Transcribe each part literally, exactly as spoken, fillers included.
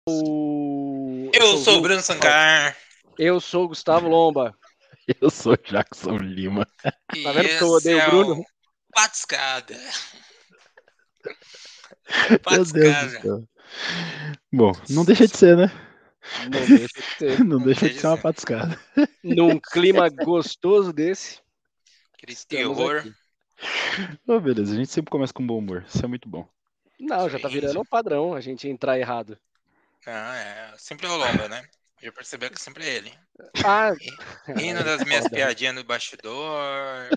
O... Eu, eu sou o Bruno Sancar. Eu sou o Gustavo Lomba. Eu sou Jackson Lima. E Tá vendo que eu odeio é o Bruno? O Patiscada. Meu Deus do céu. Bom, não deixa de ser, né? Não deixa de ser. Não, não deixa de ser uma patiscada. Num clima gostoso desse. Aquele terror. Oh, beleza, a gente sempre começa com bom humor. Isso é muito bom. Não, já tá virando um padrão a gente entrar errado. Ah, é. Sempre é o Lomba, né? Já percebeu que sempre é ele. Ah, rindo das minhas piadinhas no bastidor.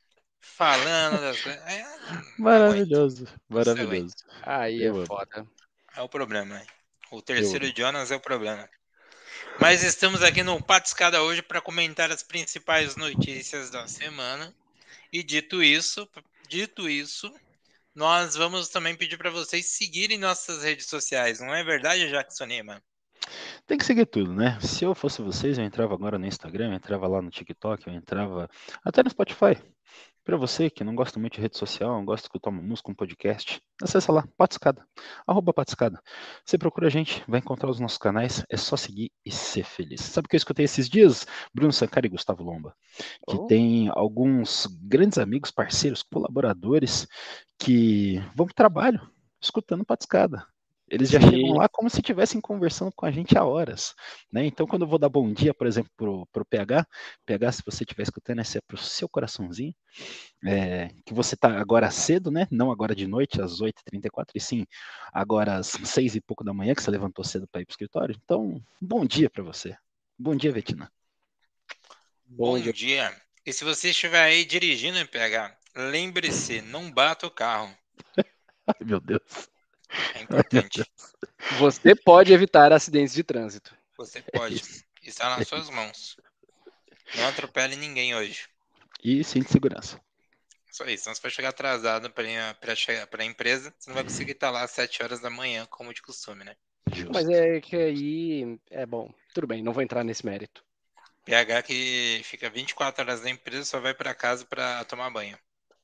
Falando das coisas. É, maravilhoso, maravilhoso. Aí Eu é amo. foda. É o problema, hein? O terceiro Jonas é o problema. Mas estamos aqui no Patiscada hoje para comentar as principais notícias da semana. E dito isso, dito isso, nós vamos também pedir para vocês seguirem nossas redes sociais. Não é verdade, Jackson Lima? Tem que seguir tudo, né? Se eu fosse vocês, eu entrava agora no Instagram, eu entrava lá no TikTok, eu entrava até no Spotify. Para você que não gosta muito de rede social, não gosta de escutar uma música, um podcast, acessa lá, Patiscada, arroba Patiscada. Você procura a gente, vai encontrar os nossos canais, é só seguir e ser feliz. Sabe o que eu escutei esses dias? Bruno Sancar e Gustavo Lomba, que Oh. tem alguns grandes amigos, parceiros, colaboradores que vão para o trabalho escutando Patiscada. Eles já Sim. chegam lá como se estivessem conversando com a gente há horas, né? Então, quando eu vou dar bom dia, por exemplo, pro, pro P H, P H, se você estiver escutando, esse é pro seu coraçãozinho, é, que você tá agora cedo, né? Não agora de noite, às oito e trinta e quatro, e sim agora às seis e pouco da manhã, que você levantou cedo para ir pro escritório. Então, bom dia para você. Bom dia, Vetina. Bom, bom dia. dia. E se você estiver aí dirigindo em P H, lembre-se, não bata o carro. Ai, meu Deus. É importante. Você pode evitar acidentes de trânsito. Você pode. É Está nas é suas isso. mãos. Não atropele ninguém hoje. E sim de segurança. Só isso. Senão você vai chegar atrasado para a empresa. Você não vai conseguir estar lá às sete horas da manhã, como de costume, né? Justo. Mas é que aí... É bom. Tudo bem, não vou entrar nesse mérito. P H que fica vinte e quatro horas na empresa só vai para casa para tomar banho.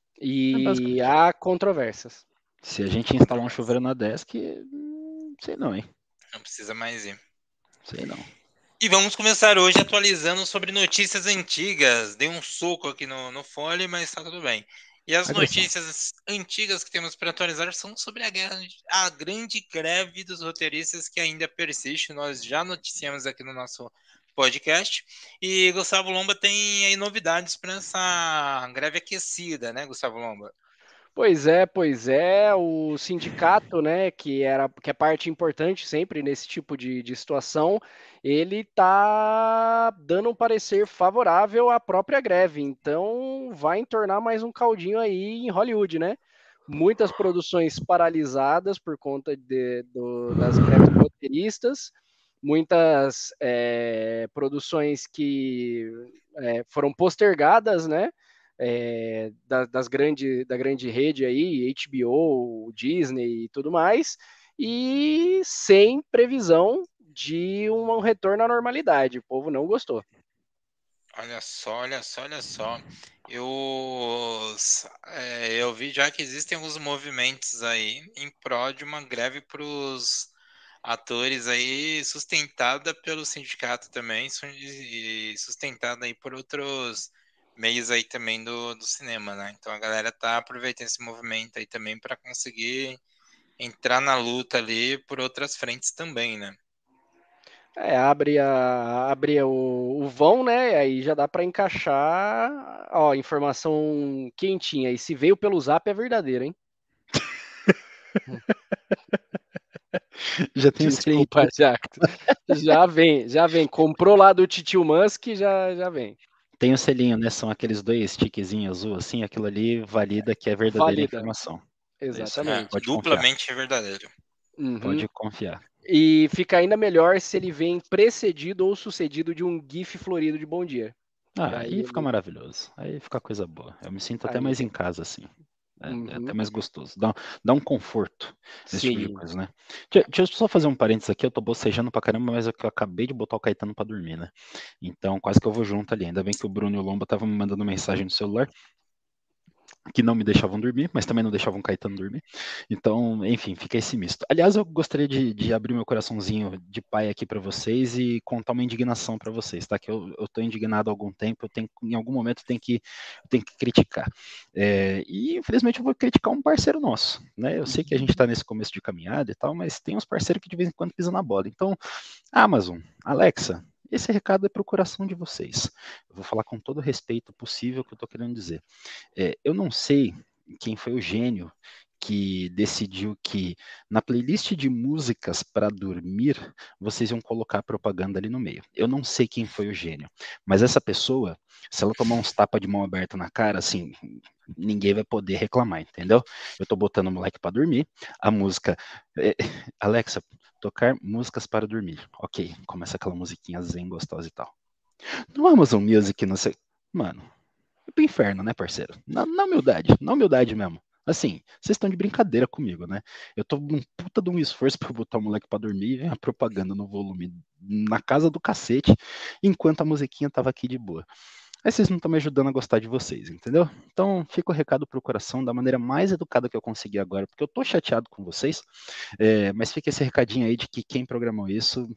E é há controvérsias. Se a gente instalar um chuveiro na desk, sei não, hein? Não precisa mais ir. Sei não. E vamos começar hoje atualizando sobre notícias antigas. Dei um soco aqui no, no fole, mas tá tudo bem. E as Agressão. notícias antigas que temos para atualizar são sobre a, a grande greve dos roteiristas que ainda persiste. Nós já noticiamos aqui no nosso podcast. E Gustavo Lomba tem aí novidades para essa greve aquecida, né, Gustavo Lomba? Pois é, pois é, o sindicato, né, que, era, que é parte importante sempre nesse tipo de, de situação, ele está dando um parecer favorável à própria greve, então vai entornar mais um caldinho aí em Hollywood, né? Muitas produções paralisadas por conta de, do, das greves roteiristas, muitas é, produções que é, foram postergadas, né? É, da, das grande, da grande rede aí, H B O, Disney e tudo mais, e sem previsão de um retorno à normalidade. O povo não gostou. Olha só, olha só, olha só. Eu, é, eu vi já que existem alguns movimentos aí em prol de uma greve para os atores aí, sustentada pelo sindicato também, e sustentada aí por outros meios aí também do, do cinema, né? Então a galera tá aproveitando esse movimento aí também para conseguir entrar na luta ali por outras frentes também, né? É, abre, a, abre o, o vão, né? Aí já dá para encaixar, ó, informação quentinha. E se veio pelo Zap é verdadeiro, hein? Já tem Desculpa, o Jack. Já vem, já vem. Comprou lá do Titio Musk, já, já vem. Tem o selinho, né? São aqueles dois tiquezinhos azul, assim, aquilo ali valida que é verdadeira valida. informação. Exatamente. É, duplamente confiar. verdadeiro. Uhum. Pode confiar. E fica ainda melhor se ele vem precedido ou sucedido de um GIF florido de bom dia. Ah, aí, aí fica ele... maravilhoso. Aí fica coisa boa. Eu me sinto aí até mais tem... em casa, assim. É, uhum. é até mais gostoso. Dá, dá um conforto esse Sim. tipo de coisa, né? Deixa, deixa eu só fazer um parênteses aqui. Eu tô bocejando pra caramba, mas é que eu acabei de botar o Caetano pra dormir, né? Então quase que eu vou junto ali. Ainda bem que o Bruno e o Lomba estavam me mandando mensagem no celular. que não me deixavam dormir, mas também não deixavam o Caetano dormir. Então, enfim, fica esse misto. Aliás, eu gostaria de, de abrir meu coraçãozinho de pai aqui para vocês e contar uma indignação para vocês, tá? Que eu, eu tô indignado há algum tempo, eu tenho, em algum momento eu tenho que, eu tenho que criticar. É, e, infelizmente, eu vou criticar um parceiro nosso, né? Eu sei que a gente está nesse começo de caminhada e tal, mas tem uns parceiros que de vez em quando pisam na bola. Então, Amazon, Alexa, esse recado é para o coração de vocês. Eu vou falar com todo o respeito possível que eu estou querendo dizer. É, eu não sei quem foi o gênio que decidiu que na playlist de músicas para dormir vocês iam colocar propaganda ali no meio. Eu não sei quem foi o gênio, mas essa pessoa, se ela tomar uns tapas de mão aberta na cara, assim, ninguém vai poder reclamar, entendeu? Eu tô botando o moleque para dormir, a música, é, Alexa, tocar músicas para dormir. Ok, começa aquela musiquinha zen gostosa e tal. No Amazon Music, não sei, mano, pro inferno, né, parceiro? Na, na humildade, na humildade mesmo. Assim, vocês estão de brincadeira comigo, né? Eu tô num puta de um esforço pra botar o moleque pra dormir e vem a propaganda no volume na casa do cacete, enquanto a musiquinha tava aqui de boa. Aí vocês não estão me ajudando a gostar de vocês, entendeu? Então fica o recado pro coração da maneira mais educada que eu consegui agora, porque eu tô chateado com vocês, é, mas fica esse recadinho aí de que quem programou isso.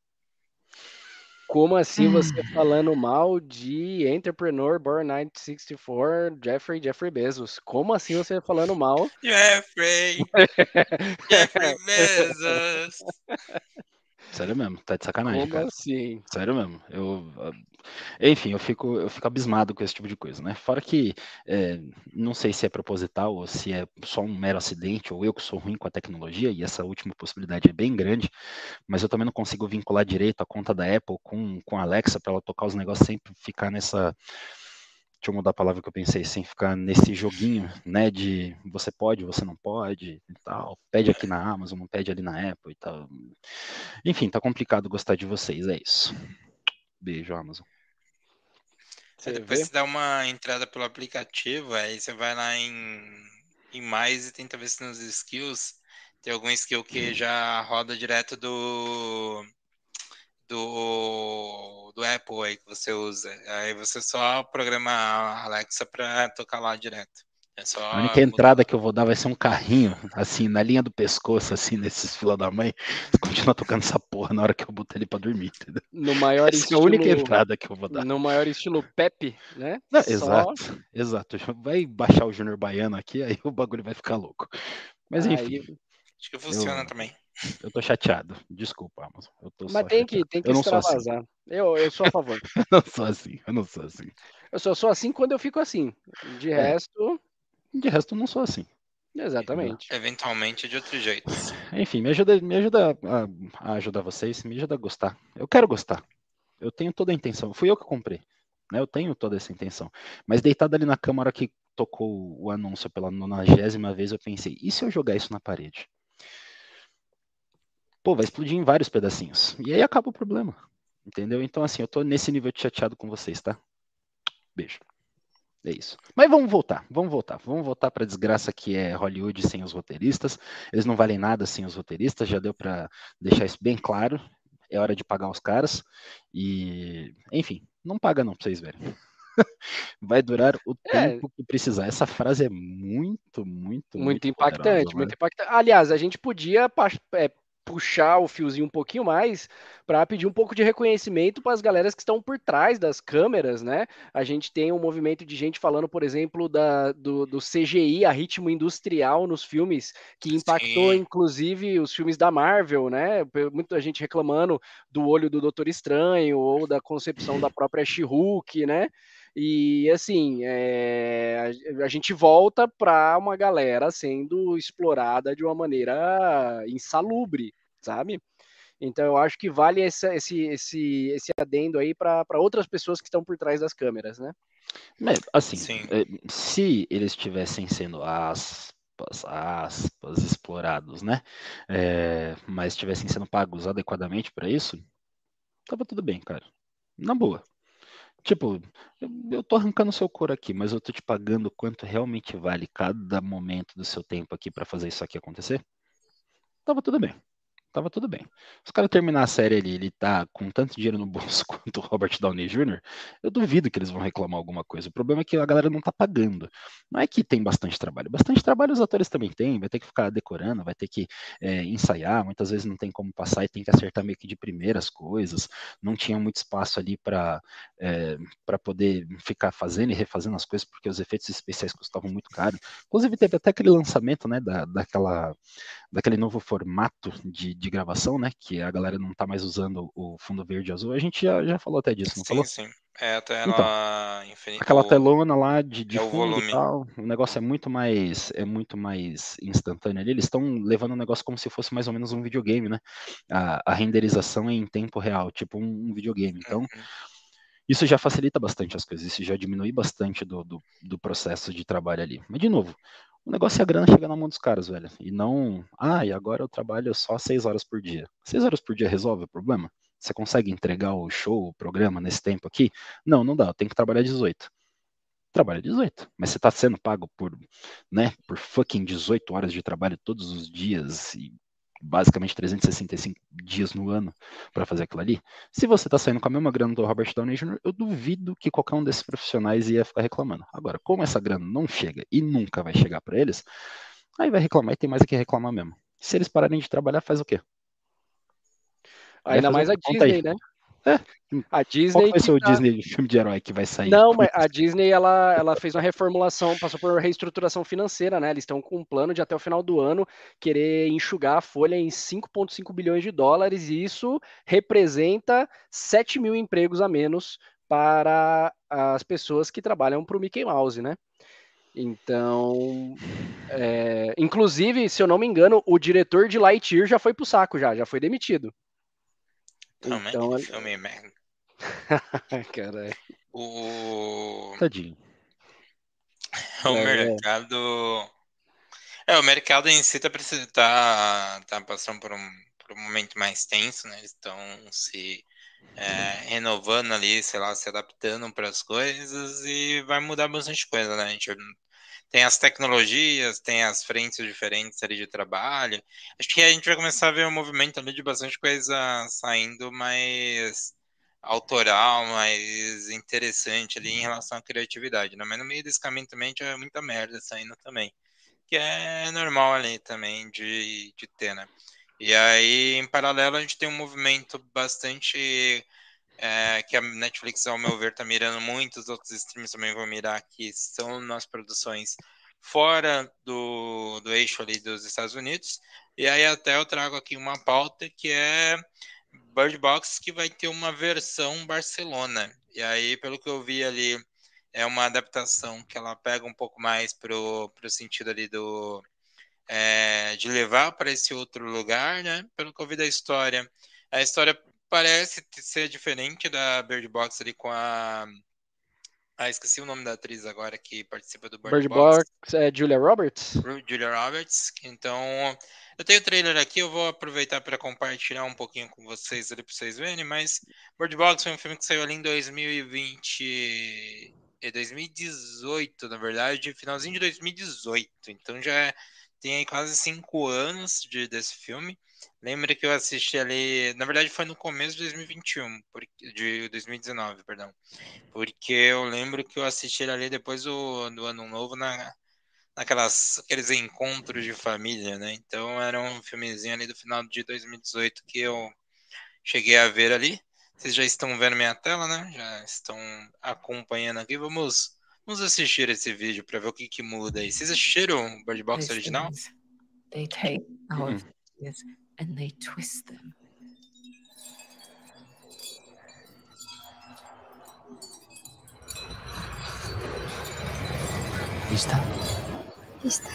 Como assim você falando mal de Entrepreneur Born nineteen sixty-four, Jeffrey Jeffrey Bezos? Como assim você falando mal? Jeffrey! Jeffrey Bezos! Sério mesmo, tá de sacanagem, Como cara. assim? Sério mesmo. Eu, enfim, eu fico, eu fico abismado com esse tipo de coisa, né? Fora que é, não sei se é proposital ou se é só um mero acidente, ou eu que sou ruim com a tecnologia, e essa última possibilidade é bem grande, mas eu também não consigo vincular direito a conta da Apple com, com a Alexa para ela tocar os negócios sempre ficar nessa. Deixa eu mudar a palavra que eu pensei, sem ficar nesse joguinho, né, de você pode, você não pode e tal, pede aqui na Amazon, não pede ali na Apple e tal. Enfim, tá complicado gostar de vocês, é isso. Beijo, Amazon. Aí Você depois vê? você dá uma entrada pelo aplicativo, aí você vai lá em, em mais e tenta ver se nos skills tem algum skill que já roda direto do, do, do Apple aí que você usa. Aí você só programa a Alexa para tocar lá direto. É A única só mudar entrada lá. que eu vou dar vai ser um carrinho, assim, na linha do pescoço, assim, nesses fila da mãe. Continua tocando essa porra na hora que eu botar ele pra dormir, entendeu? No maior Essa é a única estilo, entrada que eu vou dar. no maior estilo Pepe, né? Não, Só exato, exato. Vai baixar o Júnior Baiano aqui, aí o bagulho vai ficar louco. Mas enfim, aí, Acho que funciona eu, também. eu tô chateado. Desculpa, Amazon. Eu tô mas só tem que chateado. tem que Eu não sou assim. extravasar. Eu eu sou a favor. Eu não sou assim. Eu não sou assim. Eu só sou assim quando eu fico assim. De É, resto, de resto, eu não sou assim. Entendeu? exatamente. Eventualmente de outros jeitos. Enfim, me ajuda, me ajuda a, a ajudar vocês, me ajuda a gostar. Eu quero gostar. Eu tenho toda a intenção. Fui eu que comprei. Né? Eu tenho toda essa intenção. Mas deitado ali na cama, a hora que tocou o anúncio pela nonagésima vez, eu pensei, e se eu jogar isso na parede? Pô, vai explodir em vários pedacinhos. E aí acaba o problema. Entendeu? Então, assim, eu tô nesse nível de chateado com vocês, tá? Beijo. É isso. Mas vamos voltar, vamos voltar. Vamos voltar para a desgraça que é Hollywood sem os roteiristas. Eles não valem nada sem os roteiristas, já deu para deixar isso bem claro. É hora de pagar os caras. E, enfim, não paga não, para vocês verem. Vai durar o É, tempo que precisar. Essa frase é muito, muito, muito muito poderosa, impactante, né? muito impactante. Aliás, a gente podia pa- é, puxar o fiozinho um pouquinho mais para pedir um pouco de reconhecimento para as galeras que estão por trás das câmeras, né? A gente tem um movimento de gente falando, por exemplo, da, do, do C G I, a ritmo industrial nos filmes, que impactou Sim. inclusive os filmes da Marvel, né? Muita gente reclamando do olho do Doutor Estranho ou da concepção da própria She-Hulk, né? E assim, é, a, a gente volta para uma galera sendo explorada de uma maneira insalubre, sabe? Então eu acho que vale esse, esse, esse, esse adendo aí para outras pessoas que estão por trás das câmeras, né? Mas, assim, Sim. eh, se eles estivessem sendo aspas, aspas, explorados, né? É, mas estivessem sendo pagos adequadamente para isso, tava tudo bem, cara. Na boa. Tipo, eu, eu tô arrancando seu couro aqui, mas eu tô te pagando quanto realmente vale cada momento do seu tempo aqui para fazer isso aqui acontecer? Tava tudo bem. tava tudo bem. Se o cara terminar a série ali, ele tá com tanto dinheiro no bolso quanto o Robert Downey júnior, eu duvido que eles vão reclamar alguma coisa. O problema é que a galera não tá pagando. Não é que tem bastante trabalho. Bastante trabalho os atores também têm, vai ter que ficar decorando, vai ter que é, ensaiar, muitas vezes não tem como passar e tem que acertar meio que de primeiras coisas. Não tinha muito espaço ali para é, para poder ficar fazendo e refazendo as coisas, porque os efeitos especiais custavam muito caro. Inclusive teve até aquele lançamento, né, da, daquela daquele novo formato de, de gravação, né? Que a galera não tá mais usando o fundo verde e azul. A gente já, já falou até disso, não Sim, falou? sim. É a tela Então, infinita. aquela o- telona lá de, de É o fundo e volume. tal, o negócio é muito mais é muito mais instantâneo ali. Eles estão levando o negócio como se fosse mais ou menos um videogame, né? A, a renderização é em tempo real, tipo um, um videogame. Então, Uhum. isso já facilita bastante as coisas, isso já diminui bastante do, do, do processo de trabalho ali. Mas, de novo, o negócio é a grana chegar na mão dos caras, velho. E não, ah, e agora eu trabalho só seis horas por dia. Seis horas por dia resolve o problema? Você consegue entregar o show, o programa nesse tempo aqui? Não, não dá, eu tenho que trabalhar dezoito. Trabalha dezoito, mas você tá sendo pago por, né, por fucking dezoito horas de trabalho todos os dias e basicamente trezentos e sessenta e cinco dias no ano para fazer aquilo ali. Se você tá saindo com a mesma grana do Robert Downey júnior, eu duvido que qualquer um desses profissionais ia ficar reclamando. Agora, como essa grana não chega e nunca vai chegar para eles, aí vai reclamar e tem mais o que reclamar mesmo. Se eles pararem de trabalhar, faz o quê? Vai Ainda fazer o mais quê? a Conta aí. Disney, né? É. A Qual que Disney vai que ser o tá... Disney filme de herói que vai sair? Não, mas a Disney ela, ela fez uma reformulação, passou por uma reestruturação financeira, né? Eles estão com um plano de até o final do ano querer enxugar a folha em cinco vírgula cinco bilhões de dólares, e isso representa sete mil empregos a menos para as pessoas que trabalham para o Mickey Mouse, né? Então, é, inclusive, se eu não me engano, o diretor de Lightyear já foi pro saco, já, já foi demitido. Também Então, aquele filme merda. cara, O... Tadinho. o é, mercado. É, o mercado em si tá, precis- tá, tá passando por um, por um momento mais tenso, né? Eles estão se é, renovando ali, sei lá, se adaptando para as coisas e vai mudar bastante coisa, né? A gente tem as tecnologias, tem as frentes diferentes ali de trabalho. Acho que a gente vai começar a ver um movimento ali de bastante coisa saindo mais autoral, mais interessante ali em relação à criatividade, né? Mas no meio desse caminho também tinha muita merda saindo também, que é normal ali também de, de ter, né? E aí, em paralelo, a gente tem um movimento bastante é, que a Netflix, ao meu ver, está mirando muito, os outros streams também vão mirar, que são nas produções fora do, do eixo ali dos Estados Unidos. E aí até eu trago aqui uma pauta que é Bird Box, que vai ter uma versão Barcelona. E aí, pelo que eu vi ali, é uma adaptação que ela pega um pouco mais pro, pro sentido ali do é, de levar para esse outro lugar, né? Pelo que eu vi da história, a história parece ser diferente da Bird Box ali com a ah, esqueci o nome da atriz agora que participa do Bird Bird Box, Box é Julia Roberts? Julia Roberts. Então, eu tenho o trailer aqui, eu vou aproveitar para compartilhar um pouquinho com vocês ali para vocês verem, mas Bird Box foi um filme que saiu ali em dois mil e vinte e dois mil e dezoito, na verdade, finalzinho de dois mil e dezoito. Então já tem aí quase cinco anos de, desse filme. Lembra que eu assisti ali, na verdade foi no começo de dois mil e vinte e um, de dois mil e dezenove, perdão. Porque eu lembro que eu assisti ele ali depois do, do Ano Novo na naquelas aqueles encontros de família, né? Então era um filmezinho ali do final de dois mil e dezoito que eu cheguei a ver ali. Vocês já estão vendo minha tela, né? Já estão acompanhando aqui. Vamos, vamos assistir esse vídeo para ver o que, que muda aí. Vocês assistiram o Bird Box original? They take our Hum. fears and they twist them. ¿Lista? Lista.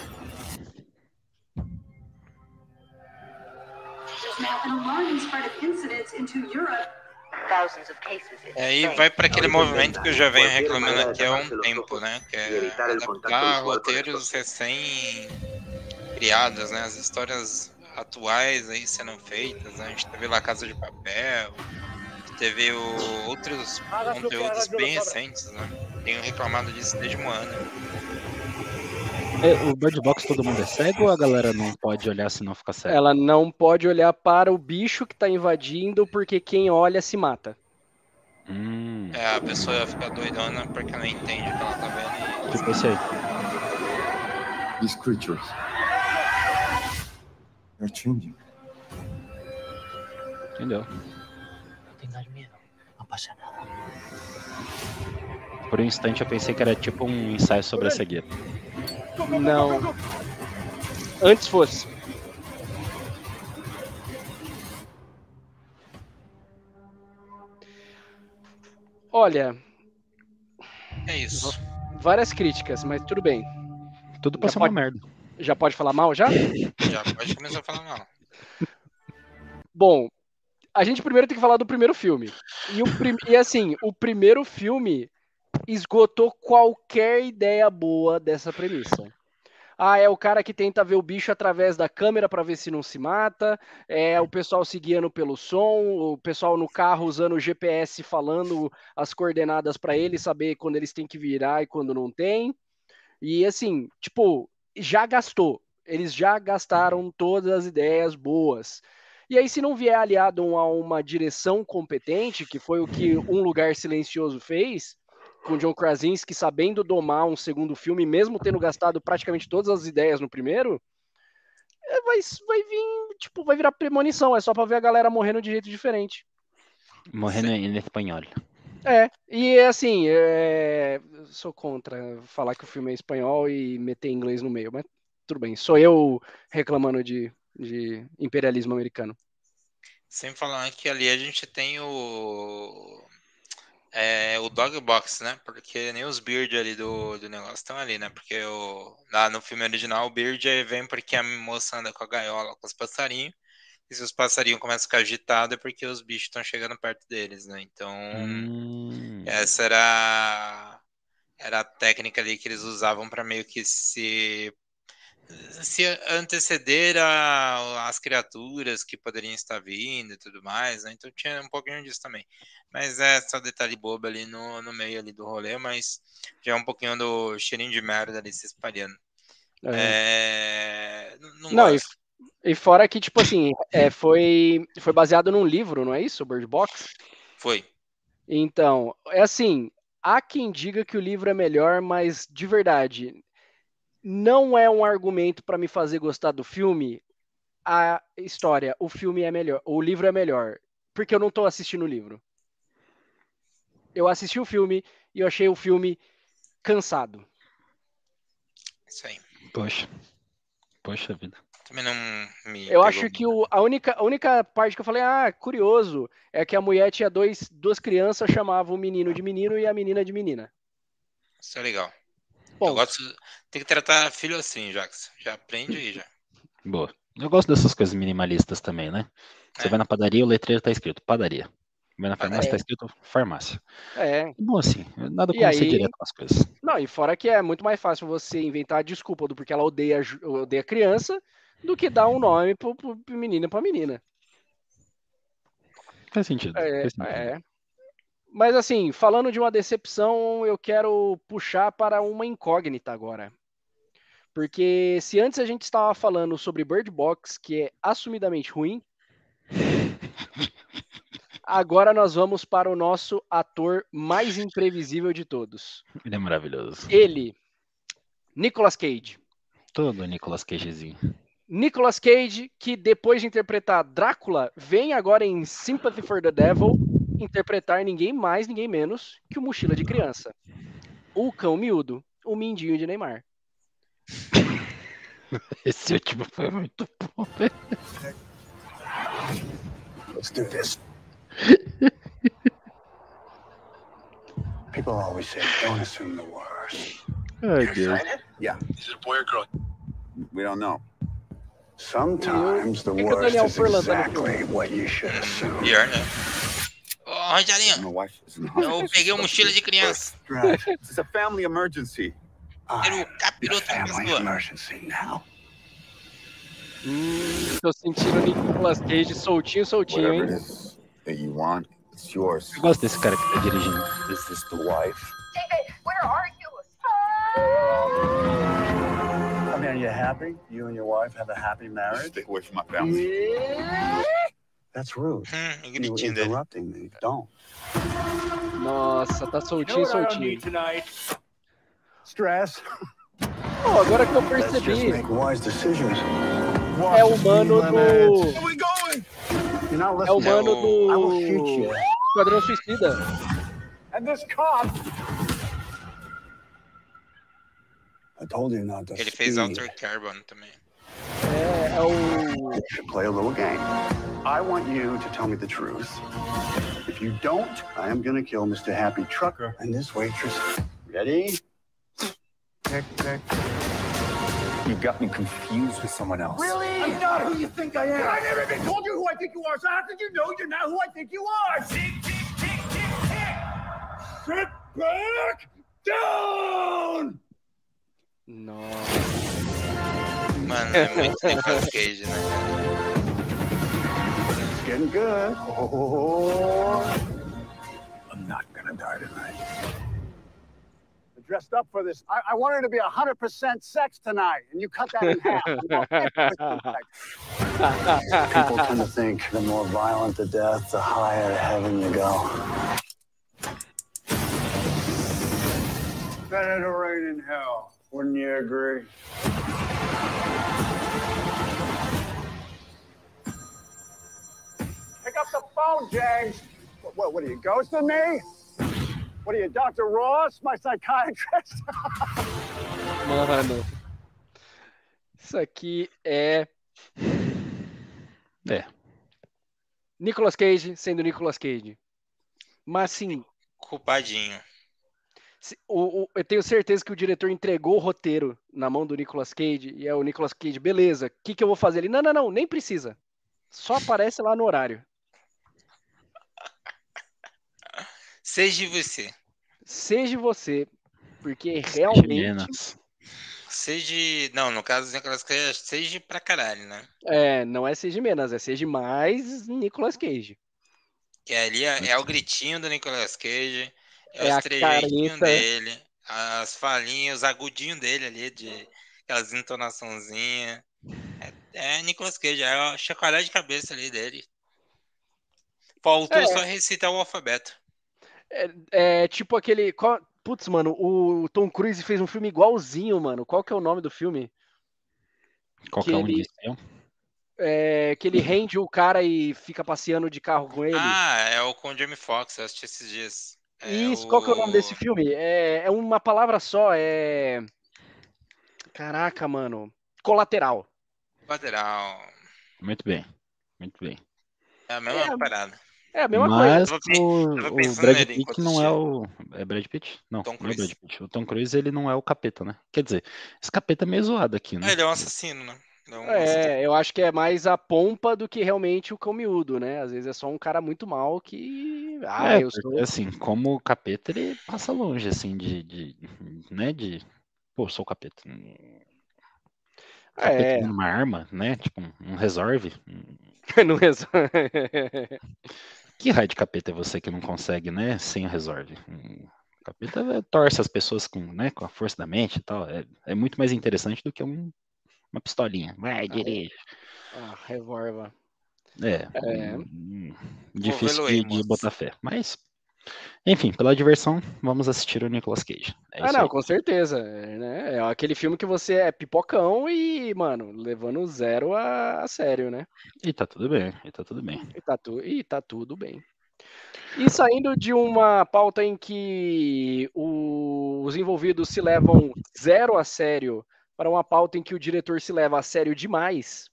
There's now an alarming spread of incidents into Europe. Thousands of cases in E aí Spain. vai para aquele movimento que eu já venho reclamando aqui há um tempo, né? Que é adaptar roteiros recém-criados, né? As histórias atuais aí sendo feitas, né? A gente teve La Casa de Papel, teve o, outros conteúdos bem recentes, né? Tenho reclamado disso desde um ano. É, o Bird Box todo mundo é cego ou a galera não pode olhar se não ficar cego? Ela não pode olhar para o bicho que tá invadindo, porque quem olha se mata. Hum, É, a pessoa ia ficar doidona porque não entende o que ela tá vendo. tipo esse aí. These creatures, they're changing. Entendeu? No tengas miedo, no pasa nada. Por um instante eu pensei que era tipo um ensaio sobre a cegueira. Não. Antes fosse. Olha, É isso. várias críticas, mas tudo bem. Tudo pra Já ser pode- uma merda. Já pode falar mal já? Já pode começar a falar mal. Bom, a gente primeiro tem que falar do primeiro filme. E, o prim... e assim, o primeiro filme esgotou qualquer ideia boa dessa premissa. Ah, é o cara que tenta ver o bicho através da câmera para ver se não se mata. É o pessoal se guiando pelo som, o pessoal no carro usando o G P S falando as coordenadas para ele saber quando eles têm que virar e quando não tem. E assim, tipo, já gastou. Eles já gastaram todas as ideias boas. E aí, se não vier aliado a uma direção competente, que foi o que Um Lugar Silencioso fez, com John Krasinski sabendo domar um segundo filme, mesmo tendo gastado praticamente todas as ideias no primeiro, é, vai, vai vir, tipo, vai virar premonição. É só pra ver a galera morrendo de jeito diferente. Morrendo em espanhol. É, e assim, é, sou contra falar que o filme é espanhol e meter inglês no meio, mas tudo bem. Sou eu reclamando de, de imperialismo americano. Sem falar que ali a gente tem o. É, o Dog Box, né? Porque nem os Beard ali do, do negócio estão ali, né? Porque o, lá no filme original o Beard vem porque a moça anda com a gaiola com os passarinhos. E se os passarinhos começam a ficar agitados é porque os bichos estão chegando perto deles, né? Então, Hum, essa era, era a técnica ali que eles usavam para meio que se, se anteceder a- às criaturas que poderiam estar vindo e tudo mais, né? Então tinha um pouquinho disso também. Mas é só detalhe bobo ali no, no meio ali do rolê, mas já é um pouquinho do cheirinho de merda ali se espalhando. É. É, não não Não, e, gosto. e fora que, tipo assim, é, foi, foi baseado num livro, não é isso? O Bird Box? Foi. Então, é assim, há quem diga que o livro é melhor, mas de verdade, não é um argumento para me fazer gostar do filme. A história, o filme é melhor, o livro é melhor, porque eu não tô assistindo o livro. Eu assisti o filme e eu achei o filme cansado. Isso aí. poxa. Poxa vida. Também não me Eu pegou acho que o, a, única, a única parte que eu falei, ah, curioso, é que a mulher tinha dois, duas crianças, chamava o menino de menino e a menina de menina. Isso é legal. Bom, Eu gosto. Tem que tratar filho assim, Jax. Já aprende aí já. Boa. Eu gosto dessas coisas minimalistas também, né? Você É. vai na padaria, o letreiro tá escrito padaria. Vai na farmácia, É. tá escrito farmácia. é. Bom assim, nada E como ser aí- direto com as coisas. Não, e fora que é muito mais fácil você inventar a desculpa do porque ela odeia, ju- odeia criança do que dar um nome pro, pro, pro menino e pra menina. Faz sentido. É, faz sentido. é. Mas assim, falando de uma decepção, eu quero puxar para uma incógnita agora. Porque se antes a gente estava falando sobre Bird Box, que é assumidamente ruim, agora nós vamos para o nosso ator mais imprevisível de todos. Ele é maravilhoso. Ele, Nicolas Cage. Todo Nicolas Cagezinho. Nicolas Cage, que depois de interpretar Drácula, vem agora em Sympathy for the Devil interpretar ninguém mais, ninguém menos que o Mochila de Criança. O cão miúdo, o mindinho de Neymar. Esse último foi muito bom. Let's do this. People always say, don't assume the worst. Ai, Deus. Yeah. Is it a boy or girl? We don't know. Sometimes the Por que que o worst Daniel is Furlan tá no exactly what you should assume. Pior, né? Ô, Rogerinho, My wife is in the eu hospital. peguei uma mochila de criança. Right. This is a family emergency. Era o I'm capiroto a da family pessoa. emergency now. Hum, tô sentindo o Nicolas Cage soltinho, soltinho, Whatever hein? it is that you want, it's yours. Eu gosto desse cara que tá dirigindo. Is this the wife? David, where are you? you happy? You and your wife have a happy marriage? Stick away from my family. That's rude. Hum, o You gritinho dele. interrupting me. Don't. Nossa, tá soltinho, soltinho. tonight? Stress. Oh, agora que eu Let's just percebi, make wise decisions. é o mano do... Where we going? You're not É o listening. mano I will shoot do... you. Esquadrão Suicida. And this cop. I told you not to Ele fez speed. Alter Carbon também. É, é o... We should play a little game. I want you to tell me the truth. If you don't, I am gonna kill Mister Happy Trucker and this waitress. Ready? Tick, tick. You got me confused with someone else. Really? I'm not who you think I am. I never even told you who I think you are, so how could you know you're not who I think you are? Tick, tick, tick, tick, tick. Sit back down! Nossa. Mano, é muito Nicolas Cage, né? It's getting good. Oh, I'm not gonna die tonight. I dressed up for this. I, I wanted to be one hundred percent sex tonight, and you cut that in half. I'm now fifty percent sex. People tend to think the more violent the death, the higher to heaven you go. Better to rain in hell. Wouldn't you agree? Pick up the phone, James. What, what, what are you, ghosting me? What are you, Doctor Ross, my psychiatrist? Mano. Isso aqui é... É. Nicolas Cage sendo Nicolas Cage. Mas assim, Culpadinho. se- o, o- eu tenho certeza que o diretor entregou o roteiro na mão do Nicolas Cage e é o Nicolas Cage, beleza, o que, que eu vou fazer? Ele, não, não, não, nem precisa. Só aparece lá no horário. Seja você. Seja você, porque realmente Chilenas. Seja. Não, no caso do Nicolas Cage, seja pra caralho, né? é, não é seja menos, é seja mais Nicolas Cage. Que ali é, é o gritinho do Nicolas Cage, é, É os a trejeitinhos careta. dele, as falinhas, os agudinhos dele ali, de aquelas entonaçãozinhas. É, é Nicolas Cage, é o chacoalhar de cabeça ali dele. Faltou É. só recitar o alfabeto. É, é tipo aquele. qual- Putz, mano, o Tom Cruise fez um filme igualzinho, mano. Qual que é o nome do filme? Qualquer um ele- disse eu. É, que ele rende o cara e fica passeando de carro com ele. Ah, é o com o Jamie Foxx, eu assisti esses dias. É Isso, qual que é o nome desse filme? É, é uma palavra só, é. Caraca, mano. Colateral. Lateral. Muito bem. Muito bem. É a mesma É, parada. É a mesma Mas Tava pe- o, tava o pensando Brad nele Pitt enquanto não é assistia. o. É Brad Pitt? Não, Tom não é Cruise. Brad Pitt. O Tom Cruise ele não é o capeta, né? Quer dizer, esse capeta é meio zoado aqui, né? Ah, ele é um assassino, né? Ele é um coisa. assassino. É, eu acho que é mais a pompa do que realmente o cão miúdo, né? Às vezes é só um cara muito mal que. Ah, É, eu porque, sou. assim, como capeta, ele passa longe, assim, de, de, né, de, pô, sou capeta. Capeta É, usando uma arma, né, tipo, um, um resolve. Um- não resolve. Que raio de capeta é você que não consegue, né, sem o resolve? Um capeta é, torce as pessoas com, né, com a força da mente e tal, é, é muito mais interessante do que um- uma pistolinha. Vai, dirige. Ah, revolva. É, É. hum, hum, Vou difícil vê-lo aí, de, de moço. botar fé, mas... Enfim, pela diversão, vamos assistir o Nicolas Cage. É Ah, isso não, aí. com certeza. É, né? É aquele filme que você é pipocão e, mano, levando zero a, a sério, né? E tá tudo bem, e tá tudo bem. E tá, tu, e tá tudo bem. E saindo de uma pauta em que o- os envolvidos se levam zero a sério para uma pauta em que o diretor se leva a sério demais,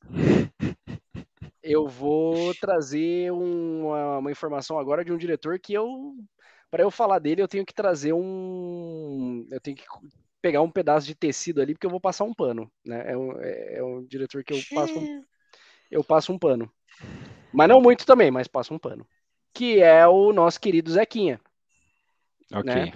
eu vou trazer uma, uma informação agora de um diretor que eu, para eu falar dele, eu tenho que trazer um, eu tenho que pegar um pedaço de tecido ali porque eu vou passar um pano, né? É um, é- é um diretor que eu passo um, eu passo um pano, mas não muito também, mas passo um pano, que é o nosso querido Zequinha. Ok. Né?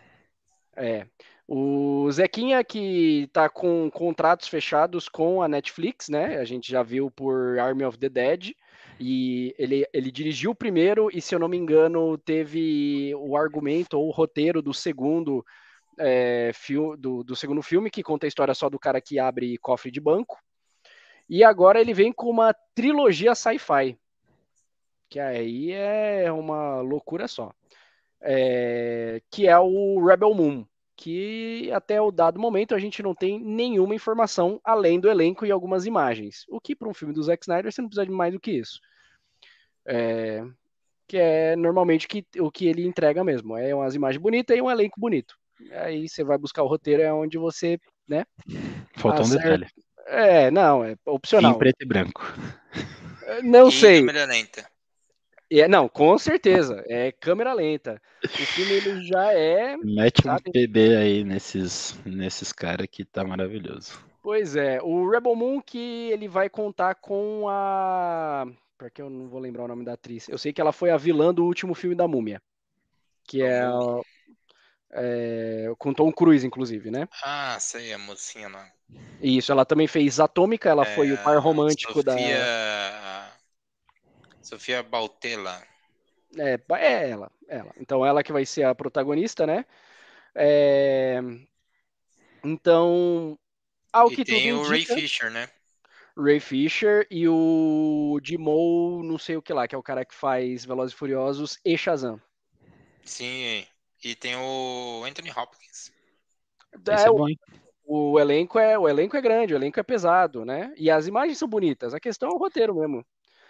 É. O Zequinha que tá com contratos fechados com a Netflix, né? A gente já viu por Army of the Dead. E ele, ele dirigiu o primeiro, e se eu não me engano, teve o argumento ou o roteiro do segundo é, fil- do, do segundo filme, que conta a história só do cara que abre cofre de banco. E agora ele vem com uma trilogia sci-fi, que aí é uma loucura só. É, que é o Rebel Moon, que até o dado momento a gente não tem nenhuma informação além do elenco e algumas imagens. O que para um filme do Zack Snyder você não precisa de mais do que isso. É, que é normalmente que, o que ele entrega mesmo. É umas imagens bonitas e um elenco bonito. Aí você vai buscar o roteiro, é onde você, né? Faltou um acerta. detalhe. É, não, é Em opcional. preto e branco. Não E sei. câmera lenta. É, não, com certeza. É câmera lenta. O filme ele já é. Mete um sabe? P B aí nesses, nesses caras que tá maravilhoso. Pois é. O Rebel Moon que ele vai contar com a. Porque eu não vou lembrar o nome da atriz. Eu sei que ela foi a vilã do último filme da Múmia. Que é, Vamos- é com Tom Cruise, inclusive, né? Ah, sei, a mocinha lá. Isso, ela também fez Atômica, ela foi o par É, romântico Sofia... da. Sofia Bautella. É, é ela, ela. Então ela que vai ser a protagonista, né? É, Então, ao E que tudo tem o Ray indica, Fisher, né? Ray Fisher e o Dimou, não sei o que lá, que é o cara que faz Velozes e Furiosos e Shazam. Sim, e tem o Anthony Hopkins. Esse É, é o, bom, hein? o elenco é, o elenco é grande, o elenco é pesado, né? E as imagens são bonitas, a questão é o roteiro mesmo.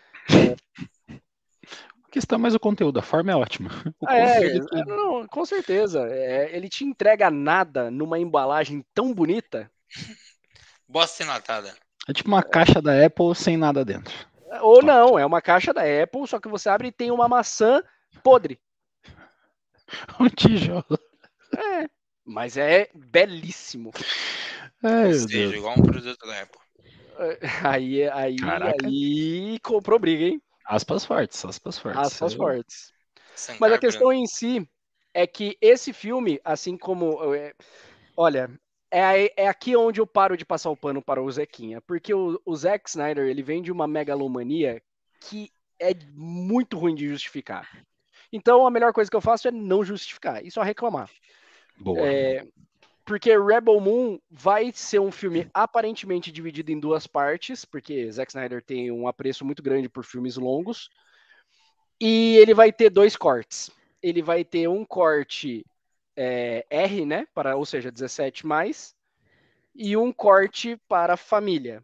A questão é mais o conteúdo, a forma é ótima. O Ah, é, conteúdo é, que... não, com certeza. É, ele te entrega nada numa embalagem tão bonita. Bosta enlatada. é tipo uma caixa da Apple sem nada dentro. Ou não, é uma caixa da Apple, só que você abre e tem uma maçã podre. Um tijolo. É, mas é belíssimo. Ai, Ou meu seja, Deus. igual um produto da Apple. Aí, aí, Caraca. aí comprou briga, hein? Aspas fortes, aspas fortes. Aspas Eu- fortes. Sancar Mas a branco. questão em si é que esse filme, assim como. é, olha, é, aí- é aqui onde eu paro de passar o pano para o Zequinha. Porque o, o Zack Snyder ele vem de uma megalomania que é muito ruim de justificar. Então a melhor coisa que eu faço é não justificar e só reclamar. Boa. É, porque Rebel Moon vai ser um filme aparentemente dividido em duas partes, porque Zack Snyder tem um apreço muito grande por filmes longos. E ele vai ter dois cortes. Ele vai ter um corte é, R, né? Para, ou seja, dezessete mais, e um corte para família.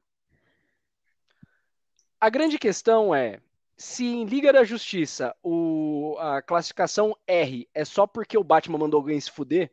A grande questão é se em Liga da Justiça o, a classificação R é só porque o Batman mandou alguém se fuder,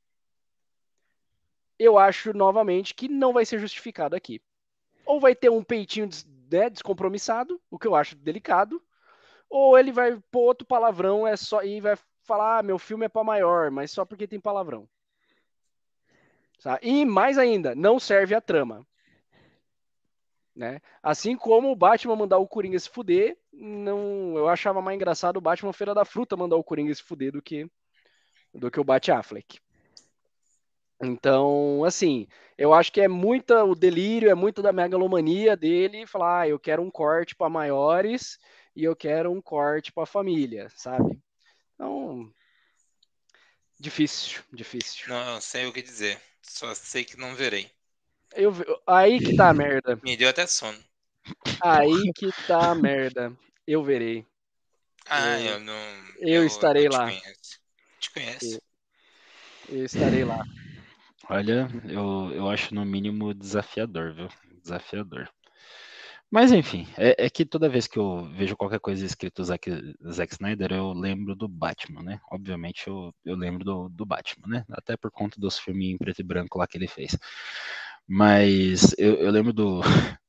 eu acho novamente que não vai ser justificado aqui. Ou vai ter um peitinho des, né, descompromissado, o que eu acho delicado, ou ele vai pôr outro palavrão é só, e vai falar, ah, meu filme é pra maior, mas só porque tem palavrão. Sabe? E mais ainda, não serve a trama. Né? Assim como o Batman mandar o Coringa se fuder, não, eu achava mais engraçado o Batman Feira da Fruta mandar o Coringa se fuder do que, do que o Bat Affleck. Então, assim, eu acho que é muita o delírio, é muito da megalomania dele falar, ah, eu quero um corte para maiores e eu quero um corte para família, sabe? Então, difícil, difícil. Não, não sei o que dizer. Só sei que não verei. Eu, aí que tá a merda. Me deu até sono. Aí que tá a merda. Eu verei. Ah, eu, eu não. Eu, estarei não te lá. Conheço. Te conheço. Eu, eu estarei lá. Olha, eu, eu acho no mínimo desafiador, viu? Desafiador. Mas enfim, é, é que toda vez que eu vejo qualquer coisa escrito Zack, Zack Snyder, eu lembro do Batman, né? Obviamente eu, eu lembro do, do Batman, né? Até por conta dos filmes em preto e branco lá que ele fez. Mas eu, eu lembro do.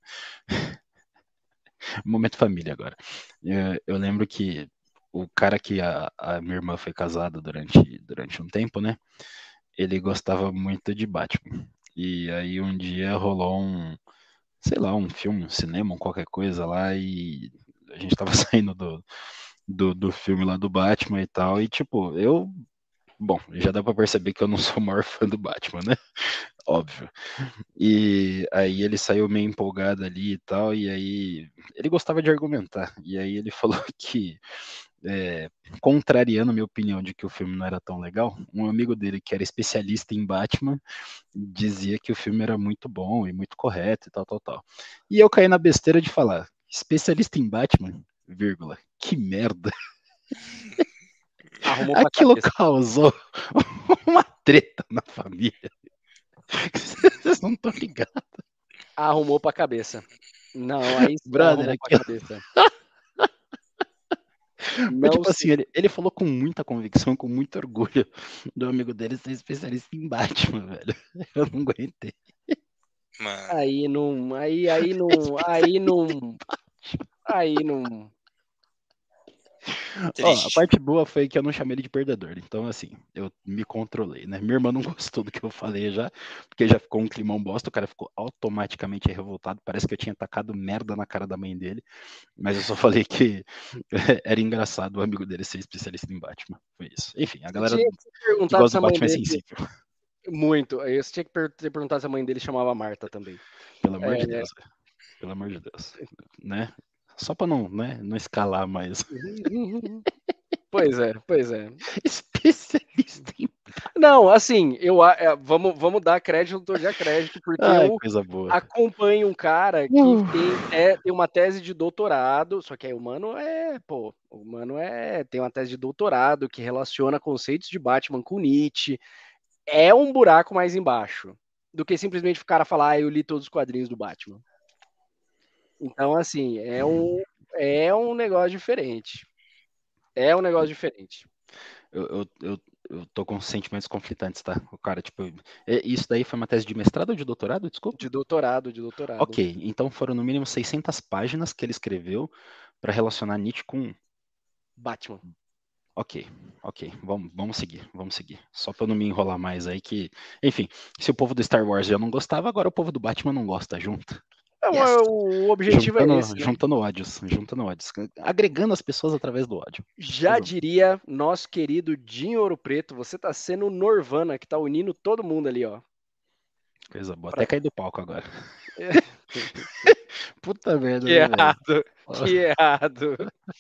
Momento família agora. Eu, eu lembro que o cara que a, a minha irmã foi casada durante, durante um tempo, né? Ele gostava muito de Batman. E aí um dia rolou um, sei lá, um filme, um cinema, um qualquer coisa lá, e a gente tava saindo do, do, do filme lá do Batman e tal, e tipo, eu, bom, já dá pra perceber que eu não sou o maior fã do Batman, né? Óbvio. E aí ele saiu meio empolgado ali e tal, e aí ele gostava de argumentar, e aí ele falou que é, contrariando a minha opinião de que o filme não era tão legal, um amigo dele que era especialista em Batman dizia que o filme era muito bom e muito correto e tal, tal, tal. E eu caí na besteira de falar, especialista em Batman, vírgula, que merda. Aquilo causou uma treta na família. Vocês não estão ligados. Arrumou pra cabeça. Não, aí brother, arrumou pra cabeça. Mas, tipo assim, ele, ele falou com muita convicção, com muito orgulho do amigo dele ser especialista em Batman, velho. Eu não aguentei. Mano. Aí não. Aí, aí não. Aí não. Aí não. Ó, a parte boa foi que eu não chamei ele de perdedor. Então, assim, eu me controlei, né? Minha irmã não gostou do que eu falei já, porque já ficou um climão bosta, o cara ficou automaticamente revoltado. Parece que eu tinha tacado merda na cara da mãe dele. Mas eu só falei que era engraçado o amigo dele ser especialista em Batman. Foi isso. Enfim, a galera que, que gosta do Batman é sensível. Muito. Eu tinha que per ter perguntado se a mãe dele chamava Marta também. Pelo amor é... de Deus. Pelo amor de Deus. Né? Só pra não, né, não escalar mais. Pois é, pois é. Especialista em... Não, assim, eu é, vamos, vamos dar crédito, eu já crédito, porque Ai, eu coisa boa. acompanho um cara que uh. tem, é, tem uma tese de doutorado, só que aí o mano é, pô, o mano é, tem uma tese de doutorado que relaciona conceitos de Batman com Nietzsche. É um buraco mais embaixo do que simplesmente o cara falar, ah, eu li todos os quadrinhos do Batman. Então, assim, é um, é um negócio diferente. É um negócio diferente. Eu, eu, eu, eu tô com sentimentos conflitantes, tá? O cara, tipo, isso daí foi uma tese de mestrado ou de doutorado? Desculpa. De doutorado, de doutorado. Ok, então foram no mínimo seiscentas páginas que ele escreveu para relacionar Nietzsche com Batman. Ok, ok, vamos, vamos seguir, vamos seguir. Só pra eu não me enrolar mais aí que... Enfim, se o povo do Star Wars já não gostava, agora o povo do Batman não gosta junto. Não, yes. O objetivo juntando, é esse. Né? Juntando ódios, juntando ódios. Agregando as pessoas através do ódio. Já diria nosso querido Dinho Ouro Preto, você tá sendo o Norvana, que tá unindo todo mundo ali, ó. Coisa boa, pra... até cair do palco agora. É. Puta merda. Que errado, que errado.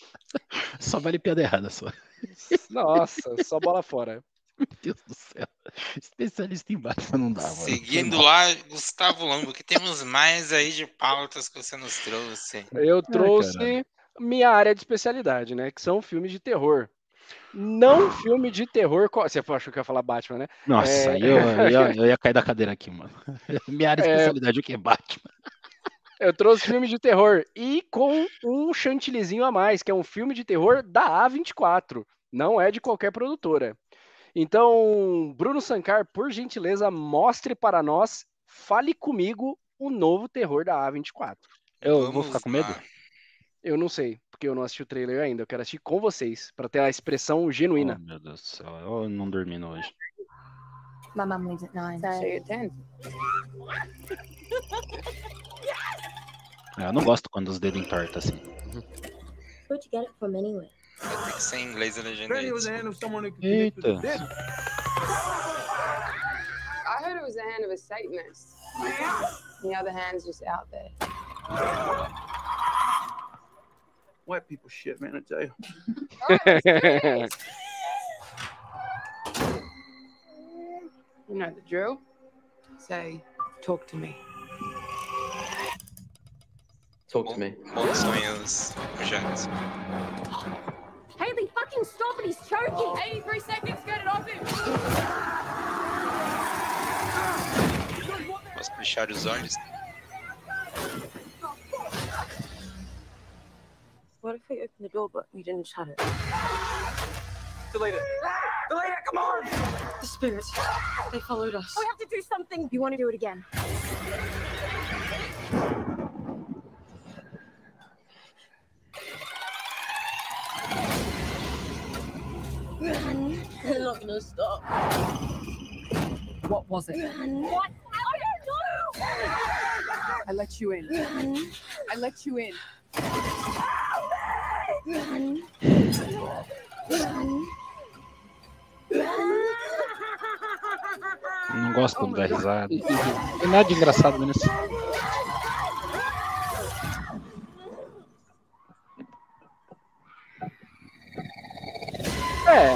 Só vale piada errada, só. Nossa, só bola fora. Meu Deus do céu. Especialista em Batman não dá, mano. Seguindo lá, Gustavo Longo, que temos mais aí de pautas que você nos trouxe? Eu trouxe ah, minha área de especialidade, né? Que são filmes de terror. Não filme de terror. Você achou que eu ia falar Batman, né? Nossa, é... eu, eu, ia, eu ia cair da cadeira aqui, mano. Minha área de especialidade é o que é Batman. Eu trouxe filme de terror e com um chantilizinho a mais, que é um filme de terror da A vinte e quatro. Não é de qualquer produtora. Então, Bruno Sankar, por gentileza, mostre para nós, fale comigo, o novo terror da A vinte e quatro. Eu Vamos vou ficar com medo? Lá. Eu não sei, porque eu não assisti o trailer ainda. Eu quero assistir com vocês, para ter a expressão genuína. Oh, meu Deus do céu, eu não dormi hoje. My mum leaves at nine, so you're ten. Eu não gosto quando os dedos entortam assim. Where'd you get it from anyway? Tem que ser em inglês a legenda. Eita. I heard it was the hand of a Satanist. The other hand's just out there. White people shit, man, I tell you. You know the drill. Say, talk to me. Talk to me. Bons sonhos, projetos. Haley, fucking stop it! He's choking! eighty-three seconds, get it off him! Posso fechar os olhos? What if we opened the door but we didn't shut it? Delete it. Delete it, come on! The spirits, they followed us. We have to do something! You want to do it again? They're not gonna stop. What was it? What? I don't know! I let you in. I let you in. Não gosto quando dá risada. Não tem nada de engraçado nisso. É.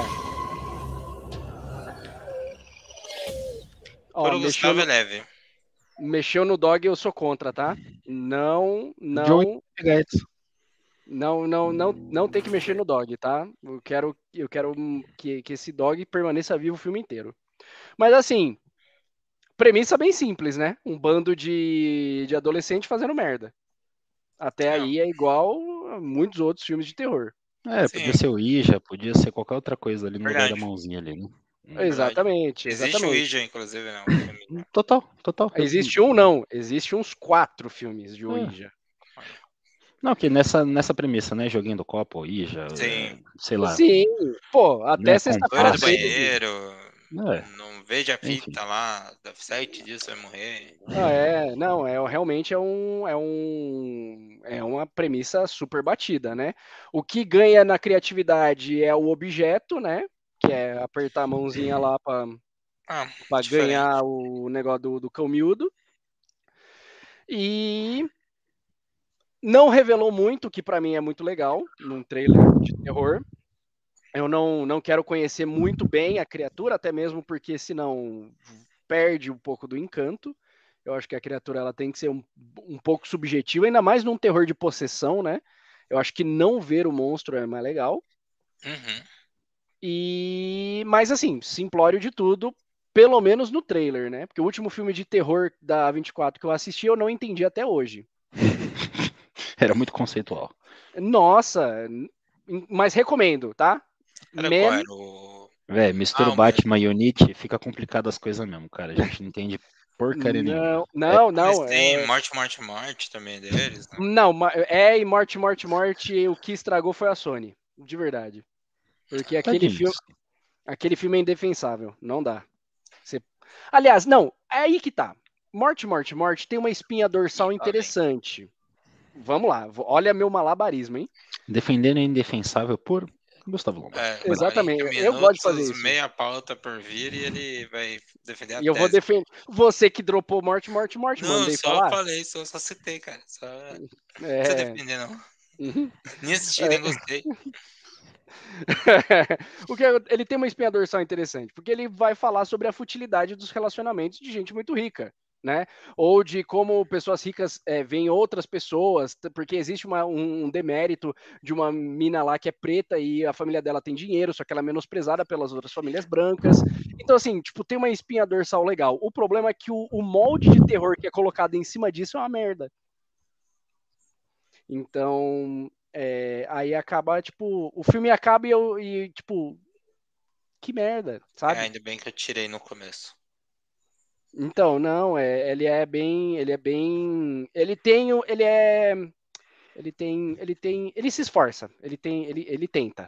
Ó, Por mexeu Gustavo no, é leve. mexeu no dog, eu sou contra, tá? Não, Joey não, Gates. não, não, não, não tem que mexer no dog, tá? Eu quero, eu quero que, que esse dog permaneça vivo o filme inteiro. Mas assim, premissa bem simples, né? Um bando de, de adolescente fazendo merda. Até É, aí é igual a muitos outros filmes de terror. É, sim, podia ser o Ija, podia ser qualquer outra coisa ali no lugar da verdade. mãozinha ali, né? Verdade. Exatamente, Existe o exatamente. Ouija, inclusive, né? Um filme, né? Total, total. Existe um não, existe uns quatro filmes de É. Ouija. Não, que nessa, nessa premissa, né? Joguinho do copo, Ija, Sim. é, sei lá. Sim, pô, até Né, sexta-feira Loira do compasso. treze. banheiro. É, Não veja a enfim. fita lá. Dá sete dias vai morrer. Ah, é, não, é realmente é um, é um, é uma premissa super batida, né? O que ganha na criatividade é o objeto, né? Que é apertar a mãozinha lá para Ah, para diferente. ganhar o negócio do, do cão miúdo. E não revelou muito, o que para mim é muito legal, num trailer de terror. Eu não, não quero conhecer muito bem a criatura, até mesmo porque senão perde um pouco do encanto. Eu acho que a criatura ela tem que ser um, um pouco subjetiva, ainda mais num terror de possessão, né? Eu acho que não ver o monstro é mais legal. Uhum. E mas assim, simplório de tudo, pelo menos no trailer, né? Porque o último filme de terror da vinte e quatro que eu assisti, eu não entendi até hoje. Era muito conceitual. Nossa, mas recomendo, tá? Era Man, qual? Era o... Véi, mistura Ah, o o Batman e o Nietzsche, fica complicado as coisas mesmo, cara. A gente não entende porcaria nenhuma. não, não, Mas não, tem é, Morte, Morte, Morte também deles, né? não, ma- é e morte, morte, morte, o que estragou foi a Sony, de verdade. Porque aquele filme, Tadinhos. aquele filme é indefensável, não dá. Você... Aliás, não, é aí que tá. Morte, morte, morte tem uma espinha dorsal Ih, lá vem. interessante. Vamos lá, vo- olha meu malabarismo, hein? Defendendo o indefensável por Gustavo Lombardi. É, Vai lá. Exatamente, quarenta eu gosto de fazer minutos, isso. meia pauta por vir e ele vai defender a E eu vou tese. defender. Você que dropou morte, morte, morte, Não, mandei só falar? falei, só, só citei, cara. Só... Não precisa É. defender, não. Uhum. Nem assisti, nem gostei. O que é- ele tem uma espinha dorsal interessante, porque ele vai falar sobre a futilidade dos relacionamentos de gente muito rica, né? Ou de como pessoas ricas é, veem outras pessoas, t- porque existe uma- um, um demérito de uma mina lá que é preta e a família dela tem dinheiro, só que ela é menosprezada pelas outras famílias brancas. Então, assim, tipo, tem uma espinha dorsal legal. O problema é que o, o molde de terror que é colocado em cima disso é uma merda. Então, é, aí acaba, tipo, o filme acaba e eu, e, tipo, que merda, É, sabe? ainda bem que eu tirei no começo. Então, não, é, ele é bem, ele é bem, ele tem, o- ele é, ele tem, ele tem, ele se esforça, ele tem, ele, ele tenta.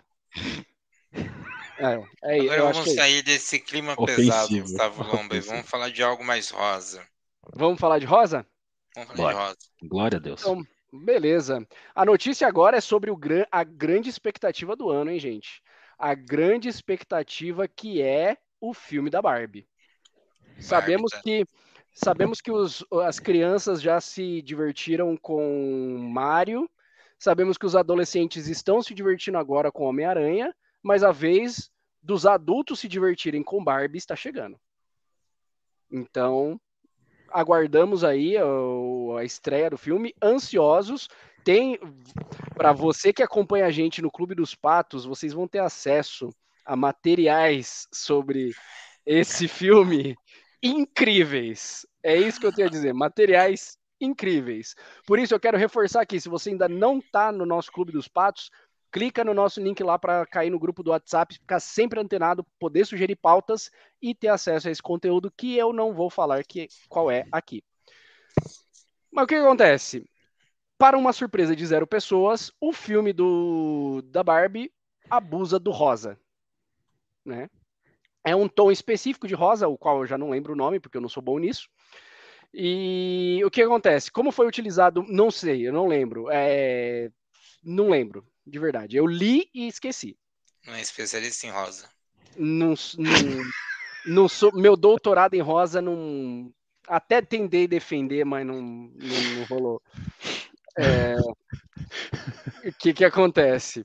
É, é, Agora eu acho que vamos é isso. sair desse clima Ofensivo. pesado, Gustavo Lomba, e Ofensivo. vamos falar de algo mais rosa. Vamos falar de Rosa? Vamos falar Bora. de rosa. Glória a Deus. Então, beleza. A notícia agora é sobre o gran, a grande expectativa do ano, hein, gente? A grande expectativa que é o filme da Barbie. Sabemos tá. que sabemos que os, as crianças já se divertiram com Mario, sabemos que os adolescentes estão se divertindo agora com Homem-Aranha, mas a vez dos adultos se divertirem com Barbie está chegando. Então, aguardamos aí a, a estreia do filme, ansiosos. Tem, para você que acompanha a gente no Clube dos Patos, vocês vão ter acesso a materiais sobre esse filme incríveis. É isso que eu tenho a dizer, materiais incríveis. Por isso eu quero reforçar aqui, se você ainda não está no nosso Clube dos Patos, clica no nosso link lá para cair no grupo do WhatsApp, ficar sempre antenado, poder sugerir pautas e ter acesso a esse conteúdo que eu não vou falar que, qual é aqui. Mas o que acontece? Para uma surpresa de zero pessoas, o filme do, da Barbie abusa do rosa, né? É um tom específico de rosa, o qual eu já não lembro o nome, porque eu não sou bom nisso. E o que acontece? Como foi utilizado? Não sei, eu não lembro. É... Não lembro, de verdade. Eu li e esqueci. Não é especialista em rosa. Não, não, não sou, meu doutorado em rosa não. Até tentei defender, mas não, não, não rolou. É... O que, que acontece?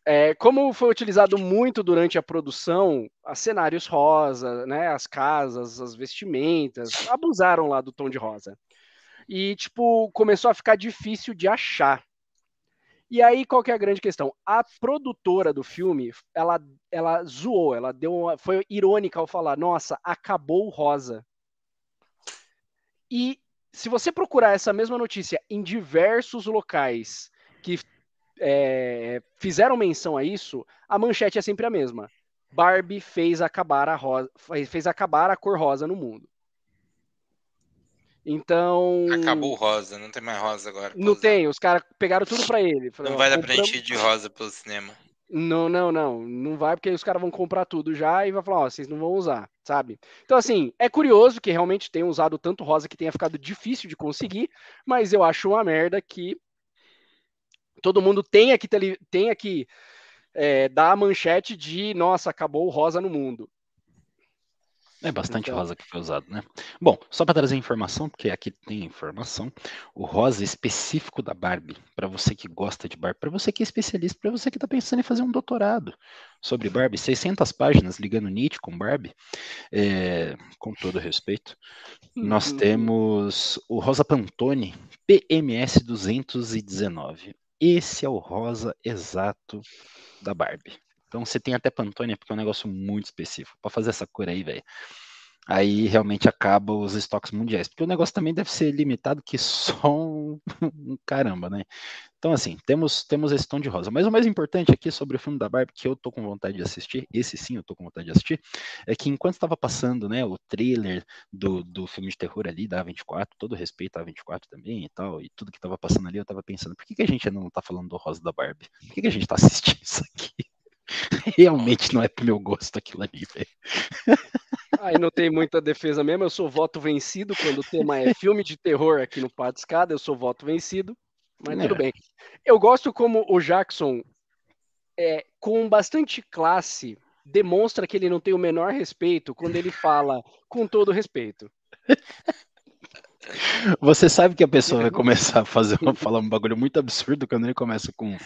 É, como foi utilizado muito durante a produção, os cenários rosa, né, as casas, as vestimentas, abusaram lá do tom de rosa. E, tipo, começou a ficar difícil de achar. E aí, qual que é a grande questão? A produtora do filme, ela, ela zoou, ela deu uma, foi irônica ao falar, nossa, acabou o rosa. E se você procurar essa mesma notícia em diversos locais que é, fizeram menção a isso, a manchete é sempre a mesma. Barbie fez acabar a, rosa, fez acabar a cor rosa no mundo. Então... Acabou o rosa, não tem mais rosa agora. Não tem, os caras pegaram tudo pra ele. Falaram, não vai dar compramos... pra encher de rosa pelo cinema. Não, não, não. Não vai porque os caras vão comprar tudo já e vai falar, ó, vocês não vão usar, sabe? Então, assim, é curioso que realmente tenham usado tanto rosa que tenha ficado difícil de conseguir, mas eu acho uma merda que todo mundo tenha que, ter, tenha que é, dar a manchete de, nossa, acabou o rosa no mundo. É bastante Então... rosa que foi usado, né? Bom, só para trazer informação, porque aqui tem informação, o rosa específico da Barbie, para você que gosta de Barbie, para você que é especialista, para você que está pensando em fazer um doutorado sobre Barbie, seiscentas páginas ligando Nietzsche com Barbie, é, com todo respeito, nós temos o rosa Pantone P M S duzentos e dezenove. Esse é o rosa exato da Barbie. Então você tem até Pantone, porque é um negócio muito específico. Para fazer essa cor aí, velho. Aí realmente acaba os estoques mundiais. Porque o negócio também deve ser limitado que só um caramba, né? Então, assim, temos, temos esse tom de rosa. Mas o mais importante aqui sobre o filme da Barbie, que eu tô com vontade de assistir, esse sim eu tô com vontade de assistir, é que enquanto estava passando, né, o trailer do, do filme de terror ali, da A vinte e quatro, todo respeito à A vinte e quatro também e tal, e tudo que tava passando ali, eu tava pensando, por que, que a gente ainda não tá falando do rosa da Barbie? Por que, que a gente tá assistindo isso aqui? Realmente não é pro meu gosto aquilo ali, velho. Aí não tem muita defesa mesmo, eu sou voto vencido quando o tema é filme de terror aqui no Pá de Escada, eu sou voto vencido, mas é. Tudo bem. Eu gosto como o Jackson, é, com bastante classe, demonstra que ele não tem o menor respeito quando ele fala com todo respeito. Você sabe que a pessoa vai começar a fazer, falar um bagulho muito absurdo quando ele começa com,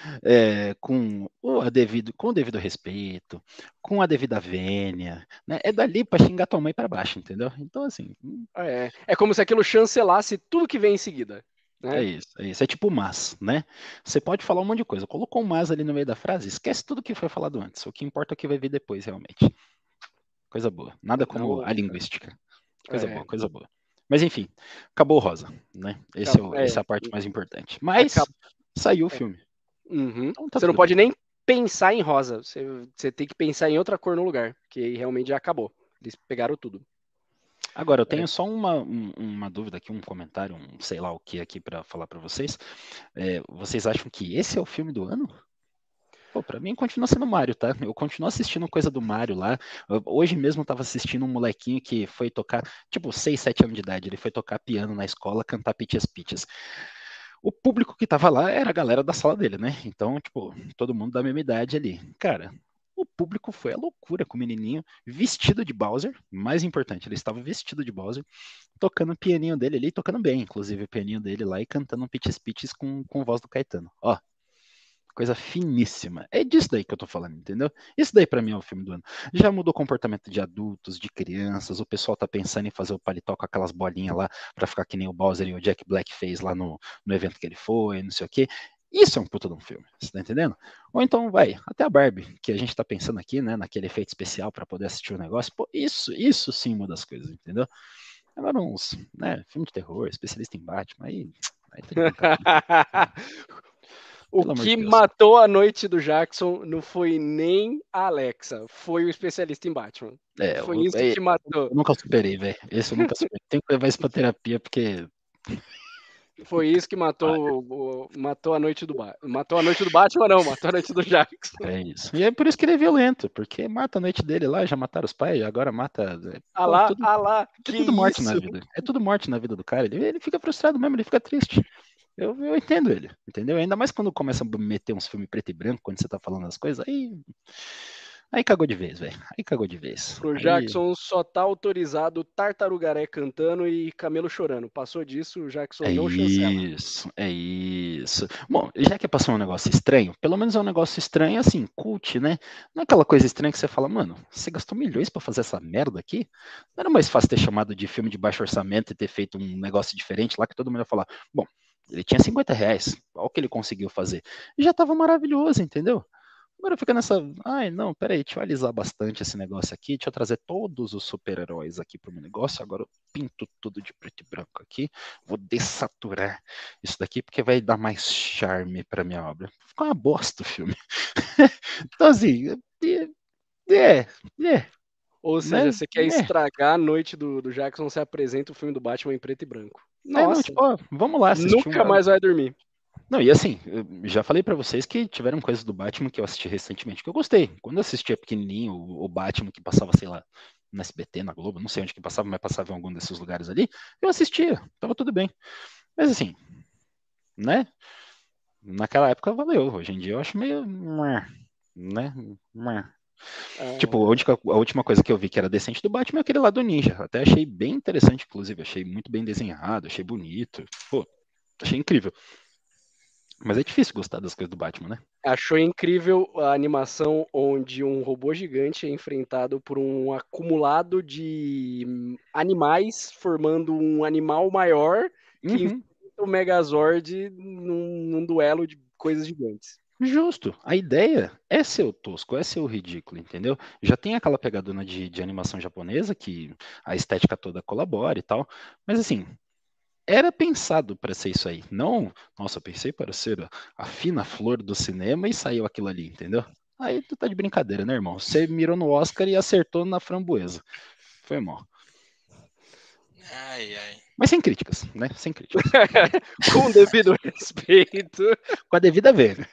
é, com, o devido, com o devido respeito, com a devida vênia, né? É dali pra xingar tua mãe pra baixo, entendeu? Então, assim... É, é como se aquilo chancelasse tudo que vem em seguida. Né? É isso, é isso. É tipo mas, né? Você pode falar um monte de coisa. Colocou um mas ali no meio da frase, esquece tudo que foi falado antes. O que importa é o que vai vir depois, realmente. Coisa boa. Nada como Não, a linguística. Coisa é. boa, coisa boa. Mas enfim, acabou o rosa, né? Esse é, o, é. Essa é a parte mais importante. Mas Acab... saiu o filme. Uhum. Então, tá você não pode bem. nem pensar em rosa. Você, você tem que pensar em outra cor no lugar, porque realmente já acabou. Eles pegaram tudo. Agora, eu tenho é. só uma, um, uma dúvida aqui, um comentário, um sei lá o que aqui para falar para vocês. É, vocês acham que esse é o filme do ano? Pô, pra mim continua sendo Mario, tá? Eu continuo assistindo coisa do Mario lá. Hoje mesmo eu tava assistindo um molequinho que foi tocar, tipo, seis, sete anos de idade. Ele foi tocar piano na escola, cantar Pitches Pitches. O público que tava lá era a galera da sala dele, né? Então, tipo, todo mundo da mesma idade ali. Cara, o público foi a loucura com o menininho vestido de Bowser. Mais importante, ele estava vestido de Bowser, tocando o pianinho dele ali, tocando bem, inclusive, o pianinho dele lá e cantando um Pitches Pitches com, com voz do Caetano. Ó. Coisa finíssima. É disso daí que eu tô falando, entendeu? Isso daí pra mim é o filme do ano. Já mudou o comportamento de adultos, de crianças, o pessoal tá pensando em fazer o paletó com aquelas bolinhas lá pra ficar que nem o Bowser e o Jack Black fez lá no, no evento que ele foi, não sei o quê. Isso é um puta de um filme, você tá entendendo? Ou então, vai, até a Barbie, que a gente tá pensando aqui, né, naquele efeito especial pra poder assistir o negócio. Pô, isso, isso sim muda as coisas, entendeu? Agora uns, né, filme de terror, especialista em Batman, aí... aí tá O Pelo que de matou a noite do Jackson não foi nem a Alexa, foi o especialista em Batman. É, foi eu, isso é, que matou. Eu nunca superei, velho. Esse eu nunca superei. Tenho que levar isso pra terapia, porque... Foi isso que matou, o, matou a noite do Batman. Matou a noite do Batman, não, matou a noite do Jackson. É isso. E é por isso que ele é violento, porque mata a noite dele lá, já mataram os pais, agora mata... Ah lá, tudo, ah lá, é tudo morte na vida. É tudo morte na vida do cara. Ele, ele fica frustrado mesmo, ele fica triste. Eu, eu entendo ele, entendeu? Ainda mais quando começa a meter uns filmes preto e branco, quando você tá falando as coisas, aí... Aí cagou de vez, velho. Aí cagou de vez. Pro Aí... Jackson só tá autorizado Tartarugaré cantando e Camelo chorando. Passou disso, o Jackson É não chancela. isso, é isso. Bom, já que passou um negócio estranho, pelo menos é um negócio estranho, assim, cult, né? Não é aquela coisa estranha que você fala, mano, você gastou milhões pra fazer essa merda aqui? Não era mais fácil ter chamado de filme de baixo orçamento e ter feito um negócio diferente lá que todo mundo ia falar, bom, ele tinha cinquenta reais, olha o que ele conseguiu fazer. E já tava maravilhoso, entendeu? Agora fica nessa, ai não, peraí, deixa eu alisar bastante esse negócio aqui, deixa eu trazer todos os super-heróis aqui pro meu negócio, agora eu pinto tudo de preto e branco aqui, vou dessaturar isso daqui porque vai dar mais charme pra minha obra. Ficou uma bosta o filme. Então assim, é, é, é. Ou seja, né? você quer É. estragar a noite do, do Jackson, você apresenta o filme do Batman em preto e branco. É, não, Nossa, tipo, ó, vamos lá assistir nunca um... mais vai dormir. Não, e assim, eu já falei pra vocês que tiveram coisas do Batman que eu assisti recentemente, que eu gostei. Quando eu assistia pequenininho, o, o Batman que passava, sei lá, no S B T, na Globo, não sei onde que passava, mas passava em algum desses lugares ali, eu assistia, tava tudo bem. Mas assim, né? Naquela época valeu, hoje em dia eu acho meio... né? É. Tipo, a última, a última coisa que eu vi que era decente do Batman é aquele lá do Ninja. Até achei bem interessante, inclusive, achei muito bem desenhado, achei bonito. Pô, achei incrível. Mas é difícil gostar das coisas do Batman, né? Achou incrível a animação onde um robô gigante é enfrentado por um acumulado de animais, formando um animal maior que Uhum. enfrenta o Megazord num, num duelo de coisas gigantes. Justo. A ideia é ser o tosco, é ser o ridículo, entendeu? Já tem aquela pegadona de, de animação japonesa que a estética toda colabora e tal, mas assim, era pensado para ser isso aí. Não, nossa, eu pensei para ser a, a fina flor do cinema e saiu aquilo ali, entendeu? Aí tu tá de brincadeira, né, irmão? Você mirou no Oscar e acertou na framboesa. Foi mal. Ai, ai. Mas sem críticas, né? Sem críticas. Com o devido respeito. Com a devida ver.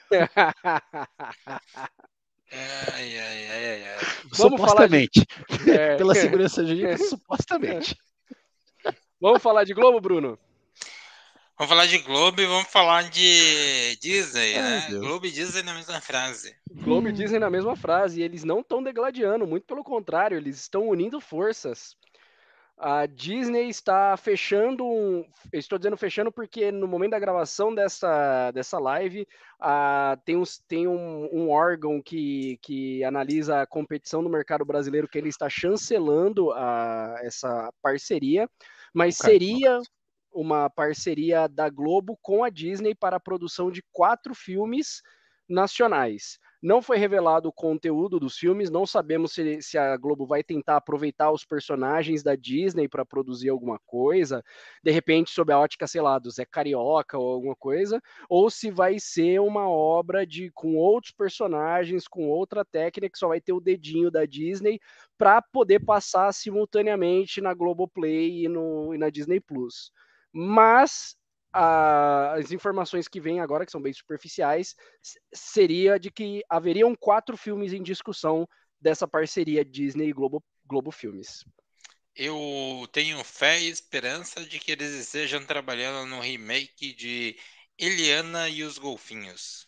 Ai, ai, ai, ai, ai. Vamos falar de... Supostamente. É. Pela segurança jurídica, supostamente. Vamos falar de Globo, Bruno? Vamos falar de Globo e vamos falar de Disney, Ai, né? Deus. Globo e Disney na mesma frase. Globo e Disney na mesma frase, e eles não estão degladiando, muito pelo contrário, eles estão unindo forças. A Disney está fechando, um, eu estou dizendo fechando porque no momento da gravação dessa, dessa live uh, tem, uns, tem um, um órgão que, que analisa a competição no mercado brasileiro que ele está chancelando a, essa parceria, mas seria uma parceria da Globo com a Disney para a produção de quatro filmes nacionais. Não foi revelado o conteúdo dos filmes, não sabemos se, se a Globo vai tentar aproveitar os personagens da Disney para produzir alguma coisa, de repente sob a ótica, sei lá, do Zé Carioca ou alguma coisa, ou se vai ser uma obra de com outros personagens, com outra técnica, que só vai ter o dedinho da Disney para poder passar simultaneamente na Globoplay e, no, e na Disney Plus. Mas as informações que vêm agora, que são bem superficiais, seria de que haveriam quatro filmes em discussão dessa parceria Disney e Globo, Globo Filmes. Eu tenho fé e esperança de que eles estejam trabalhando no remake de Eliana e os Golfinhos.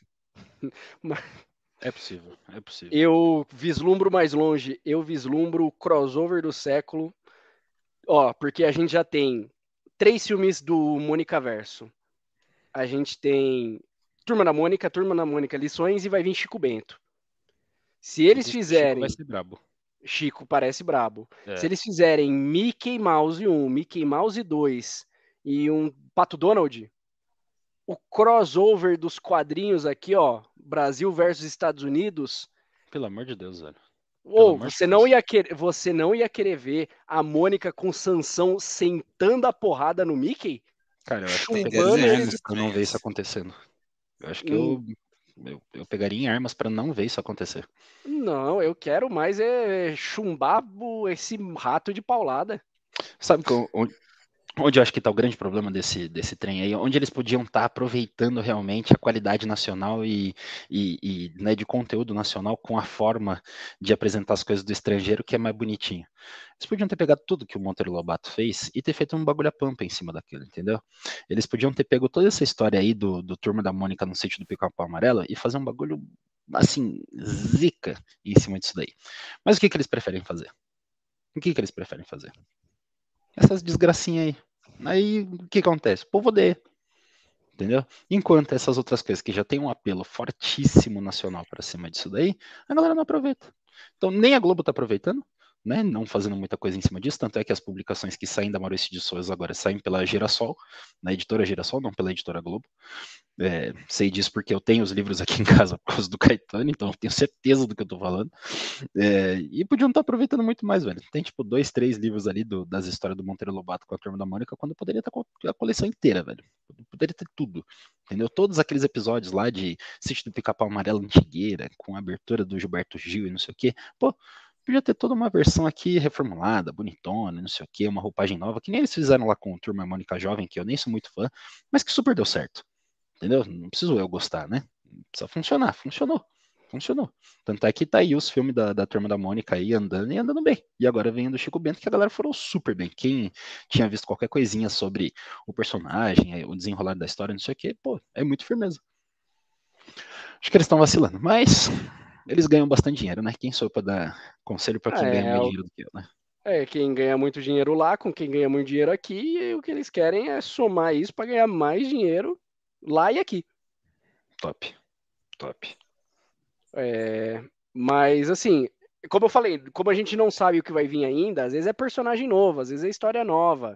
É possível, é possível. Eu vislumbro mais longe, eu vislumbro o crossover do século, ó, porque a gente já tem três filmes do Mônica Verso. A gente tem Turma da Mônica, Turma da Mônica Lições e vai vir Chico Bento. Se eles Chico fizerem... vai ser brabo. Chico parece brabo. É. Se eles fizerem Mickey Mouse um, Mickey Mouse dois e um Pato Donald, o crossover dos quadrinhos aqui, ó, Brasil versus Estados Unidos... Pelo amor de Deus, velho. Ou você não, ia querer, você não ia querer ver a Mônica com Sansão sentando a porrada no Mickey? Cara, eu acho que eu Chumbando pegaria em eles armas pra não ver isso acontecendo. Eu acho que Hum. eu, eu, eu pegaria em armas pra não ver isso acontecer. Não, eu quero mais é chumbar esse rato de paulada. Sabe que eu- onde, onde eu acho que tá o grande problema desse, desse trem aí? Onde eles podiam estar aproveitando realmente a qualidade nacional e, e, e, né, de conteúdo nacional com a forma de apresentar as coisas do estrangeiro que é mais bonitinho. Eles podiam ter pegado tudo que o Monteiro Lobato fez e ter feito um bagulho a pampa em cima daquilo, entendeu? Eles podiam ter pego toda essa história aí do, do Turma da Mônica no sítio do Pica-Pau Amarelo e fazer um bagulho assim, zica em cima disso daí. Mas o que, que eles preferem fazer? O que, que eles preferem fazer? Essas desgracinhas aí. Aí, o que acontece? O povo odeia. Entendeu? Enquanto essas outras coisas que já tem um apelo fortíssimo nacional para cima disso daí, a galera não aproveita. Então, nem a Globo tá aproveitando, né? Não fazendo muita coisa em cima disso, tanto é que as publicações que saem da Maurício de Souza agora saem pela Girassol, na editora Girassol, não pela editora Globo. É, sei disso porque eu tenho os livros aqui em casa por causa do Caetano, então eu tenho certeza do que eu tô falando. É, e podiam estar aproveitando muito mais, velho. Tem tipo dois, três livros ali do, das histórias do Monteiro Lobato com a Turma da Mônica, quando poderia estar com a coleção inteira, velho. Poderia ter tudo, entendeu? Todos aqueles episódios lá de Sítio do Pica-Pau Amarelo Antigueira, com a abertura do Gilberto Gil e não sei o quê. Pô, podia ter toda uma versão aqui reformulada, bonitona, não sei o quê, uma roupagem nova, que nem eles fizeram lá com a Turma Mônica Jovem, que eu nem sou muito fã, mas que super deu certo. Entendeu? Não preciso eu gostar, né? Precisa funcionar. Funcionou. Funcionou. Tanto é que tá aí os filmes da, da Turma da Mônica aí andando e andando bem. E agora vem do Chico Bento, que a galera falou super bem. Quem tinha visto qualquer coisinha sobre o personagem, o desenrolar da história, não sei o quê, pô, é muito firmeza. Acho que eles estão vacilando, mas eles ganham bastante dinheiro, né? Quem sou eu pra dar conselho pra quem É, ganha mais o- dinheiro do que eu, né? É, quem ganha muito dinheiro lá, com quem ganha muito dinheiro aqui, e o que eles querem é somar isso para ganhar mais dinheiro lá e aqui. Top. Top. É, mas, assim, como eu falei, como a gente não sabe o que vai vir ainda, às vezes é personagem novo, às vezes é história nova.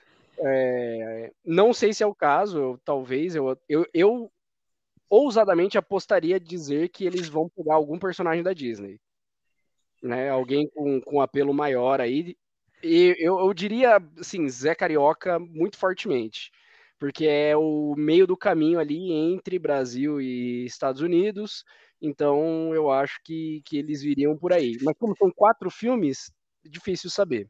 É, não sei se é o caso, eu- talvez, eu, eu, eu ousadamente apostaria dizer que eles vão pegar algum personagem da Disney, né? Alguém com, com apelo maior aí. E eu, eu diria, assim, Zé Carioca muito fortemente, porque é o meio do caminho ali entre Brasil e Estados Unidos, então eu acho que, que eles viriam por aí. Mas como são quatro filmes, é difícil saber.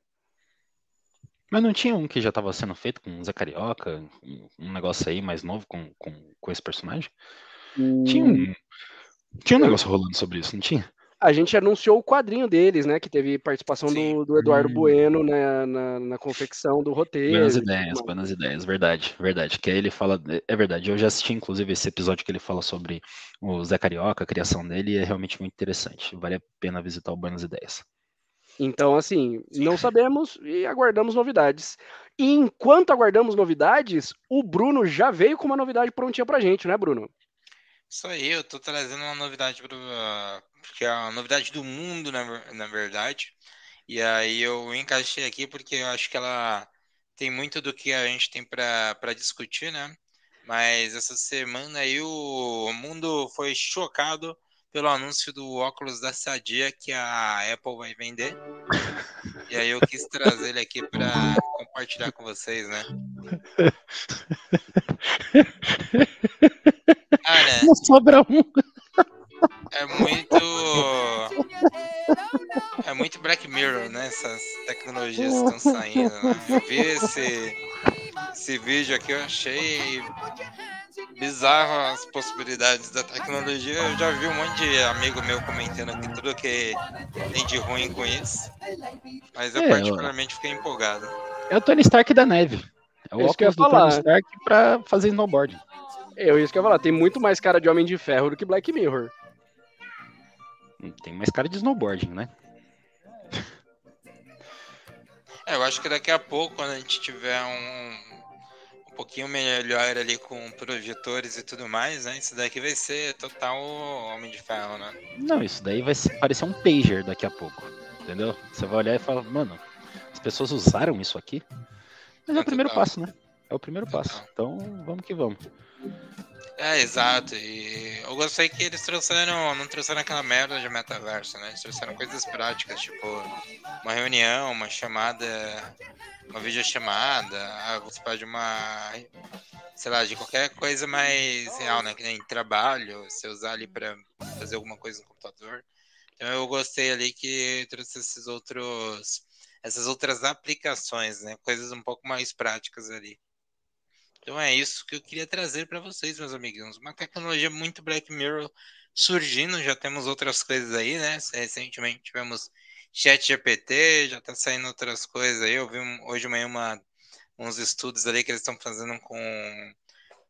Mas não tinha um que já tava sendo feito com o Zé Carioca, um, um negócio aí mais novo com, com, com esse personagem? Tinha um, tinha um negócio rolando sobre isso, não tinha? A gente anunciou o quadrinho deles, né? Que teve participação do, do Eduardo Hum. Bueno na, na, na confecção do roteiro. Buenas e tudo ideias, mais. buenas ideias, verdade, verdade. Que aí ele fala, é verdade, eu já assisti inclusive esse episódio que ele fala sobre o Zé Carioca, a criação dele, e é realmente muito interessante. Vale a pena visitar o Buenas Ideias. Então, assim, não sabemos e aguardamos novidades. E enquanto aguardamos novidades, o Bruno já veio com uma novidade prontinha pra gente, né, Bruno? Isso aí, eu tô trazendo uma novidade para porque é a novidade do mundo, na, ver- na verdade. E aí eu encaixei aqui porque eu acho que ela tem muito do que a gente tem para para discutir, né? Mas essa semana aí o mundo foi chocado pelo anúncio do óculos da Sadia que a Apple vai vender. E aí eu quis trazer ele aqui para compartilhar com vocês, né? Cara, Não sobra um. é muito. É muito Black Mirror, né? Essas tecnologias que estão saindo, né? Eu vi esse, esse vídeo aqui, eu achei bizarro as possibilidades da tecnologia. Eu já vi um monte de amigo meu comentando aqui tudo que tem de ruim com isso. Mas eu É, particularmente fiquei empolgado. É o Tony Stark da neve. É o É isso que eu ia óculos do Tony falar. Stark pra fazer snowboard. Eu isso que eu ia falar, tem muito mais cara de Homem de Ferro do que Black Mirror. Tem mais cara de snowboarding, né? É, eu acho que daqui a pouco, quando a gente tiver um, um pouquinho melhor ali com projetores e tudo mais, né? Isso daqui vai ser total Homem de Ferro, né? Não, isso daí vai ser- parecer um pager daqui a pouco. Entendeu? Você vai olhar e falar, mano, as pessoas usaram isso aqui? Mas é o primeiro passo, né? É o primeiro passo. Então, vamos que vamos. É, exato. E eu gostei que eles trouxeram, não trouxeram aquela merda de metaverso, né? Eles trouxeram coisas práticas, tipo uma reunião, uma chamada, uma videochamada, ah, você pode uma, sei lá, de qualquer coisa mais real, né? Que nem trabalho, você usar ali pra fazer alguma coisa no computador. Então eu gostei ali que trouxe esses outros, essas outras aplicações, né? Coisas um pouco mais práticas ali. Então é isso que eu queria trazer para vocês, meus amiguinhos. Uma tecnologia muito Black Mirror surgindo, já temos outras coisas aí, né? Recentemente tivemos ChatGPT, já tá saindo outras coisas aí. Eu vi um- hoje de manhã uma, uns estudos ali que eles estão fazendo com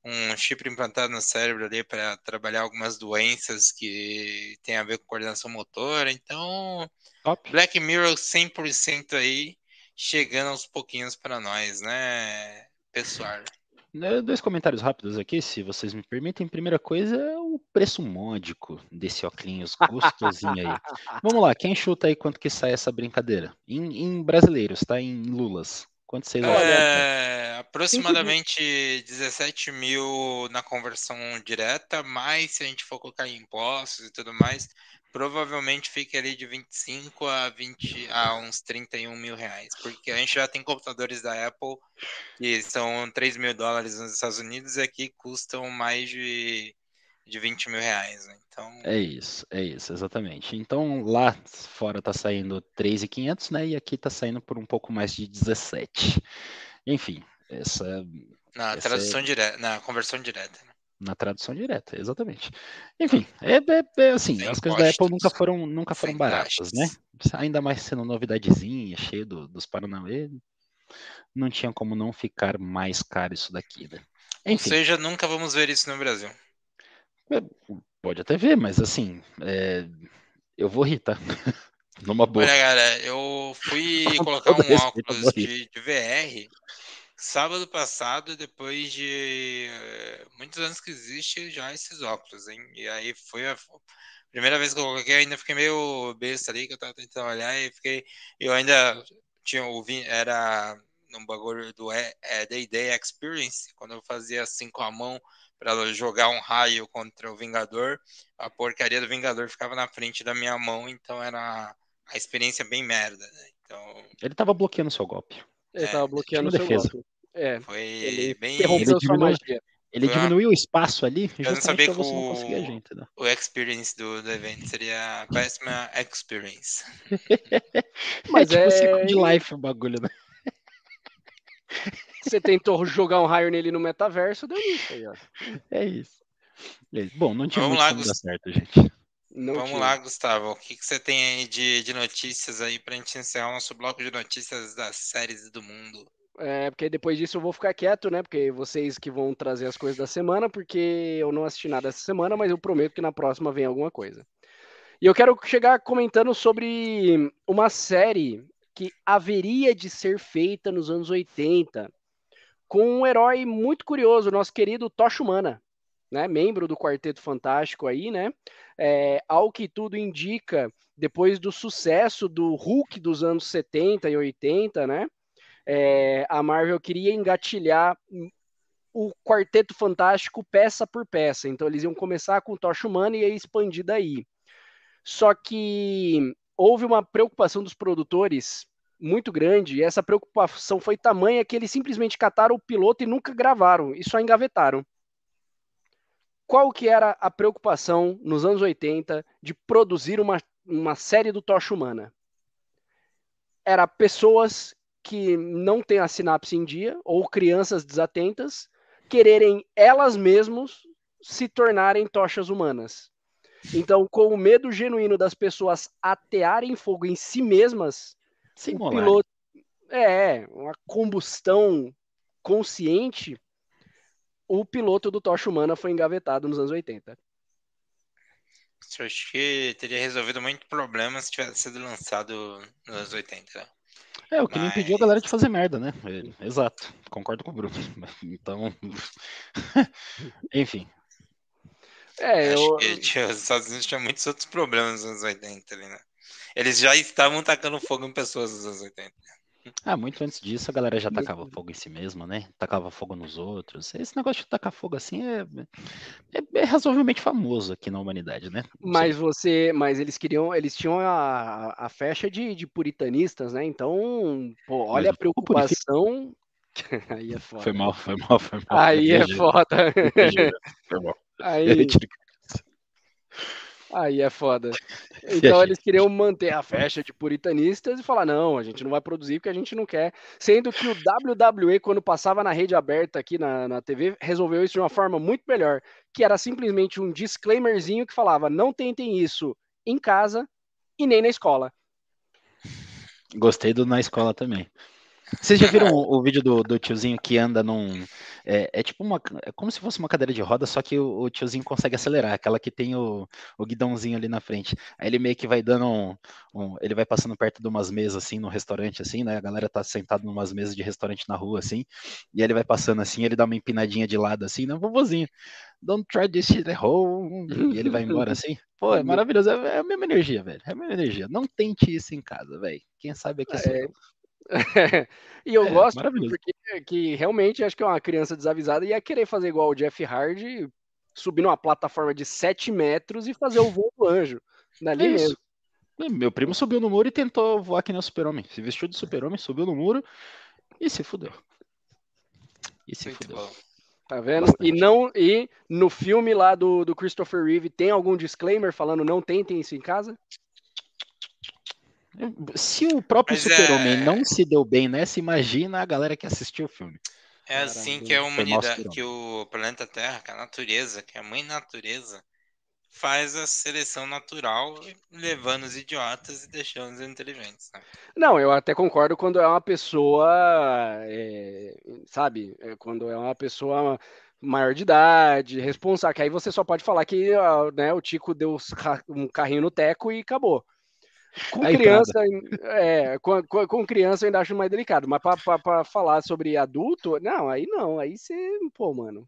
um chip implantado no cérebro ali para trabalhar algumas doenças que tem a ver com coordenação motora. Então, Top. Black Mirror cem por cento aí, chegando aos pouquinhos para nós, né, pessoal? Dois comentários rápidos aqui, se vocês me permitem. Primeira coisa é o preço módico desse óculos gostosinho aí. Vamos lá, quem chuta aí quanto que sai essa brincadeira? Em, em brasileiros, tá? Em lulas. Quanto vocês acham? É, aproximadamente dezessete mil na conversão direta, mas se a gente for colocar em impostos e tudo mais, provavelmente fica ali de vinte e cinco a vinte a uns trinta e um mil reais, porque a gente já tem computadores da Apple que são três mil dólares nos Estados Unidos e aqui custam mais de, de vinte mil reais, né? Então... É isso, é isso, exatamente. Então lá fora tá saindo três mil e quinhentos, né? E aqui tá saindo por um pouco mais de dezessete. Enfim, essa... Na essa tradução é... direta, na conversão direta, né? Na tradução direta, exatamente. Enfim, é, é, é assim, Sem as coisas da Apple nunca impostos. foram, nunca foram Sem baratas, taxas. né? Ainda mais sendo novidadezinha, cheio do, dos Paranauê, não tinha como não ficar mais caro isso daqui, né? Ou Enfim, seja, nunca vamos ver isso no Brasil. é, pode até ver, mas assim, é, eu vou rir, tá? Numa boa. Olha, cara, eu fui Com colocar todo um respeito, eu óculos vou rir. de, de V R sábado passado, depois de eh, muitos anos que existe já esses óculos, hein? E aí foi a primeira vez que eu coloquei, eu ainda fiquei meio besta ali, que eu tava tentando olhar e fiquei. Eu ainda tinha ouvido, era num bagulho do é, é, Day Day Experience, quando eu fazia assim com a mão para jogar um raio contra o Vingador, a porcaria do Vingador ficava na frente da minha mão, então era a experiência bem merda, né? Então, Ele tava bloqueando o seu golpe. Ele É, tava bloqueando o tinha seu defesa. golpe. É, foi ele bem. interrompeu Ele sua diminui- magia. Ele Foi uma- diminuiu o espaço ali Eu não justamente sabia pra que você não conseguir agir, o, entendeu? o experience do, do evento seria Plasma Experience. Mas é tipo é- Second Life o bagulho, né? Você tentou jogar um raio nele no metaverso, deu nisso aí, ó. É isso. É isso. Bom, não tinha Vamos muito lá, como dar Gus- certo, gente. Não Vamos tinha. lá, Gustavo. O que, que você tem aí de, de notícias aí pra gente encerrar o nosso bloco de notícias das séries do mundo? É, porque depois disso eu vou ficar quieto, né? Porque vocês que vão trazer as coisas da semana, porque eu não assisti nada essa semana, mas eu prometo que na próxima vem alguma coisa. E eu quero chegar comentando sobre uma série que haveria de ser feita nos anos oitenta, com um herói muito curioso, nosso querido Tocha Humana, né? Membro do Quarteto Fantástico aí, né? É, ao que tudo indica, depois do sucesso do Hulk dos anos setenta e oitenta, né? É, a Marvel queria engatilhar o Quarteto Fantástico peça por peça. Então eles iam começar com Tocha Humana e ia expandir daí. Só que houve uma preocupação dos produtores muito grande, e essa preocupação foi tamanha que eles simplesmente cataram o piloto e nunca gravaram, e só engavetaram. Qual que era a preocupação nos anos oitenta de produzir uma, uma série do Tocha Humana? Era pessoas que não têm a sinapse em dia, ou crianças desatentas, quererem elas mesmas se tornarem tochas humanas. Então, com o medo genuíno das pessoas atearem fogo em si mesmas, Sem o molar. piloto... É, uma combustão consciente, o piloto do Tocha Humana foi engavetado nos anos oitenta. Eu acho que teria resolvido muito problema se tivesse sido lançado nos anos oitenta. É, o que não Mas- impediu a galera de fazer merda, né? É, exato, concordo com o Bruno. Então, enfim, É, Acho eu... que tinha, os Estados Unidos tinha muitos outros problemas nos anos oitenta ali, né? Eles já estavam tacando fogo em pessoas nos anos oitenta. ah, muito antes disso a galera já tacava fogo em si mesma, né? Tacava fogo nos outros. Esse negócio de tacar fogo assim é, é, é razoavelmente famoso aqui na humanidade, né? Não sei. Mas você, mas eles queriam, eles tinham a, a faixa de, de puritanistas, né? Então, pô, olha Mas a preocupação. Aí é foda. Foi mal, foi mal, foi mal. Aí Eu é viajei, foda. eu viajei, Foi mal. Eu Aí, retiro. aí é foda. Então Viajei. eles queriam manter a faixa de puritanistas e falar, não, a gente não vai produzir porque a gente não quer. Sendo que o W W E, quando passava na rede aberta aqui na, na T V, resolveu isso de uma forma muito melhor, que era simplesmente um disclaimerzinho que falava, não tentem isso em casa e nem na escola. Gostei do na escola também. Vocês já viram o, o vídeo do, do tiozinho que anda num... É, é tipo uma... É como se fosse uma cadeira de roda, só que o, o tiozinho consegue acelerar, aquela que tem o, o guidãozinho ali na frente. Aí ele meio que vai dando um, um... Ele vai passando perto de umas mesas, assim, no restaurante, assim, né? A galera tá sentada em umas mesas de restaurante na rua, assim, e aí ele vai passando assim, ele dá uma empinadinha de lado, assim, né? Vovozinho, don't try this shit at home. E ele vai embora, assim. Pô, é maravilhoso. É, é a mesma energia, velho. É a mesma energia. Não tente isso em casa, velho. Quem sabe aqui sou eu. E eu É, gosto maravilhoso. porque que realmente acho que é uma criança desavisada ia querer fazer igual o Jeff Hardy, subir numa plataforma de sete metros e fazer o voo do anjo. Dali É mesmo. isso. Meu primo subiu no muro e tentou voar que nem o super-homem. Se vestiu de super-homem, subiu no muro e se fudeu. E se Muito fudeu. bom. Tá vendo? Bastante. E não e no filme lá do, do Christopher Reeve tem algum disclaimer falando não tentem isso em casa? Se o próprio Mas super-homem é, não se deu bem nessa, imagina a galera que assistiu o filme. é assim que a Foi mal humanidade, super-homem. que o planeta Terra, que a natureza, que a mãe natureza, faz a seleção natural, levando os idiotas e deixando os inteligentes. Né? Não, eu até concordo quando é uma pessoa, é, sabe, é, quando é uma pessoa maior de idade, responsável, que aí você só pode falar que ah, né, o Tico deu os ca- um carrinho no teco e acabou. Com Aí, Prada. criança, é, com, com- com criança eu ainda acho mais delicado, mas para falar sobre adulto, não, aí não, aí você, pô, mano,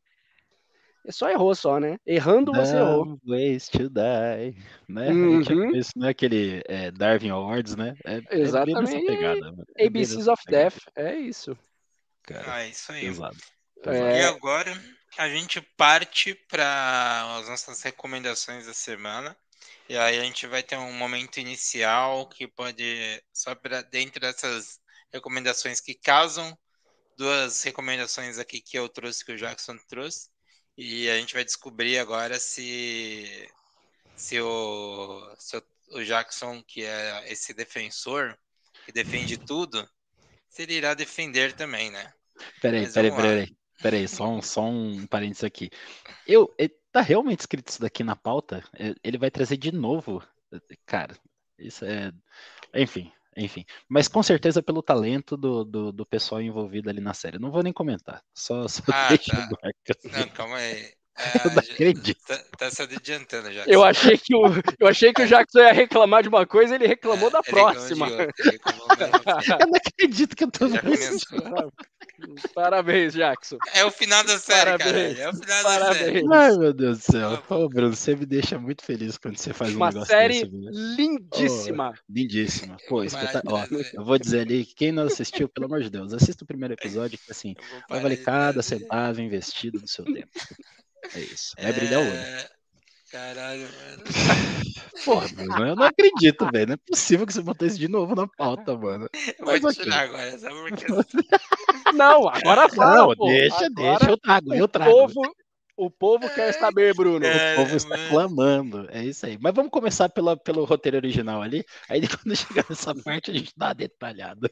é só errou só, né? Errando você errou. Dumb ways to die, né? É tipo Uhum, isso, não é aquele é, Darwin Awards, né? É, é bem nessa exatamente, pegada. mano. É bem A B Cs nessa of pegada, Death, é isso. cara. Ah, isso aí. Pesado. E Pesado. É, agora a gente parte para as nossas recomendações da semana. E aí a gente vai ter um momento inicial que pode, só para dentro dessas recomendações que casam, duas recomendações aqui que eu trouxe, que o Jackson trouxe. E a gente vai descobrir agora se, se, o, se o, o Jackson, que é esse defensor, que defende tudo, se ele irá defender também, né? Peraí, Mas peraí, vamos lá. peraí. Peraí, só um, só um parênteses aqui. Eu, eh, tá realmente escrito isso daqui na pauta? Eh, Ele vai trazer de novo. Cara, isso é. Enfim, enfim. Mas com certeza pelo talento do, do, do pessoal envolvido ali na série. Não vou nem comentar. Só, só Ah, deixa tá. o Marcos. Não, calma aí. Eu não Ah, já- acredito. tá, tá se adiantando já. eu achei que o, eu achei que o Jackson ia reclamar de uma coisa, ele reclamou da Ele reclamou de próxima. outra, ele reclamou mais uma vez. Eu não acredito que eu tô Já vendo. começou. Parabéns, Jackson. É o final da série, Parabéns. cara. É o final da série. Parabéns. Ai, meu Deus do céu. Tá Ô, Bruno, você me deixa muito feliz quando você faz um Uma negócio série desse, viu? lindíssima. Ô, lindíssima. Pô, espeta... Ó, Maravilhoso. eu vou dizer ali que quem não assistiu, pelo amor de Deus, assista o primeiro episódio, que assim, Eu vou vai parar valer de cada fazer. centavo investido do seu tempo. É isso. Vai brilhar o olho. É... Caralho, mano. Porra, Bruno, eu não acredito, velho. Não é possível que você botou isso de novo na pauta, mano. Eu Mas vou ok. tirar agora, sabe por quê? Não, agora fala, Não, pô. deixa, Agora deixa, eu trago, eu o trago. povo, o povo quer saber, Bruno. É, O povo está mano. clamando, é isso aí. Mas vamos começar pela, pelo roteiro original ali. Aí quando chegar nessa parte a gente dá uma detalhada.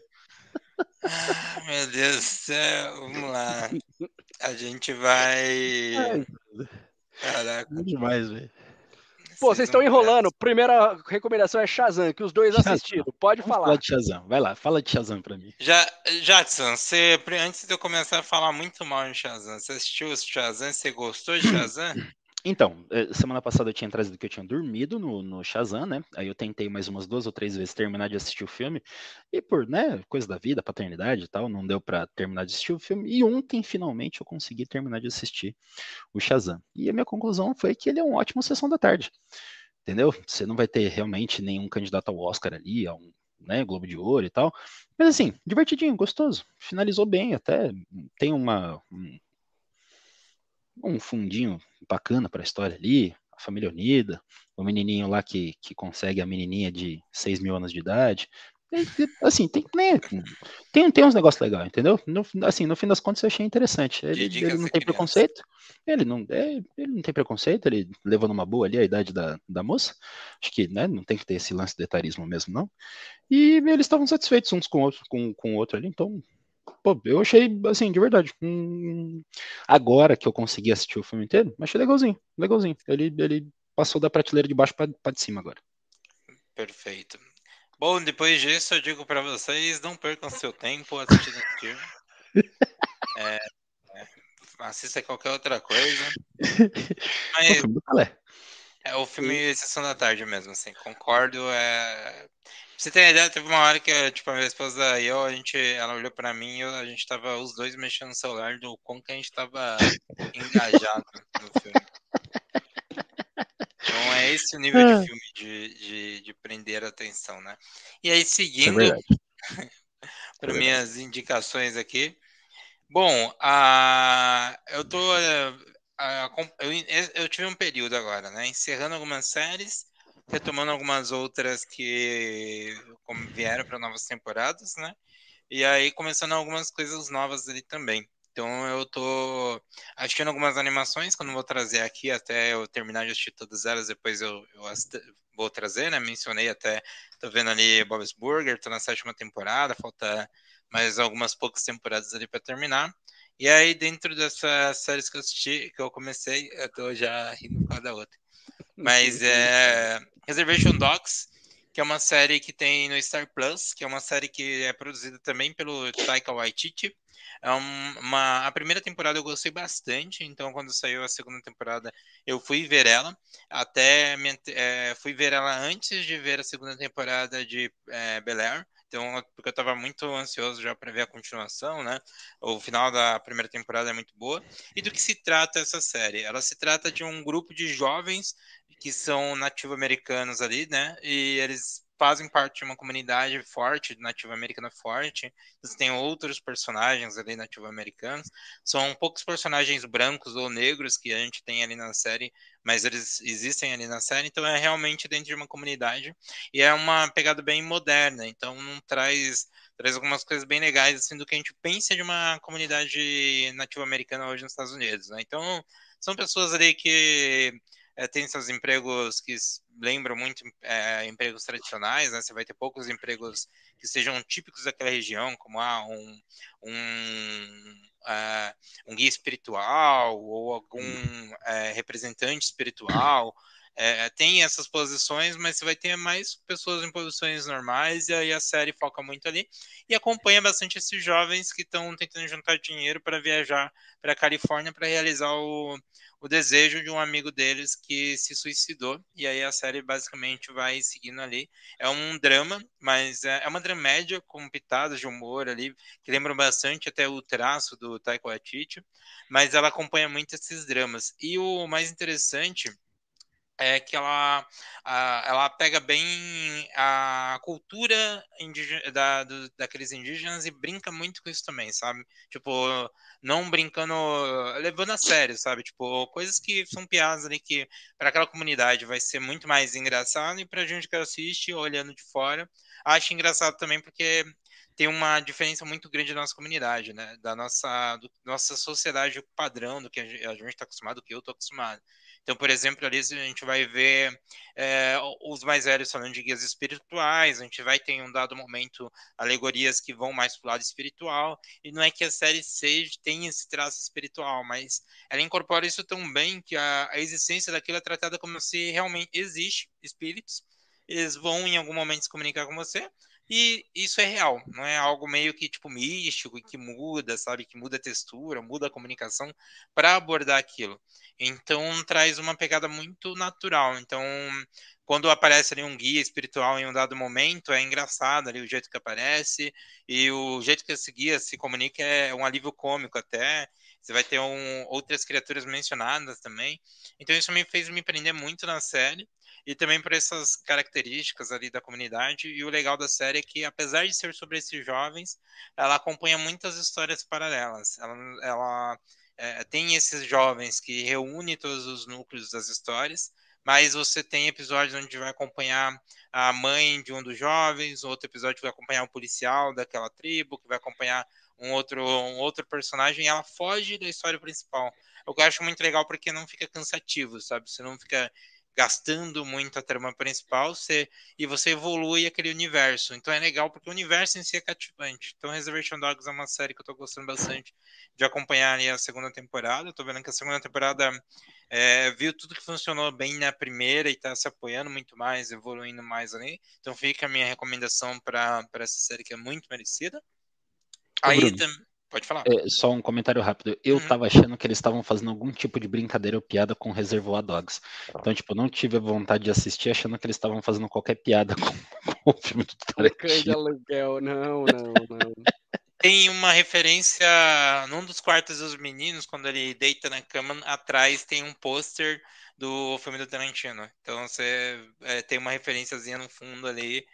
Ah, meu Deus do céu, vamos lá. A gente vai. Ai, Caraca. bom demais, velho. Pô, vocês estão vão enrolando. Primeira recomendação é Shazam, que os dois Shazam. assistiram. Pode Vamos falar falar. de Shazam. Vai lá, fala de Shazam pra mim. Já, Jackson, você, antes de eu começar a falar muito mal de Shazam, você assistiu o Shazam? Você gostou de Shazam? Então, eh, semana passada eu tinha trazido que eu tinha dormido no, no Shazam, né? Aí eu tentei mais umas duas ou três vezes terminar de assistir o filme. E por, né, coisa da vida, paternidade e tal, não deu pra terminar de assistir o filme. E ontem, finalmente, eu consegui terminar de assistir o Shazam. E a minha conclusão foi que ele é um ótimo Sessão da Tarde. Entendeu? Você não vai ter realmente nenhum candidato ao Oscar ali, a um, né, Globo de Ouro e tal. Mas assim, divertidinho, gostoso. Finalizou bem, até tem uma... Um, um fundinho bacana para a história ali, a família unida, o menininho lá que, que consegue a menininha de seis mil anos de idade. E, assim, tem, né, tem, tem uns negócios legais, entendeu? No, assim, no fim das contas eu achei interessante. Ele, Dedica ele não essa tem criança. preconceito, ele não, é, ele não tem preconceito, ele levou numa boa ali a idade da, da moça. Acho que, né, não tem que ter esse lance de etarismo mesmo, não. E eles estavam satisfeitos uns com o outro, com, com o outro ali, então... Pô, eu achei, assim, de verdade. Hum, agora que eu consegui assistir o filme inteiro, achei legalzinho, legalzinho. Ele, ele passou da prateleira de baixo para de cima agora. Perfeito. Bom, depois disso eu digo pra vocês, não percam seu tempo assistindo esse filme. É, é, assista qualquer outra coisa. Mas, o filme do Pelé. É o filme Sessão da Tarde mesmo, assim, concordo. É... Pra você ter ideia, teve uma hora que tipo, a minha esposa e eu, a gente, ela olhou pra mim e eu, a gente tava os dois mexendo no celular do quão que a gente tava engajado no filme. Então é esse o nível de filme de, de, de prender a atenção, né? E aí, seguindo é para minhas indicações aqui. Bom, a, eu tô. A, eu, eu tive um período agora, né? Encerrando algumas séries, retomando algumas outras que como vieram para novas temporadas, né? E aí começando algumas coisas novas ali também. Então eu tô assistindo algumas animações que eu não vou trazer aqui até eu terminar de assistir todas elas, depois eu, eu vou trazer, né? Mencionei até, tô vendo ali Bob's Burger, tô na sétima temporada, falta mais algumas poucas temporadas ali para terminar. E aí dentro dessas séries que eu assisti, que eu comecei, eu tô já rindo por causa da outra. Mas é Reservation Dogs, que é uma série que tem no Star Plus, que é uma série que é produzida também pelo Taika Waititi. É uma, a primeira temporada eu gostei bastante, então quando saiu a segunda temporada eu fui ver ela, até é, fui ver ela antes de ver a segunda temporada de é, Bel-Air, então, porque eu estava muito ansioso já para ver a continuação, né? O final da primeira temporada é muito boa. E do que se trata essa série? Ela se trata de um grupo de jovens que são nativo-americanos ali, né? E eles fazem parte de uma comunidade forte, nativa-americana forte. Eles têm outros personagens ali nativo-americanos. São poucos personagens brancos ou negros que a gente tem ali na série, mas eles existem ali na série, então é realmente dentro de uma comunidade. E é uma pegada bem moderna, então não traz traz algumas coisas bem legais assim do que a gente pensa de uma comunidade nativa-americana hoje nos Estados Unidos, né? Então são pessoas ali que é, tem seus empregos que lembram muito é, empregos tradicionais, né? Você vai ter poucos empregos que sejam típicos daquela região, como ah, um, um, uh, um guia espiritual ou algum uh, representante espiritual. É, tem essas posições, mas você vai ter mais pessoas em posições normais, e aí a série foca muito ali e acompanha bastante esses jovens que estão tentando juntar dinheiro para viajar para a Califórnia para realizar o, o desejo de um amigo deles que se suicidou. E aí a série basicamente vai seguindo ali. É um drama, mas é uma dramédia com pitadas de humor ali, que lembram bastante até o traço do Taika Waititi, mas ela acompanha muito esses dramas. E o mais interessante é que ela, a, ela pega bem a cultura indígena, da, do, daqueles indígenas e brinca muito com isso também, sabe? Tipo, não brincando, levando a sério, sabe? Tipo, coisas que são piadas ali que para aquela comunidade vai ser muito mais engraçado e pra gente que assiste olhando de fora, acho engraçado também porque tem uma diferença muito grande da nossa comunidade, né? Da nossa, do, nossa sociedade padrão, do que a gente está acostumado, do que eu tô acostumado. Então, por exemplo, ali a gente vai ver é, os mais velhos falando de guias espirituais, a gente vai ter em um dado momento alegorias que vão mais para o lado espiritual, e não é que a série seja, tem esse traço espiritual, mas ela incorpora isso tão bem que a, a existência daquilo é tratada como se realmente existe espíritos, eles vão em algum momento se comunicar com você, e isso é real, não é algo meio que tipo místico e que muda, sabe, que muda a textura, muda a comunicação para abordar aquilo. Então traz uma pegada muito natural. Então, quando aparece ali um guia espiritual em um dado momento, é engraçado ali o jeito que aparece, e o jeito que esse guia se comunica é um alívio cômico até. Você vai ter um, outras criaturas mencionadas também. Então isso me fez me prender muito na série. E também por essas características ali da comunidade. E o legal da série é que, apesar de ser sobre esses jovens, ela acompanha muitas histórias paralelas. Ela, ela é, tem esses jovens que reúne todos os núcleos das histórias, mas você tem episódios onde vai acompanhar a mãe de um dos jovens, outro episódio que vai acompanhar um policial daquela tribo, que vai acompanhar um outro, um outro personagem, e ela foge da história principal. O que eu acho muito legal porque não fica cansativo, sabe? Você não fica gastando muito a trama principal, você, e você evolui aquele universo. Então é legal porque o universo em si é cativante. Então Reservation Dogs é uma série que eu tô gostando bastante de acompanhar ali a segunda temporada. Eu tô vendo que a segunda temporada é, viu tudo que funcionou bem na primeira e tá se apoiando muito mais, evoluindo mais ali. Então fica a minha recomendação para essa série que é muito merecida. Ô, Aí Bruno, tam- pode falar. é, só um comentário rápido. Eu Uhum. tava achando que eles estavam fazendo algum tipo de brincadeira ou piada com Reservoir Dogs. Então, tipo, eu não tive a vontade de assistir achando que eles estavam fazendo qualquer piada com, com o filme do O Cães de Tarantino. Aluguel, não, não, não. Tem uma referência num dos quartos dos meninos, quando ele deita na cama, atrás tem um pôster do filme do Tarantino. Então você é, tem uma referenciazinha no fundo ali.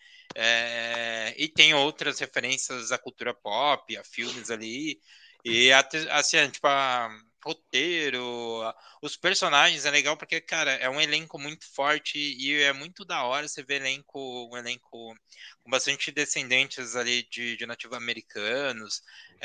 É, e tem outras referências à cultura pop, a filmes ali. E até, assim, tipo, a roteiro, a- os personagens é legal porque, cara, é um elenco muito forte e é muito da hora você ver elenco, um elenco com bastante descendentes ali de, de nativo-americanos.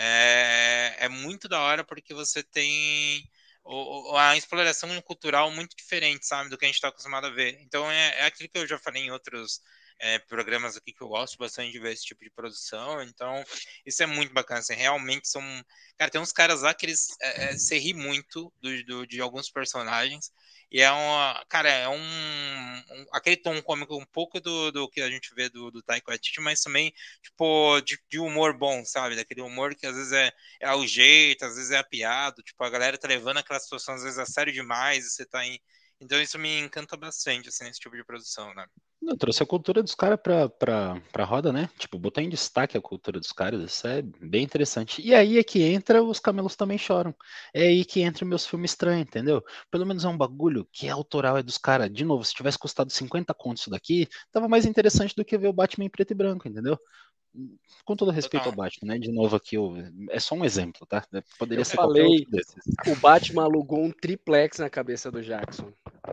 É, é muito da hora porque você tem o- o- a exploração cultural muito diferente, sabe, do que a gente está acostumado a ver. Então é, é aquilo que eu já falei em outros é, programas aqui que eu gosto bastante de ver esse tipo de produção. Então isso é muito bacana. Assim, realmente são. Cara, tem uns caras lá que eles é, é, se ri muito do, do- de alguns personagens. E é uma. Cara, é um. um- aquele tom cômico um pouco do, do que a gente vê do, do Taika Waititi, mas também, tipo, de, de humor bom, sabe? Daquele humor que às vezes é, é ao jeito, às vezes é a piada. Tipo, a galera tá levando aquela situação às vezes a sério demais e você tá em. Então isso me encanta bastante, assim, esse tipo de produção, né? Eu trouxe a cultura dos caras pra, pra, pra roda, né? Tipo, botar em destaque a cultura dos caras, isso é bem interessante. E aí é que entra Os Camelos Também Choram. É aí que entra meus filmes estranhos, entendeu? Pelo menos é um bagulho que é autoral, é dos caras. De novo, se tivesse custado cinquenta contos isso daqui, tava mais interessante do que ver o Batman em preto e branco, entendeu? Com todo respeito ao Total. Batman, né? De novo aqui, eu- é só um exemplo, tá? Poderia Eu ser qualquer falei, outro desses. o Batman alugou um triplex na cabeça do Jackson.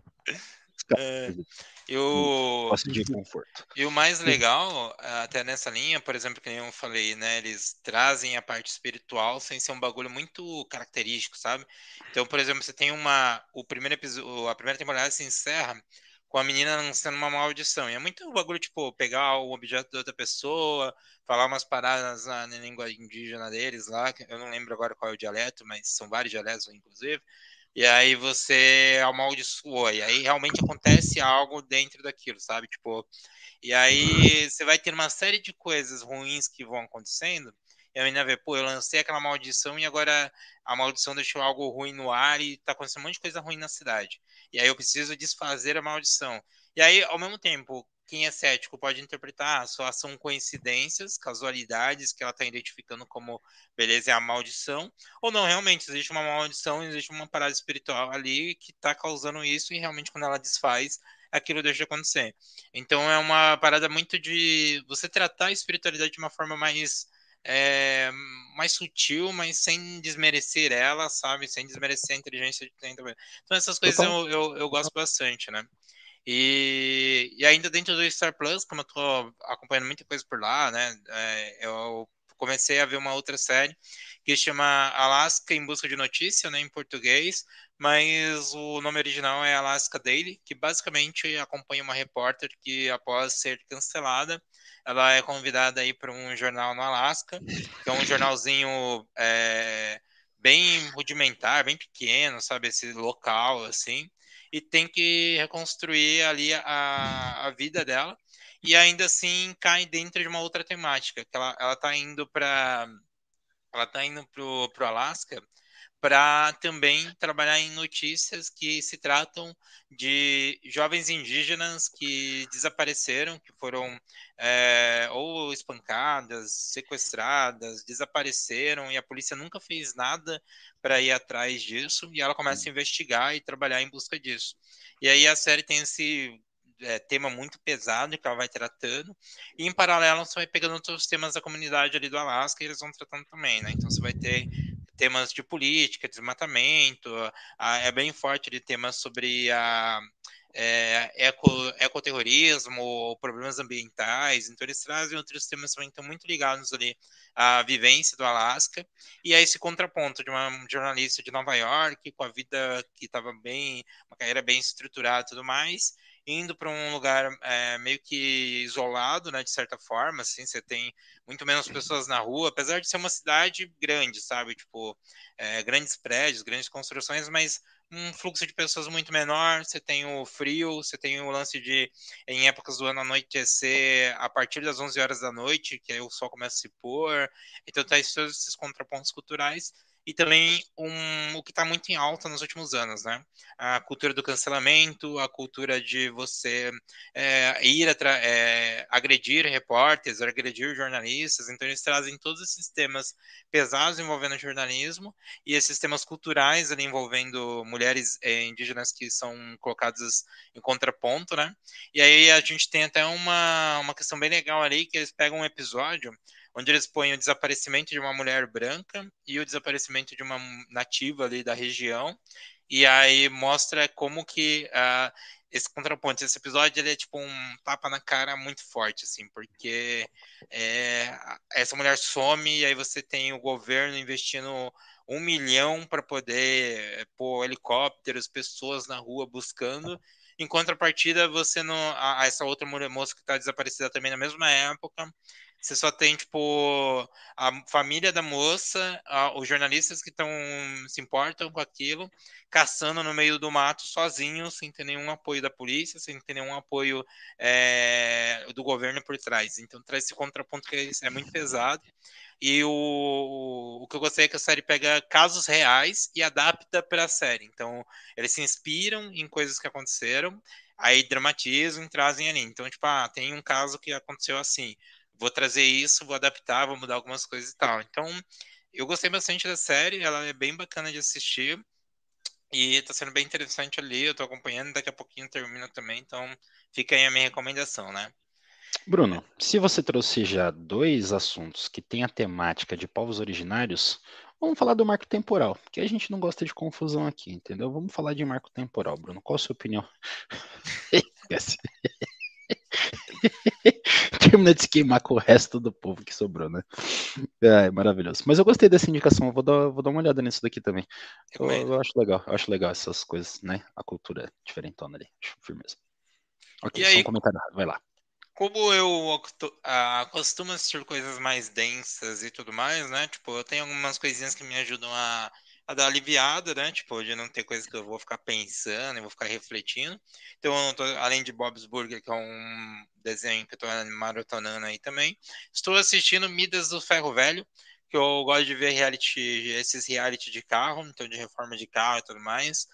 É, Um eu. Posse de conforto. E o mais legal, até nessa linha, por exemplo, que nem eu falei, né? Eles trazem a parte espiritual sem ser um bagulho muito característico, sabe? Então, por exemplo, você tem uma. O primeiro episódio, a primeira temporada se encerra com a menina lançando uma maldição. E é muito um bagulho, tipo, pegar o objeto de outra pessoa, falar umas paradas na, na língua indígena deles lá, que eu não lembro agora qual é o dialeto, mas são vários dialetos, inclusive. E aí você amaldiçoou, e aí realmente acontece algo dentro daquilo, sabe? Tipo, e aí você vai ter uma série de coisas ruins que vão acontecendo. E a menina vê, pô, eu lancei aquela maldição e agora a maldição deixou algo ruim no ar e tá acontecendo um monte de coisa ruim na cidade. E aí eu preciso desfazer a maldição. E aí, ao mesmo tempo, quem é cético pode interpretar, ah, só são coincidências, casualidades que ela está identificando como, beleza, é a maldição. Ou não, realmente, existe uma maldição, existe uma parada espiritual ali que está causando isso e realmente quando ela desfaz, aquilo deixa de acontecer. Então é uma parada muito de você tratar a espiritualidade de uma forma mais é, mais sutil, mas sem desmerecer ela, sabe? Sem desmerecer a inteligência de quem também. Então essas coisas eu, eu, eu gosto bastante, né? E, e ainda dentro do Star Plus, como eu tô acompanhando muita coisa por lá, né? É, eu comecei a ver uma outra série que chama Alaska em Busca de Notícia, né, em português, mas o nome original é Alaska Daily, que basicamente acompanha uma repórter que, após ser cancelada, ela é convidada aí para um jornal no Alasca, que é um jornalzinho é, bem rudimentar, bem pequeno, sabe, esse local, assim, e tem que reconstruir ali a, a vida dela, e ainda assim cai dentro de uma outra temática, que ela, ela tá indo para ela tá indo pro, pro Alasca para também trabalhar em notícias que se tratam de jovens indígenas que desapareceram, que foram é, ou espancadas, sequestradas, desapareceram e a polícia nunca fez nada para ir atrás disso e ela começa a investigar e trabalhar em busca disso. E aí a série tem esse é, tema muito pesado que ela vai tratando e em paralelo você vai pegando outros temas da comunidade ali do Alasca e eles vão tratando também, né? Então você vai ter temas de política, desmatamento, a, é bem forte de temas sobre a é, eco, ecoterrorismo, problemas ambientais, então eles trazem outros temas também que estão muito ligados ali à vivência do Alasca, e aí esse contraponto de uma jornalista de Nova York, com a vida que estava bem, uma carreira bem estruturada e tudo mais, indo para um lugar é, meio que isolado, né, de certa forma, assim, você tem muito menos pessoas na rua, apesar de ser uma cidade grande, sabe, tipo, é, grandes prédios, grandes construções, mas um fluxo de pessoas muito menor, você tem o frio, você tem o lance de, em épocas do ano, anoitecer a partir das onze horas da noite, que aí o sol começa a se pôr, então tem todos esses contrapontos culturais, e também um, o que está muito em alta nos últimos anos, né? A cultura do cancelamento, a cultura de você é, ir atra- é, agredir repórteres, agredir jornalistas, então eles trazem todos esses temas pesados envolvendo jornalismo e esses temas culturais ali envolvendo mulheres é, indígenas que são colocadas em contraponto, né? E aí a gente tem até uma, uma questão bem legal ali, que eles pegam um episódio onde eles põem o desaparecimento de uma mulher branca e o desaparecimento de uma nativa ali da região, e aí mostra como que uh, esse contraponto, esse episódio, ele é tipo um tapa na cara muito forte, assim, porque é, essa mulher some e aí você tem o governo investindo um milhão para poder pôr helicópteros, pessoas na rua buscando. Em contrapartida, você não. A, essa outra mulher moça que está desaparecida também na mesma época. Você só tem, tipo, a família da moça, a, os jornalistas que estão se importam com aquilo, caçando no meio do mato sozinhos, sem ter nenhum apoio da polícia, sem ter nenhum apoio é, do governo por trás. Então traz esse contraponto que é muito pesado. E o, o que eu gostei é que a série pega casos reais e adapta para a série. Então, eles se inspiram em coisas que aconteceram, aí dramatizam e trazem ali. Então, tipo, ah, tem um caso que aconteceu assim, vou trazer isso, vou adaptar, vou mudar algumas coisas e tal. Então, eu gostei bastante da série, ela é bem bacana de assistir e tá sendo bem interessante ali, eu tô acompanhando, daqui a pouquinho termina também, então fica aí a minha recomendação, né? Bruno, se você trouxe já dois assuntos que têm a temática de povos originários, vamos falar do marco temporal, porque a gente não gosta de confusão aqui, entendeu? Vamos falar de marco temporal, Bruno. Qual a sua opinião? Esquece. Termina de se queimar com o resto do povo que sobrou, né? É, maravilhoso. Mas eu gostei dessa indicação, eu vou dar, vou dar uma olhada nisso daqui também. Eu, eu acho legal, eu acho legal essas coisas, né? A cultura diferentona ali, acho firmeza. Ok, E só aí, um comentário, vai lá. como eu uh, costumo assistir coisas mais densas e tudo mais, né? Tipo, eu tenho algumas coisinhas que me ajudam a, a dar aliviada, né? Tipo, de não ter coisas que eu vou ficar pensando, eu vou ficar refletindo. Então, eu tô, além de Bob's Burger, que é um desenho que eu tô maratonando aí também, estou assistindo Midas do Ferro Velho, que eu gosto de ver reality, esses reality de carro, então de reforma de carro e tudo mais.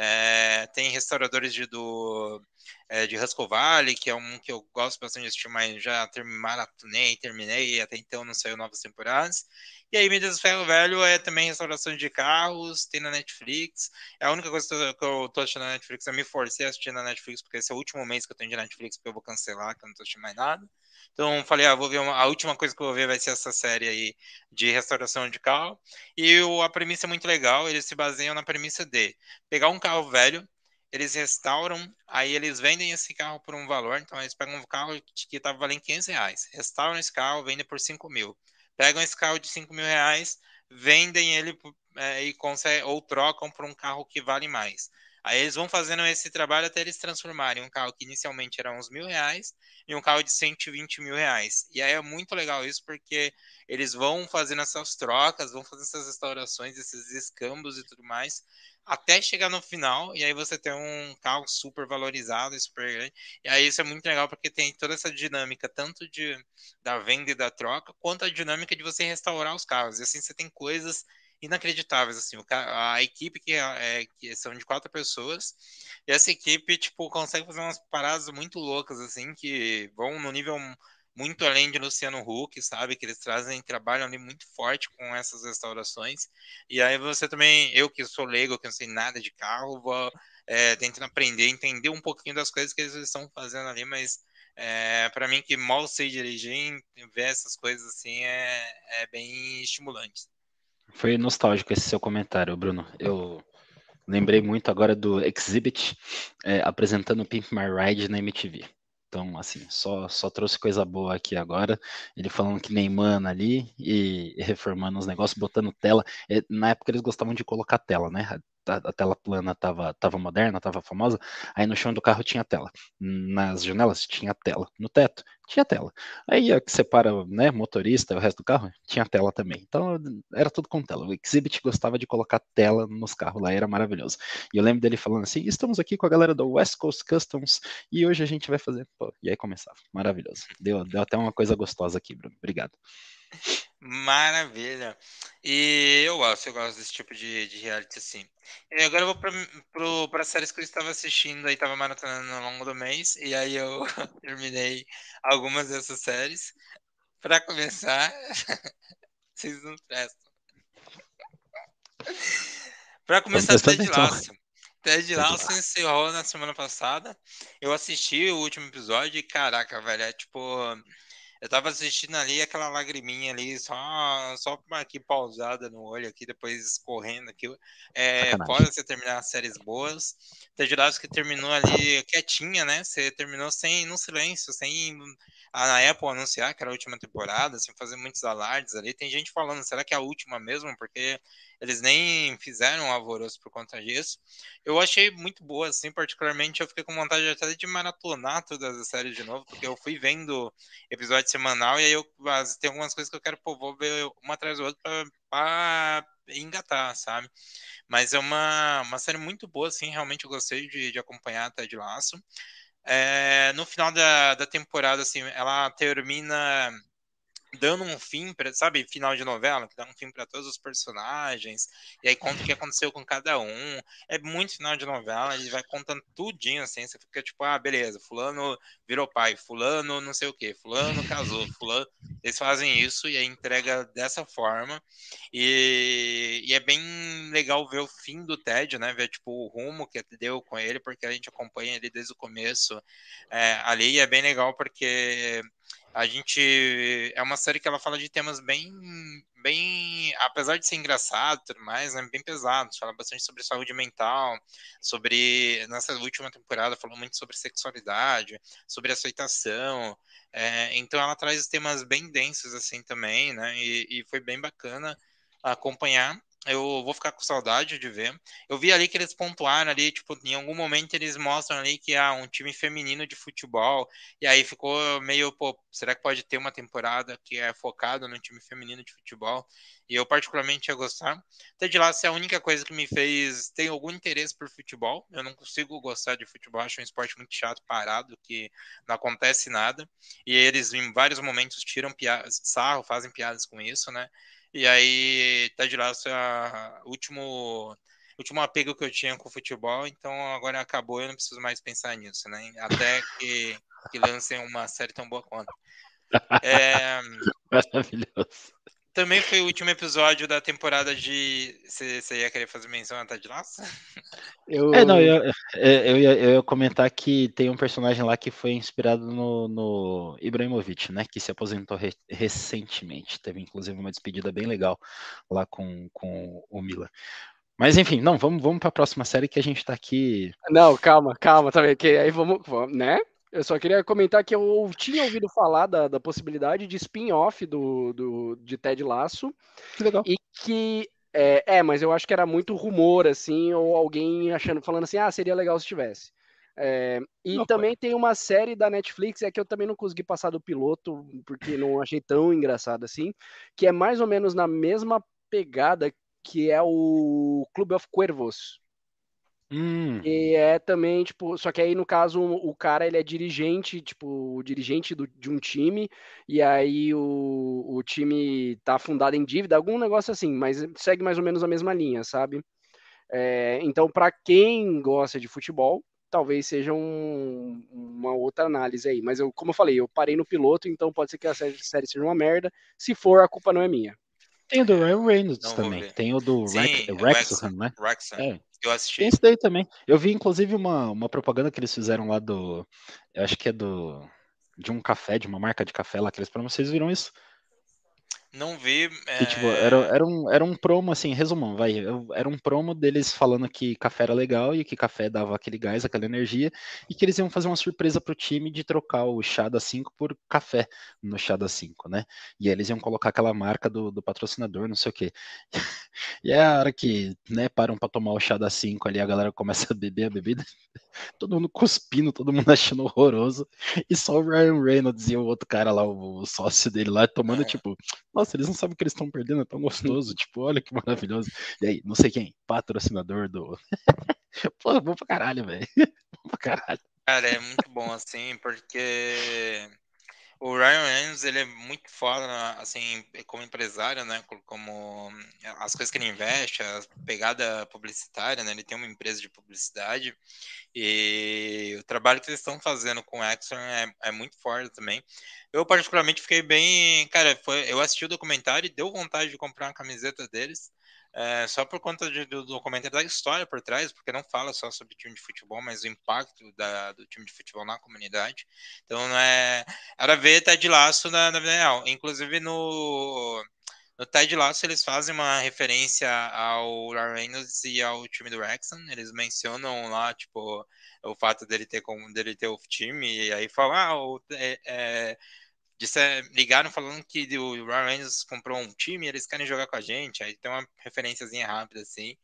É, tem restauradores de, do, é, de Hustle Valley, que é um que eu gosto bastante de assistir, mas já maratonei, terminei, até então não saiu novas temporadas. E aí, Midas do Ferro Velho é também restauração de carros, tem na Netflix. É a única coisa que eu tô assistindo na Netflix, eu me forcei a assistir na Netflix, porque esse é o último mês que eu tenho de Netflix, porque eu vou cancelar, que eu não tô assistindo mais nada. Então, falei, ah, vou ver uma, a última coisa que eu vou ver vai ser essa série aí de restauração de carro. E o, a premissa é muito legal, eles se baseiam na premissa de pegar um carro velho, eles restauram, aí eles vendem esse carro por um valor, então eles pegam um carro que estava valendo quinhentos reais, restauram esse carro, vendem por cinco mil. Pegam esse carro de cinco mil reais, vendem ele é, e conseguem, ou trocam por um carro que vale mais. Aí eles vão fazendo esse trabalho até eles transformarem um carro que inicialmente era uns mil reais em um carro de cento e vinte mil reais. E aí é muito legal isso, porque eles vão fazendo essas trocas, vão fazendo essas restaurações, esses escambos e tudo mais, até chegar no final, e aí você tem um carro super valorizado, super grande. E aí isso é muito legal, porque tem toda essa dinâmica, tanto de, da venda e da troca, quanto a dinâmica de você restaurar os carros. E assim você tem coisas inacreditáveis, assim, o, a equipe que, é, que são de quatro pessoas, e essa equipe, tipo, consegue fazer umas paradas muito loucas, assim, que vão no nível muito além de Luciano Huck, sabe, que eles trazem, trabalham ali muito forte com essas restaurações, e aí você também, eu que sou leigo, que não sei nada de carro, vou é, tentando aprender, entender um pouquinho das coisas que eles estão fazendo ali, mas é, para mim que mal sei dirigir, ver essas coisas assim é, é bem estimulante. Foi nostálgico esse seu comentário, Bruno. Eu Lembrei muito agora do Exhibit é, apresentando o Pimp My Ride na M T V. Então, assim, só, só trouxe coisa boa aqui agora. Ele falando que Neymar ali e, e reformando os negócios, botando tela. É, na época eles gostavam de colocar tela, né? A, a tela plana tava, tava moderna, tava famosa. Aí no chão do carro tinha tela. Nas janelas tinha tela. No teto tinha tela. Aí a que separa, né, motorista e o resto do carro, tinha tela também. Então era tudo com tela. O Exhibit gostava de colocar tela nos carros lá, era maravilhoso. E eu lembro dele falando assim: estamos aqui com a galera do West Coast Customs e hoje a gente vai fazer. Pô, e aí começava. Maravilhoso. Deu, deu até uma coisa gostosa aqui, Bruno. Obrigado. Maravilha. E eu gosto, eu gosto desse tipo de, de reality assim. E agora eu vou para séries que eu estava assistindo, aí estava maratonando ao longo do mês, e aí eu terminei algumas dessas séries. Para começar, vocês não prestam. Para começar, Ted Lasso. Ted Lasso encerrou na semana passada. Eu assisti o último episódio e caraca, velho, é tipo... Eu tava assistindo ali aquela lagriminha ali, só, só aqui pausada no olho aqui, depois escorrendo aqui. É, fora você terminar as séries boas. Ted Lasso que terminou ali quietinha, né? Você terminou sem, no silêncio, sem a Apple anunciar que era a última temporada, sem fazer muitos alardes ali. Tem gente falando, será que é a última mesmo? Porque eles nem fizeram um alvoroço por conta disso. Eu achei muito boa, assim, particularmente eu fiquei com vontade até de maratonar todas as séries de novo, porque eu fui vendo episódio semanal e aí eu, tem algumas coisas que eu quero, pô, vou ver uma atrás da outra pra, pra engatar, sabe? Mas é uma, uma série muito boa, assim, realmente eu gostei de, de acompanhar a Ted Lasso. É, no final da, da temporada, assim, ela termina dando um fim, pra, sabe, final de novela, que dá um fim para todos os personagens, e aí conta o que aconteceu com cada um. É muito final de novela, ele vai contando tudinho, assim, você fica tipo, ah, beleza, fulano virou pai, fulano não sei o que, fulano casou, fulano... Eles fazem isso e aí entrega dessa forma, e, e é bem legal ver o fim do Ted, né, ver, tipo, o rumo que deu com ele, porque a gente acompanha ele desde o começo é, ali, e é bem legal porque... A gente... É uma série que ela fala de temas bem... bem apesar de ser engraçado e tudo mais, né, bem pesados. Fala bastante sobre saúde mental, sobre... Nessa última temporada falou muito sobre sexualidade, sobre aceitação. É, então ela traz temas bem densos assim também, né? E, e foi bem bacana acompanhar. Eu vou ficar com saudade de ver. Eu vi ali que eles pontuaram ali, tipo, em algum momento eles mostram ali que há um time feminino de futebol, e aí ficou meio, pô, será que pode ter uma temporada que é focada no time feminino de futebol? E eu particularmente ia gostar. Ted Lasso é a única coisa que me fez ter algum interesse por futebol. Eu não consigo gostar de futebol, acho um esporte muito chato, parado, que não acontece nada. E eles, em vários momentos, tiram piadas, sarro, fazem piadas com isso, né? E aí, Ted Lasso é a último, último apego que eu tinha com o futebol, então agora acabou, eu não preciso mais pensar nisso, né? Até que, que lancem uma série tão boa quanto. É, Maravilhoso. Também foi o último episódio da temporada de... Você ia querer fazer menção a Ted Lasso? Eu... É, não, eu, eu, ia, eu ia comentar que tem um personagem lá que foi inspirado no, no Ibrahimovic, né, que se aposentou re recentemente. Teve inclusive uma despedida bem legal lá com, com o Milan. Mas enfim, não, vamos, vamos para a próxima série que a gente tá aqui. Não, calma, calma, também, que aí vamos, vamos, né? Eu só queria comentar que eu tinha ouvido falar da, da possibilidade de spin-off do, do, de Ted Lasso. Que legal. E que, é, é, mas eu acho que era muito rumor, assim, ou alguém achando, falando assim, ah, seria legal se tivesse. É, e não, também foi. Tem uma série da Netflix, é que eu também não consegui passar do piloto, porque não achei tão engraçado assim, que é mais ou menos na mesma pegada que é o Clube of Cuervos. Hum. E é também, tipo, só que aí no caso o cara ele é dirigente, tipo, o dirigente do, de um time, e aí o, o time tá fundado em dívida, algum negócio assim, mas segue mais ou menos a mesma linha, sabe? É, então, para quem gosta de futebol, talvez seja um, uma outra análise aí. Mas eu, como eu falei, eu parei no piloto, então pode ser que a série, série seja uma merda. Se for, a culpa não é minha. Tem o do Ryan Reynolds também. Tem o do Sim, Wrexham, né? Wrexham. É. Eu assisti. Tem isso daí também. Eu vi, inclusive, uma, uma propaganda que eles fizeram lá do... Eu acho que é do... De um café, de uma marca de café lá que eles... Vocês viram isso? Não vi. Que, tipo, era, era, um, era um promo, assim, resumão, vai. Era um promo deles falando que café era legal e que café dava aquele gás, aquela energia, e que eles iam fazer uma surpresa pro time de trocar o chá da cinco por café no chá da cinco, né? E aí eles iam colocar aquela marca do, do patrocinador, não sei o quê. E é a hora que, né, param pra tomar o chá da cinco ali, a galera começa a beber a bebida, todo mundo cuspindo, todo mundo achando horroroso, e só o Ryan Reynolds e o outro cara lá, o, o sócio dele lá, tomando, É. tipo, nossa, eles não sabem o que eles estão perdendo, é tão gostoso, tipo, olha que maravilhoso. E aí, não sei quem, patrocinador do... Pô, bom pra caralho, velho. Bom pra caralho. Cara, é muito bom, assim, porque o Ryan Reynolds, ele é muito foda, assim, como empresário, né, como as coisas que ele investe, a pegada publicitária, né, ele tem uma empresa de publicidade e o trabalho que eles estão fazendo com o Exxon é, é muito forte também. Eu, particularmente, fiquei bem... Cara, foi, eu assisti o documentário e deu vontade de comprar uma camiseta deles, é, só por conta de, do documentário, da história por trás, porque não fala só sobre time de futebol, mas o impacto da, do time de futebol na comunidade. Então, não é... Era ver Ted Lasso na, na vida real. Inclusive, no... No Ted Lasso, eles fazem uma referência ao Ryan Reynolds e ao time do Wrexham. Eles mencionam lá, tipo, o fato dele ter, como, dele ter o time, e aí falam, ah, o, é, é, disse, ligaram falando que o Ryan Reynolds comprou um time e eles querem jogar com a gente. Aí tem uma referenciazinha rápida, assim.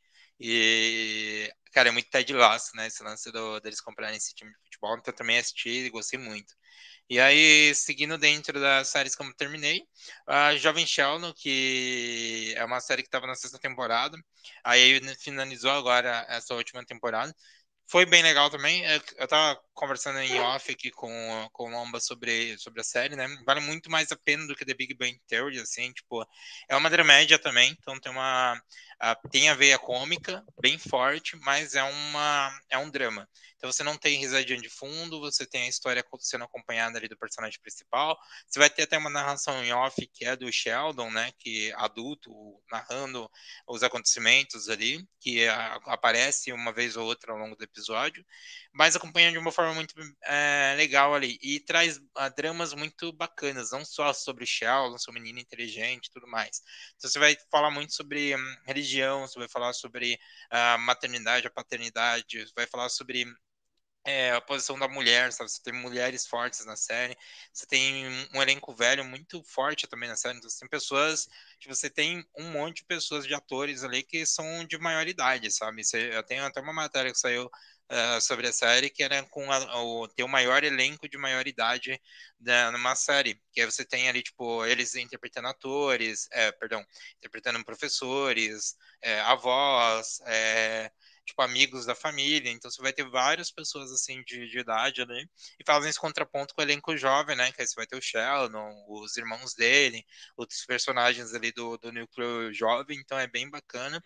E, cara, é muito Ted Lasso, né, esse lance do, deles comprarem esse time de futebol. Então, eu também assisti e gostei muito. E aí, seguindo dentro das séries como terminei, a Jovem Sheldon, que é uma série que estava na sexta temporada, aí finalizou agora essa última temporada. Foi bem legal também. Eu tava conversando em off aqui com, com o Lomba sobre, sobre a série, né? Vale muito mais a pena do que The Big Bang Theory, assim, tipo, é uma dramédia também, então tem uma... tem a veia cômica, bem forte, mas é, uma, é um drama. Então você não tem risadinha de fundo, você tem a história sendo acompanhada ali do personagem principal, você vai ter até uma narração em off que é do Sheldon, né, que adulto, narrando os acontecimentos ali, que a, aparece uma vez ou outra ao longo do episódio, mas acompanha de uma forma muito é, legal ali, e traz uh, dramas muito bacanas, não só sobre Sheldon, seu menino inteligente e tudo mais. Então você vai falar muito sobre hum, religião, você vai falar sobre a uh, maternidade, a paternidade, vai falar sobre É, a posição da mulher, sabe? Você tem mulheres fortes na série, você tem um elenco velho muito forte também na série, então você tem pessoas, você tem um monte de pessoas, de atores ali que são de maior idade, sabe? Você, eu tenho até uma matéria que saiu uh, sobre a série que era com a, o, ter o maior elenco de maior idade da, numa série, que aí você tem ali, tipo, eles interpretando atores, é, perdão, interpretando professores, é, avós, é, tipo, amigos da família, então você vai ter várias pessoas, assim, de, de idade ali, e fazem esse contraponto com o elenco jovem, né, que aí você vai ter o Sheldon, os irmãos dele, outros personagens ali do, do núcleo jovem, então é bem bacana.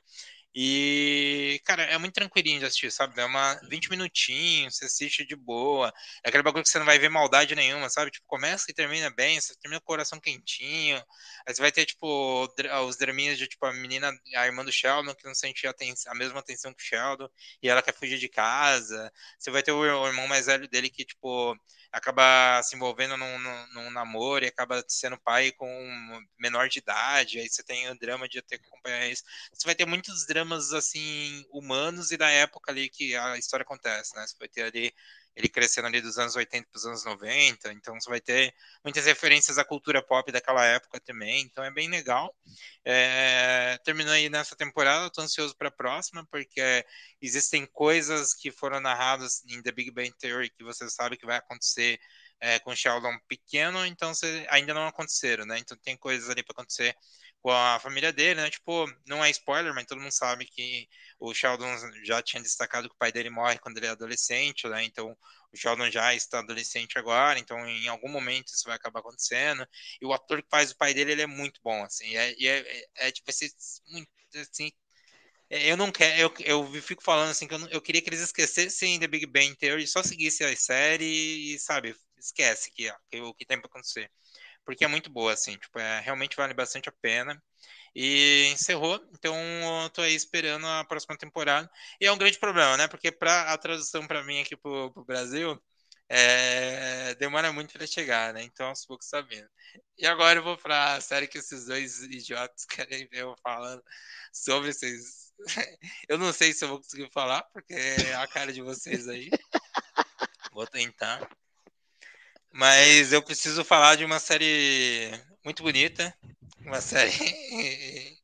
E, cara, é muito tranquilinho de assistir, sabe? É uma vinte minutinhos, você assiste de boa. É aquele bagulho que você não vai ver maldade nenhuma, sabe? Tipo, começa e termina bem, você termina com o coração quentinho. Aí você vai ter, tipo, os draminhas de, tipo, a menina, a irmã do Sheldon, que não sente a, a mesma atenção que o Sheldon, e ela quer fugir de casa. Você vai ter o, o irmão mais velho dele que, tipo, acaba se envolvendo num, num, num namoro e acaba sendo pai com um menor de idade. Aí você tem o drama de ter que acompanhar isso. Você vai ter muitos dramas, assim, humanos e da época ali que a história acontece, né? Você vai ter ali ele crescendo ali dos anos oitenta para os anos noventa, então você vai ter muitas referências à cultura pop daquela época também, então é bem legal. É, terminando aí nessa temporada, eu tô ansioso para a próxima, porque existem coisas que foram narradas em The Big Bang Theory que você sabe que vai acontecer é, com o Sheldon pequeno, então você, ainda não aconteceram, né? Então tem coisas ali para acontecer com a família dele, né? Tipo, não é spoiler, mas todo mundo sabe que o Sheldon já tinha destacado que o pai dele morre quando ele é adolescente, né? Então, o Sheldon já está adolescente agora, então em algum momento isso vai acabar acontecendo. E o ator que faz o pai dele, ele é muito bom, assim. É, é, é, é tipo, vai ser muito, assim... Eu não quero, eu, eu fico falando assim, que eu, não, eu queria que eles esquecessem The Big Bang Theory, só seguissem a série e, sabe, esquece que, que, o que tem pra acontecer. Porque é muito boa, assim, tipo, é, realmente vale bastante a pena. E encerrou, então eu tô aí esperando a próxima temporada. E é um grande problema, né? Porque pra, a tradução para mim aqui pro, pro Brasil é, demora muito para chegar, né? Então, aos poucos sabendo. E agora eu vou para a série que esses dois idiotas querem ver eu falando sobre vocês. Eu não sei se eu vou conseguir falar, porque é a cara de vocês aí. Vou tentar. Mas eu preciso falar de uma série muito bonita. Uma série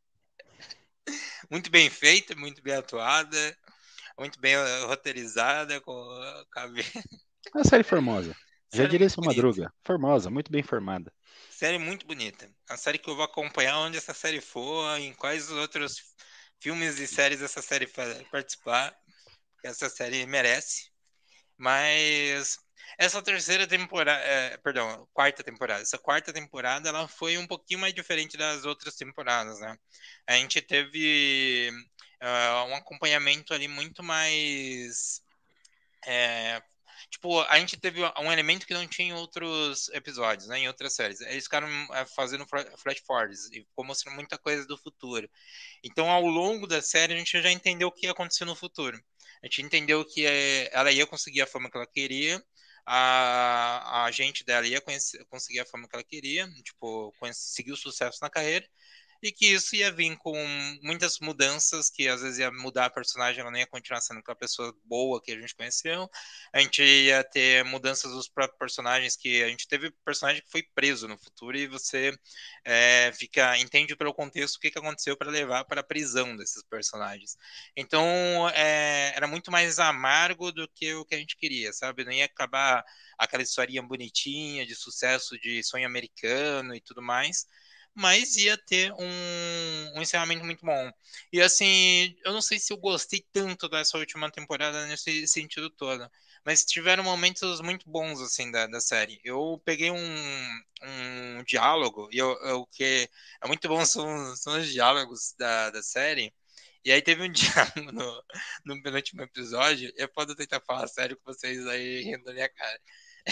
muito bem feita, muito bem atuada, muito bem roteirizada, com cabelo. Uma série formosa. Já Série diria muito sua bonita. madruga. Formosa, muito bem formada. Série muito bonita. A série que eu vou acompanhar onde essa série for, em quais outros filmes e séries essa série fa- participar. Porque essa série merece. Mas essa terceira temporada, é, perdão, quarta temporada. Essa quarta temporada ela foi um pouquinho mais diferente das outras temporadas, né? A gente teve uh, um acompanhamento ali muito mais é, tipo, a gente teve um elemento que não tinha em outros episódios, né, em outras séries. Eles ficaram é, fazendo flash forwards e ficou mostrando muita coisa do futuro. Então, ao longo da série, a gente já entendeu o que ia acontecer no futuro. A gente entendeu que é, ela ia conseguir a fama que ela queria, a, a agente dela ia conhecer, conseguir a fama que ela queria, tipo, conseguir o sucesso na carreira, e que isso ia vir com muitas mudanças, que às vezes ia mudar a personagem, ela não ia continuar sendo aquela pessoa boa que a gente conheceu, a gente ia ter mudanças dos próprios personagens, que a gente teve personagem que foi preso no futuro, e você é, fica, entende pelo contexto o que, que aconteceu para levar para a prisão desses personagens. Então, é, era muito mais amargo do que o que a gente queria, sabe? Não ia acabar aquela historinha bonitinha, de sucesso, de sonho americano e tudo mais, mas ia ter um, um encerramento muito bom. E assim, eu não sei se eu gostei tanto dessa última temporada nesse sentido todo, mas tiveram momentos muito bons assim da, da série. Eu peguei um, um diálogo, e eu, eu, o que é muito bom são, são os diálogos da, da série. E aí teve um diálogo no, no penúltimo episódio, eu posso tentar falar sério com vocês aí rindo da minha cara.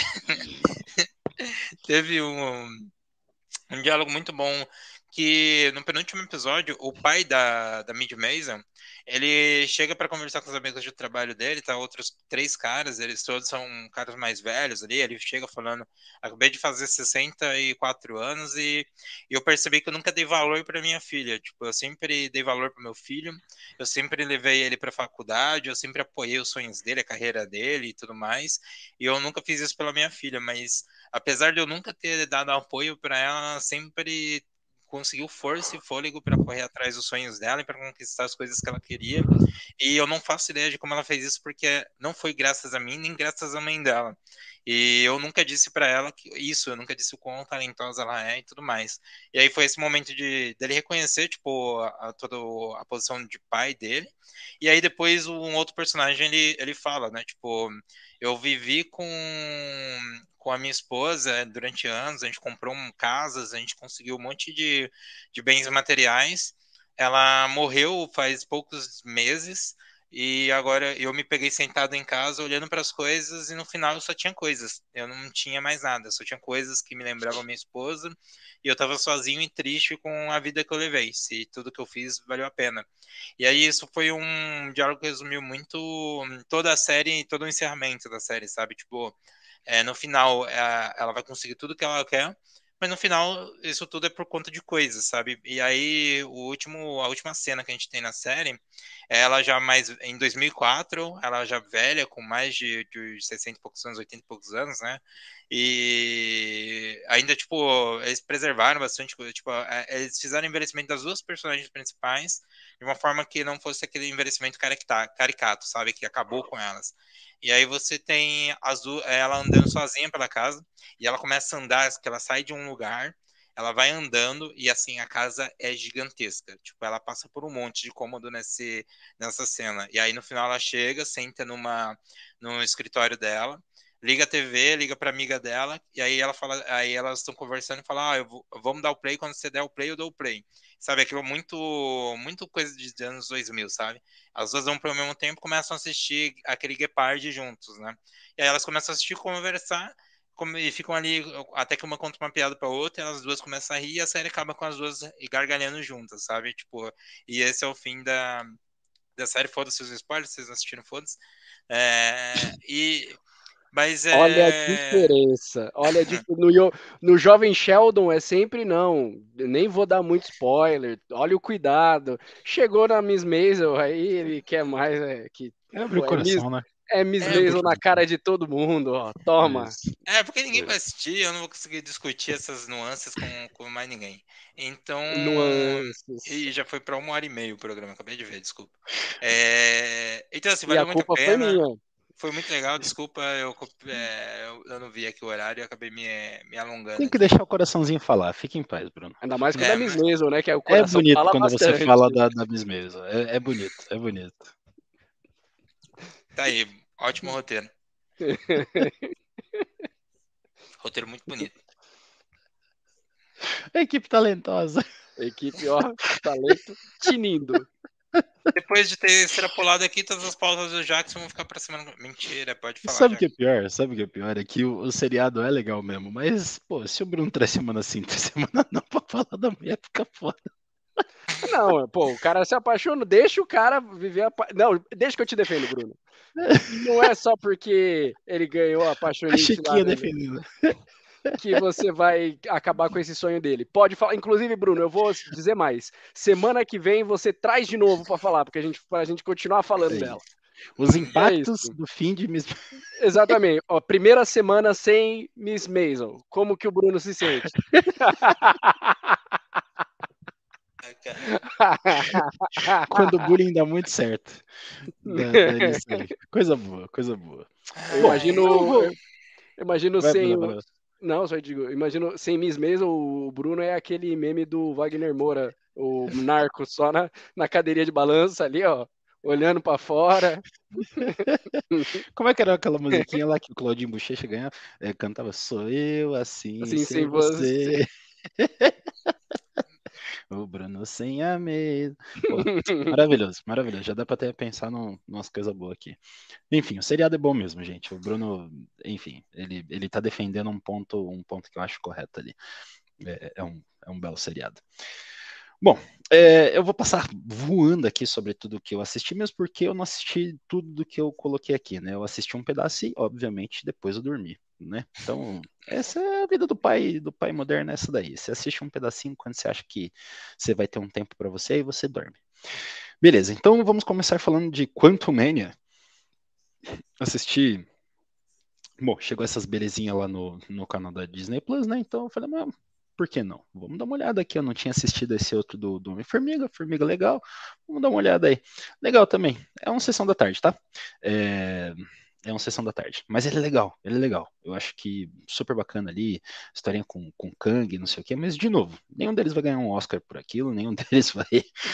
Teve um um diálogo muito bom, que no penúltimo episódio, o pai da, da Mid Mason, ele chega para conversar com os amigos de trabalho dele, tá? Outros três caras, eles todos são caras mais velhos ali, ele chega falando, acabei de fazer sessenta e quatro anos e, e eu percebi que eu nunca dei valor para minha filha, tipo, eu sempre dei valor para meu filho, eu sempre levei ele para faculdade, eu sempre apoiei os sonhos dele, a carreira dele e tudo mais, e eu nunca fiz isso pela minha filha, mas apesar de eu nunca ter dado apoio para ela, ela sempre conseguiu força e fôlego para correr atrás dos sonhos dela e para conquistar as coisas que ela queria. E eu não faço ideia de como ela fez isso, porque não foi graças a mim, nem graças à mãe dela. E eu nunca disse para ela que isso, eu nunca disse o quão talentosa ela é e tudo mais. E aí foi esse momento de dele reconhecer, tipo, a, a toda a posição de pai dele. E aí depois um outro personagem, ele, ele fala, né, tipo, eu vivi com com a minha esposa durante anos, a gente comprou um, casas, a gente conseguiu um monte de, de bens materiais. Ela morreu faz poucos meses e agora eu me peguei sentado em casa olhando para as coisas e no final eu só tinha coisas, eu não tinha mais nada, só tinha coisas que me lembravam minha esposa e eu estava sozinho e triste com a vida que eu levei, se tudo que eu fiz valeu a pena. E aí isso foi um diálogo que resumiu muito toda a série e todo o encerramento da série, sabe? Tipo, é, no final é, ela vai conseguir tudo que ela quer, mas no final isso tudo é por conta de coisas, sabe? E aí o último, a última cena que a gente tem na série, ela já mais em dois mil e quatro, ela já velha, com mais de, de sessenta e poucos anos, oitenta e poucos anos, né? E ainda, tipo, eles preservaram bastante, tipo, eles fizeram o envelhecimento das duas personagens principais de uma forma que não fosse aquele envelhecimento caricato, sabe? Que acabou com elas. E aí você tem as duas, ela andando sozinha pela casa, e ela começa a andar, que ela sai de um lugar, ela vai andando, e assim, a casa é gigantesca. Tipo, ela passa por um monte de cômodo nesse, nessa cena. E aí no final ela chega, senta numa, no escritório dela, liga a T V, liga pra amiga dela, e aí ela fala, aí elas estão conversando e falam, ah, eu vou, vamos dar o play, quando você der o play, eu dou o play. Sabe, aquilo muito, muito coisa de anos dois mil, sabe? As duas vão para o mesmo tempo, começam a assistir aquele Guepardi juntos, né? E aí elas começam a assistir, conversar, e ficam ali, até que uma conta uma piada pra outra, e as duas começam a rir, e a série acaba com as duas gargalhando juntas, sabe? Tipo, e esse é o fim da, da série, foda-se os spoilers, vocês assistiram, foda-se. É, e Mas é... Olha a diferença. Olha a dif... no, Yo- no Jovem Sheldon é sempre não. Nem vou dar muito spoiler. Olha o cuidado. Chegou na Miss Maisel, aí ele quer mais. É, que, Abre o pô, é Miss, coração, né? é Miss É, Maisel na cara de todo mundo, ó. Toma. Isso. É, porque ninguém vai assistir, eu não vou conseguir discutir essas nuances com, com mais ninguém. Então. Nuances. E já foi pra uma hora e meia o programa, acabei de ver, desculpa. É, Então, assim, E valeu a muito a culpa foi pena. minha. Foi muito legal, desculpa, eu, é, eu- eu não vi aqui o horário e acabei me, me alongando. Tem que aqui. deixar o coraçãozinho falar. Fique em paz, Bruno. Ainda mais que É, da Miss mas- Maisel, né? Que é o É coração bonito fala quando bastante. você fala da, da Miss Maisel. É, é bonito, é bonito. Tá aí, ótimo roteiro. Roteiro muito bonito. Equipe talentosa. Equipe, ó, talento tinindo. Depois de ter extrapolado aqui, todas as pautas do Jackson vão ficar pra semana. Mentira, pode falar. Sabe o que Jackson. é pior? Sabe o que é pior? É que o, o seriado é legal mesmo, mas, pô, se o Bruno traz semana sim, traz semana não pra falar da mulher, fica foda. Não, pô, o cara se apaixona, deixa o cara viver a. pa- Não, deixa que eu te defendo, Bruno. Não é só porque ele ganhou a A paixonite lá, Chiquinha né, defendendo. que você vai acabar com esse sonho dele. Pode falar. Inclusive, Bruno, eu vou dizer mais. Semana que vem você traz de novo pra falar, porque a gente, pra gente continuar falando É dela. Os É impactos isso. do fim de Miss Exatamente. Ó, primeira semana sem Miss Maisel. Como que o Bruno se sente? Quando o bullying dá muito certo. Dá, dá nisso aí. Coisa boa, coisa boa. Eu Bom, imagino, então vou- eu imagino Vai, sem. Bruno, o- vai lá. Não, só digo, eu imagino sem Miss Maisel, o Bruno é aquele meme do Wagner Moura, o narco, só na, na cadeirinha de balança ali, ó, olhando pra fora. Como é que era aquela musiquinha lá que o Claudinho Bochecha ganhava? É, cantava Sou eu assim, Assim, sem, sem você. O Bruno sem a mesa. Pô, maravilhoso, maravilhoso. Já dá pra até pensar num, numas coisas boas aqui. Enfim, o seriado é bom mesmo, gente. O Bruno, enfim, ele, ele tá defendendo um ponto, um ponto que eu acho correto ali. É, é um, é um belo seriado. Bom, é, eu vou passar voando aqui sobre tudo que eu assisti, mesmo porque eu não assisti tudo do que eu coloquei aqui, né? Eu assisti um pedaço e, obviamente, depois eu dormi, né? Então, essa é a vida do pai, do pai moderno, é essa daí. Você assiste um pedacinho quando você acha que você vai ter um tempo para você e você dorme. Beleza, então vamos começar falando de Quantumania. Assisti. Bom, chegou essas belezinhas lá no, no canal da Disney Plus, né? Então eu falei, mas por que não? Vamos dar uma olhada aqui. Eu não tinha assistido esse outro do, do Homem-Formiga, Formiga legal. Vamos dar uma olhada aí. Legal também. É uma sessão da tarde, tá? É, é uma sessão da tarde. Mas ele é legal, ele é legal. Eu acho que super bacana ali. Historinha com, com Kang, não sei o quê. Mas, de novo, nenhum deles vai ganhar um Oscar por aquilo, nenhum deles vai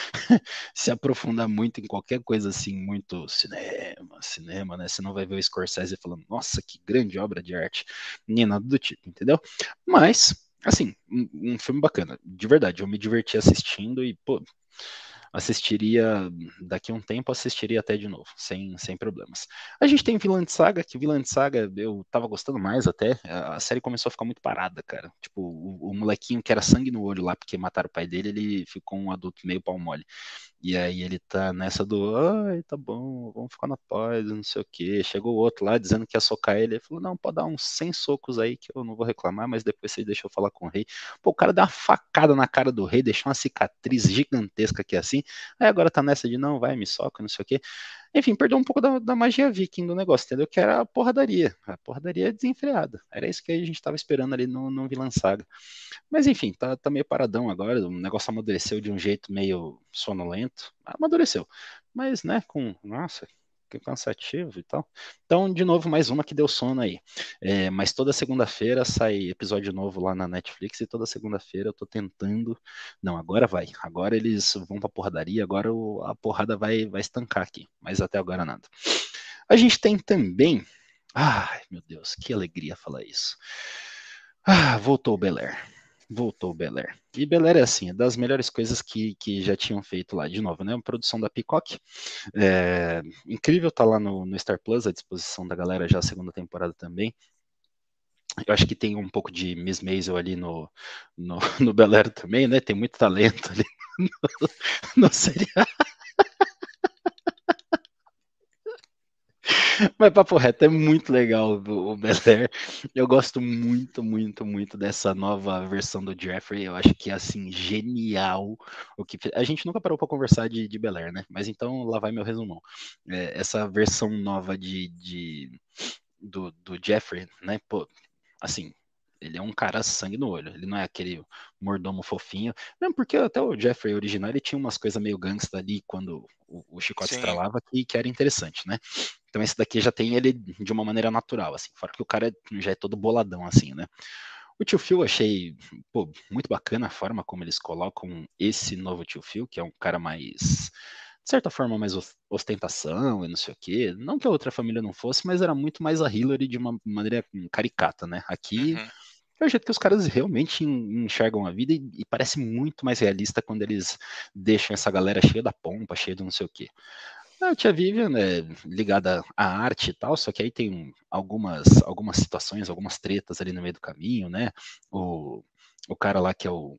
se aprofundar muito em qualquer coisa assim, muito cinema, cinema, né? Você não vai ver o Scorsese falando, nossa, que grande obra de arte. Nem nada do tipo, entendeu? Mas, assim, um, um filme bacana. De verdade, eu me diverti assistindo e, pô, assistiria, daqui a um tempo assistiria até de novo, sem, sem problemas. A gente tem Vinland Saga, que Vinland Saga eu tava gostando mais até, a série começou a ficar muito parada, cara. Tipo, o, o molequinho que era sangue no olho lá, porque mataram o pai dele, ele ficou um adulto meio pau mole. E aí ele tá nessa do, ai, tá bom, vamos ficar na paz, não sei o quê. Chegou o outro lá dizendo que ia socar ele, ele falou, não, pode dar uns cem socos aí que eu não vou reclamar, mas depois você deixa eu falar com o rei. Pô, o cara deu uma facada na cara do rei, deixou uma cicatriz gigantesca aqui assim, aí agora tá nessa de, não, vai, me soca, não sei o quê. Enfim, perdeu um pouco da, da magia viking do negócio, entendeu? Que era a porradaria, a porradaria desenfreada. Era isso que a gente tava esperando ali no, no Vinland Saga. Mas enfim, tá, tá meio paradão agora, o negócio amadureceu de um jeito meio sonolento, amadureceu, mas né, com, nossa, que cansativo e tal. Então, de novo, mais uma que deu sono aí. É, mas toda segunda-feira sai episódio novo lá na Netflix e toda segunda-feira eu tô tentando, não, agora vai, agora eles vão pra porradaria, agora o, a porrada vai, vai estancar aqui, mas até agora nada. A gente tem também, ai meu Deus, que alegria falar isso. Ah, voltou o Bel-Air. Voltou o Bel-Air. E Bel-Air é assim, é das melhores coisas que, que já tinham feito lá. De novo, né? Uma produção da Peacock. É, incrível, tá lá no, no Star Plus, à disposição da galera já a segunda temporada também. Eu acho que tem um pouco de Miss Maisel ali no, no, no Bel-Air também, né? Tem muito talento ali no, no seriado. Mas papo reto, é muito legal o, o Bel-Air. Eu gosto muito, muito, muito dessa nova versão do Jeffrey. Eu acho que é assim, genial. O que a gente nunca parou para conversar de, de Bel-Air, né? Mas então lá vai meu resumão. É, essa versão nova de, de do, do Jeffrey, né? Pô, assim, ele é um cara sangue no olho. Ele não é aquele mordomo fofinho. Mesmo porque até o Jeffrey original, ele tinha umas coisas meio gangsta ali quando o, o chicote Sim. estralava que, que era interessante, né? Então esse daqui já tem ele de uma maneira natural, assim. Fora que o cara já é todo boladão, assim, né? O Tio Phil achei, pô, muito bacana a forma como eles colocam esse novo Tio Phil, que é um cara mais, de certa forma, mais ostentação e não sei o quê. Não que a outra família não fosse, mas era muito mais a Hillary de uma maneira caricata, né? Aqui Uhum. é o jeito que os caras realmente enxergam a vida e, e parece muito mais realista quando eles deixam essa galera cheia da pompa, cheia do não sei o quê. A tia Vivian é ligada à arte e tal, só que aí tem algumas, algumas situações, algumas tretas ali no meio do caminho, né? O, o cara lá que é o,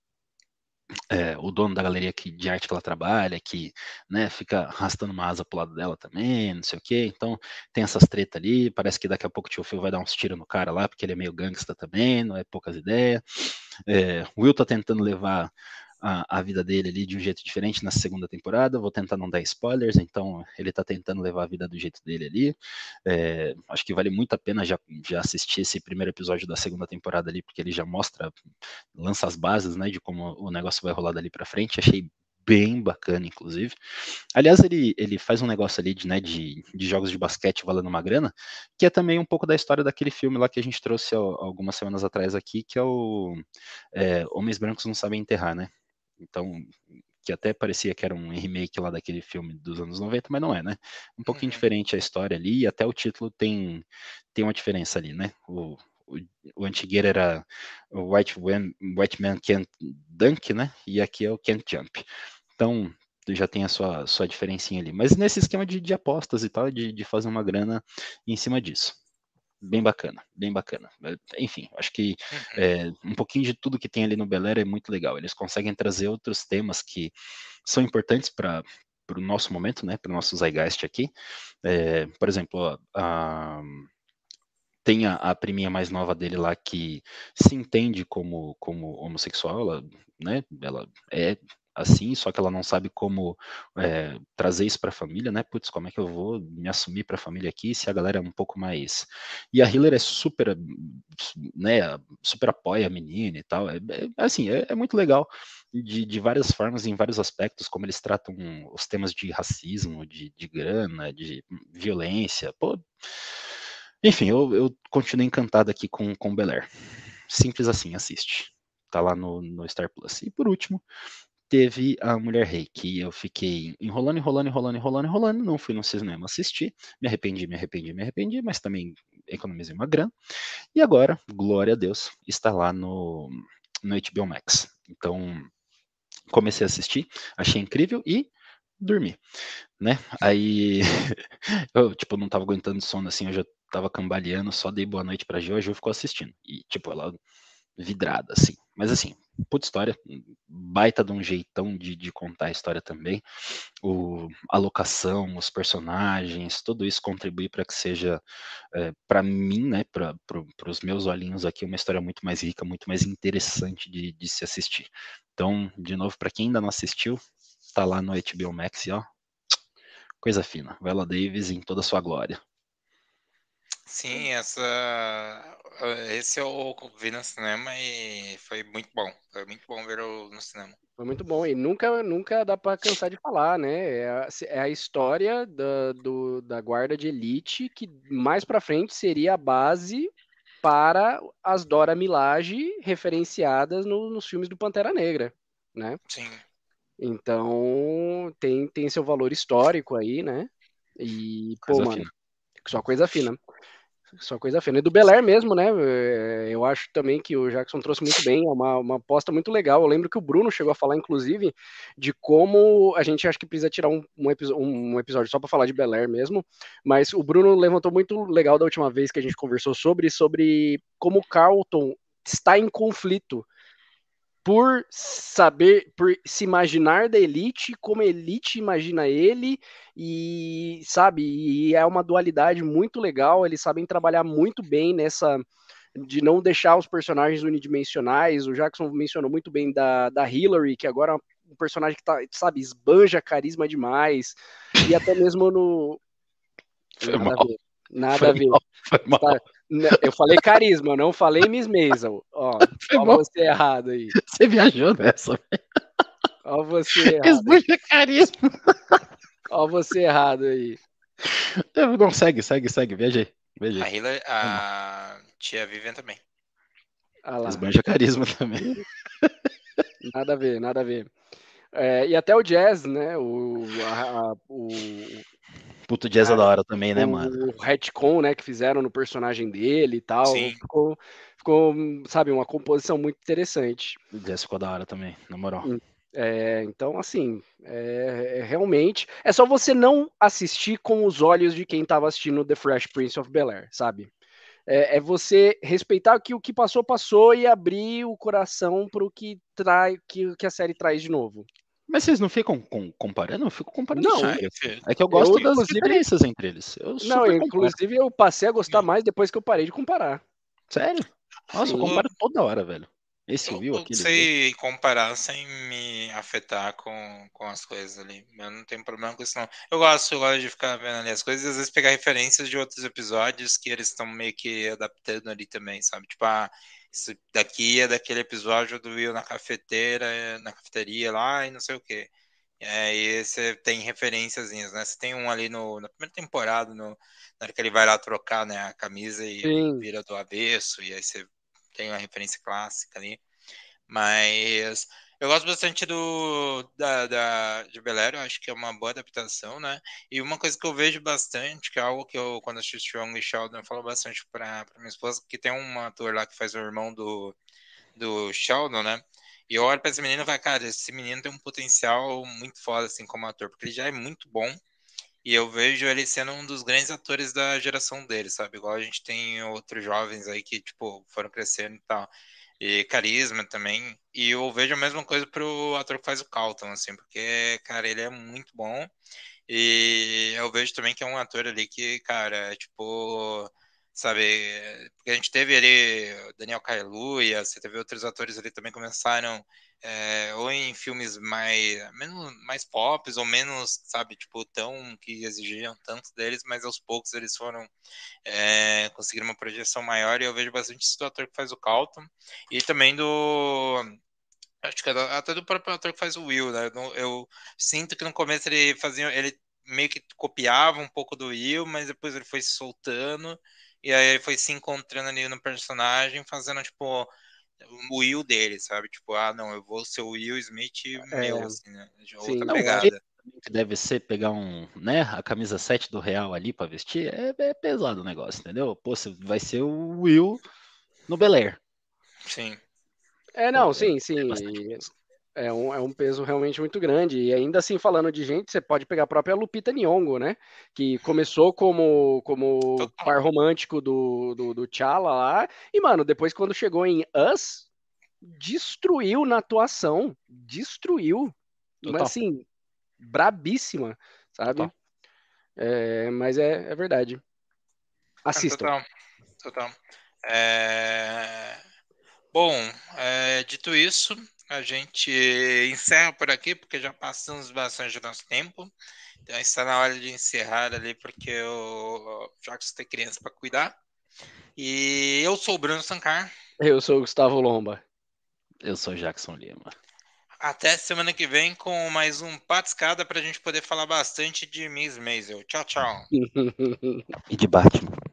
é, o dono da galeria que, de arte que ela trabalha, que né, fica arrastando uma asa pro lado dela também, não sei o quê. Então tem essas tretas ali, parece que daqui a pouco o tio Phil vai dar uns tiros no cara lá, porque ele é meio gangsta também, não é poucas ideias. É, o Will tá tentando levar a, a vida dele ali de um jeito diferente na segunda temporada. Vou tentar não dar spoilers, então ele tá tentando levar a vida do jeito dele ali. É, acho que vale muito a pena já, já assistir esse primeiro episódio da segunda temporada ali, porque ele já mostra, lança as bases, né, de como o negócio vai rolar dali pra frente. Achei bem bacana, inclusive. Aliás, ele, ele faz um negócio ali de, né, de, de jogos de basquete valendo uma grana, que é também um pouco da história daquele filme lá que a gente trouxe ó, algumas semanas atrás aqui, que é o é, Homens Brancos Não Sabem Enterrar, né? Então, que até parecia que era um remake lá daquele filme dos anos noventa, mas não é, né? Um pouquinho Uhum. diferente a história ali, e até o título tem, tem uma diferença ali, né? O, o, o antigueiro era o White Man, White Man Can't Dunk, né? E aqui é o Can't Jump. Então, já tem a sua, sua diferencinha ali. Mas nesse esquema de, de apostas e tal, de, de fazer uma grana em cima disso. Bem bacana, bem bacana. Enfim, acho que Uhum. é, um pouquinho de tudo que tem ali no Bel-Air é muito legal. Eles conseguem trazer outros temas que são importantes para o nosso momento, né? Para o nosso zeitgeist aqui. É, por exemplo, a, tem a, a priminha mais nova dele lá que se entende como, como homossexual, ela, né? Ela é assim, só que ela não sabe como é, trazer isso para a família, né? Putz, como é que eu vou me assumir para a família aqui se a galera é um pouco mais. E a Hillary é super, né? Super apoia a menina e tal. É, é assim, é, é muito legal de, de várias formas, em vários aspectos, como eles tratam os temas de racismo, de, de grana, de violência. Pô. Enfim, eu, eu continuo encantado aqui com, com Bel-Air. Simples assim, assiste. Tá lá no, no Star Plus. E por último, teve a Mulher Rei, que eu fiquei enrolando, enrolando, enrolando, enrolando, enrolando, não fui no cinema assistir, me arrependi, me arrependi, me arrependi, mas também economizei uma grana. E agora, glória a Deus, está lá no, no H B O Max. Então, comecei a assistir, achei incrível e dormi, né? Aí, eu, tipo, não tava aguentando sono assim, eu já tava cambaleando, só dei boa noite pra Gil, a Gil ficou assistindo. E, tipo, ela vidrada, assim. Mas, assim, puta história, baita de um jeitão de, de contar a história também. O, a locação, os personagens, tudo isso contribui para que seja, é, para mim, né, para pro, os meus olhinhos aqui, uma história muito mais rica, muito mais interessante de, de se assistir. Então, de novo, para quem ainda não assistiu, tá lá no H B O Max, e ó, coisa fina. Viola Davis em toda a sua glória. Sim, essa, esse eu vi no cinema e foi muito bom. Foi muito bom ver no cinema. Foi muito bom e nunca, nunca dá para cansar de falar, né? É a, é a história da, do, da guarda de elite que mais para frente seria a base para as Dora Milaje referenciadas no, nos filmes do Pantera Negra, né? Sim. Então tem, tem seu valor histórico aí, né? E, coisa pô, mano, fina. Só coisa fina. Só coisa fina. E do Bel-Air mesmo, né? Eu acho também que o Jackson trouxe muito bem, é uma, uma aposta muito legal. Eu lembro que o Bruno chegou a falar, inclusive, de como a gente acha que precisa tirar um, um, um episódio só para falar de Bel-Air mesmo, mas o Bruno levantou muito legal da última vez que a gente conversou sobre, sobre como o Carlton está em conflito por saber, por se imaginar da Elite, como a Elite imagina ele, e sabe, e é uma dualidade muito legal, eles sabem trabalhar muito bem nessa, de não deixar os personagens unidimensionais. O Jackson mencionou muito bem da, da Hillary, que agora é um personagem que tá, sabe, esbanja carisma demais, e até mesmo no... Foi Nada mal. a ver, nada Foi a ver. mal, foi mal. Tá, né, eu falei carisma, não falei Miss Maisel. Ó, Foi ó mal. você errado aí. Você viajou nessa, velho. Ó você errado. Esbanja carisma. Ó você errado aí. Não, segue, segue, segue. Viajei. Viajei. A Hillary, a tia Vivian também. Ah lá. Esbanja carisma também. Nada a ver, nada a ver. É, e até o Jazz, né? O, a, a, o, Puto, o Jazz é da hora também, né, o mano? retcon, né, que fizeram no personagem dele e tal. Sim. Ficou, ficou, sabe, uma composição muito interessante. O Jazz ficou da hora também, na moral. É, então, assim, é, é realmente. É só você não assistir com os olhos de quem estava assistindo The Fresh Prince of Bel-Air, sabe? É, é você respeitar que o que passou, passou e abrir o coração para o que, trai, que, que a série traz de novo. Mas vocês não ficam com, comparando? Eu fico comparando Não, super. é, É que eu gosto eu, das inclusive- diferenças entre eles. Eu Não, super comparo. inclusive eu passei a gostar mais depois que eu parei de comparar. Sério? Nossa, Sim. eu comparo toda hora, velho. Esse Eu, Will, eu aquele. sei comparar sem me afetar com, com as coisas ali. Eu não tenho problema com isso, não. Eu gosto, eu gosto de ficar vendo ali as coisas e às vezes pegar referências de outros episódios que eles estão meio que adaptando ali também, sabe? Tipo, ah, isso daqui é daquele episódio do Will na cafeteira, na cafeteria lá e não sei o quê. E aí você tem referenciazinhas, né? Você tem um ali no, na primeira temporada, no, na hora que ele vai lá trocar, né, a camisa e Sim. vira do avesso, e aí você tem uma referência clássica ali. Mas eu gosto bastante do da, da, de Bel-Air, eu acho que é uma boa adaptação, né? E uma coisa que eu vejo bastante, que é algo que eu, quando assisti Strong e Sheldon, eu falo bastante pra, pra minha esposa, que tem um ator lá que faz o irmão do, do Sheldon, né? E eu olho pra esse menino e falo, cara, esse menino tem um potencial muito foda, assim, como ator, porque ele já é muito bom. E eu vejo ele sendo um dos grandes atores da geração dele, sabe? Igual a gente tem outros jovens aí que, tipo, foram crescendo e tal. E carisma também. E eu vejo a mesma coisa pro ator que faz o Carlton, assim, porque, cara, ele é muito bom. E eu vejo também que é um ator ali que, cara, é tipo, sabe, porque a gente teve ali o Daniel Kaluuya, você teve outros atores ali também que começaram é, ou em filmes mais, menos, mais pop, ou menos, sabe, tipo, tão, que exigiam tanto deles, mas aos poucos eles foram é, conseguiram uma projeção maior, e eu vejo bastante esse do ator que faz o Carlton, e também do... Acho que até do próprio ator que faz o Will, né? Eu, eu sinto que no começo ele fazia, ele meio que copiava um pouco do Will, mas depois ele foi se soltando, e aí ele foi se encontrando ali no personagem, fazendo, tipo, o Will dele, sabe? Tipo, ah, não, eu vou ser o Will Smith meu, É, assim, né? De sim. outra Não, pegada. que deve ser pegar um, né, a camisa sete do Real ali pra vestir, é, é pesado o negócio, entendeu? Pô, você vai ser o Will no Bel-Air. Sim. É, não, Pô, sim, é sim. bastante e peso. É um, é um peso realmente muito grande. E ainda assim, falando de gente, você pode pegar a própria Lupita Nyong'o, né? Que começou como, como Total. par romântico do, do, do T'Challa lá. E, mano, depois quando chegou em Us, destruiu na atuação. Destruiu. Mas, Total. assim, brabíssima, sabe? Total. É, mas é, é verdade. Ah, Assistam. total. Total. É... Bom, é, dito isso, a gente encerra por aqui, porque já passamos bastante do nosso tempo. Então está na hora de encerrar ali, porque eu já que você tem criança para cuidar. E eu sou o Bruno Sankar. Eu sou o Gustavo Lomba. Eu sou Jackson Lima. Até semana que vem com mais um Patiscada para a gente poder falar bastante de Miss Maisel. Tchau, tchau. E de Batman.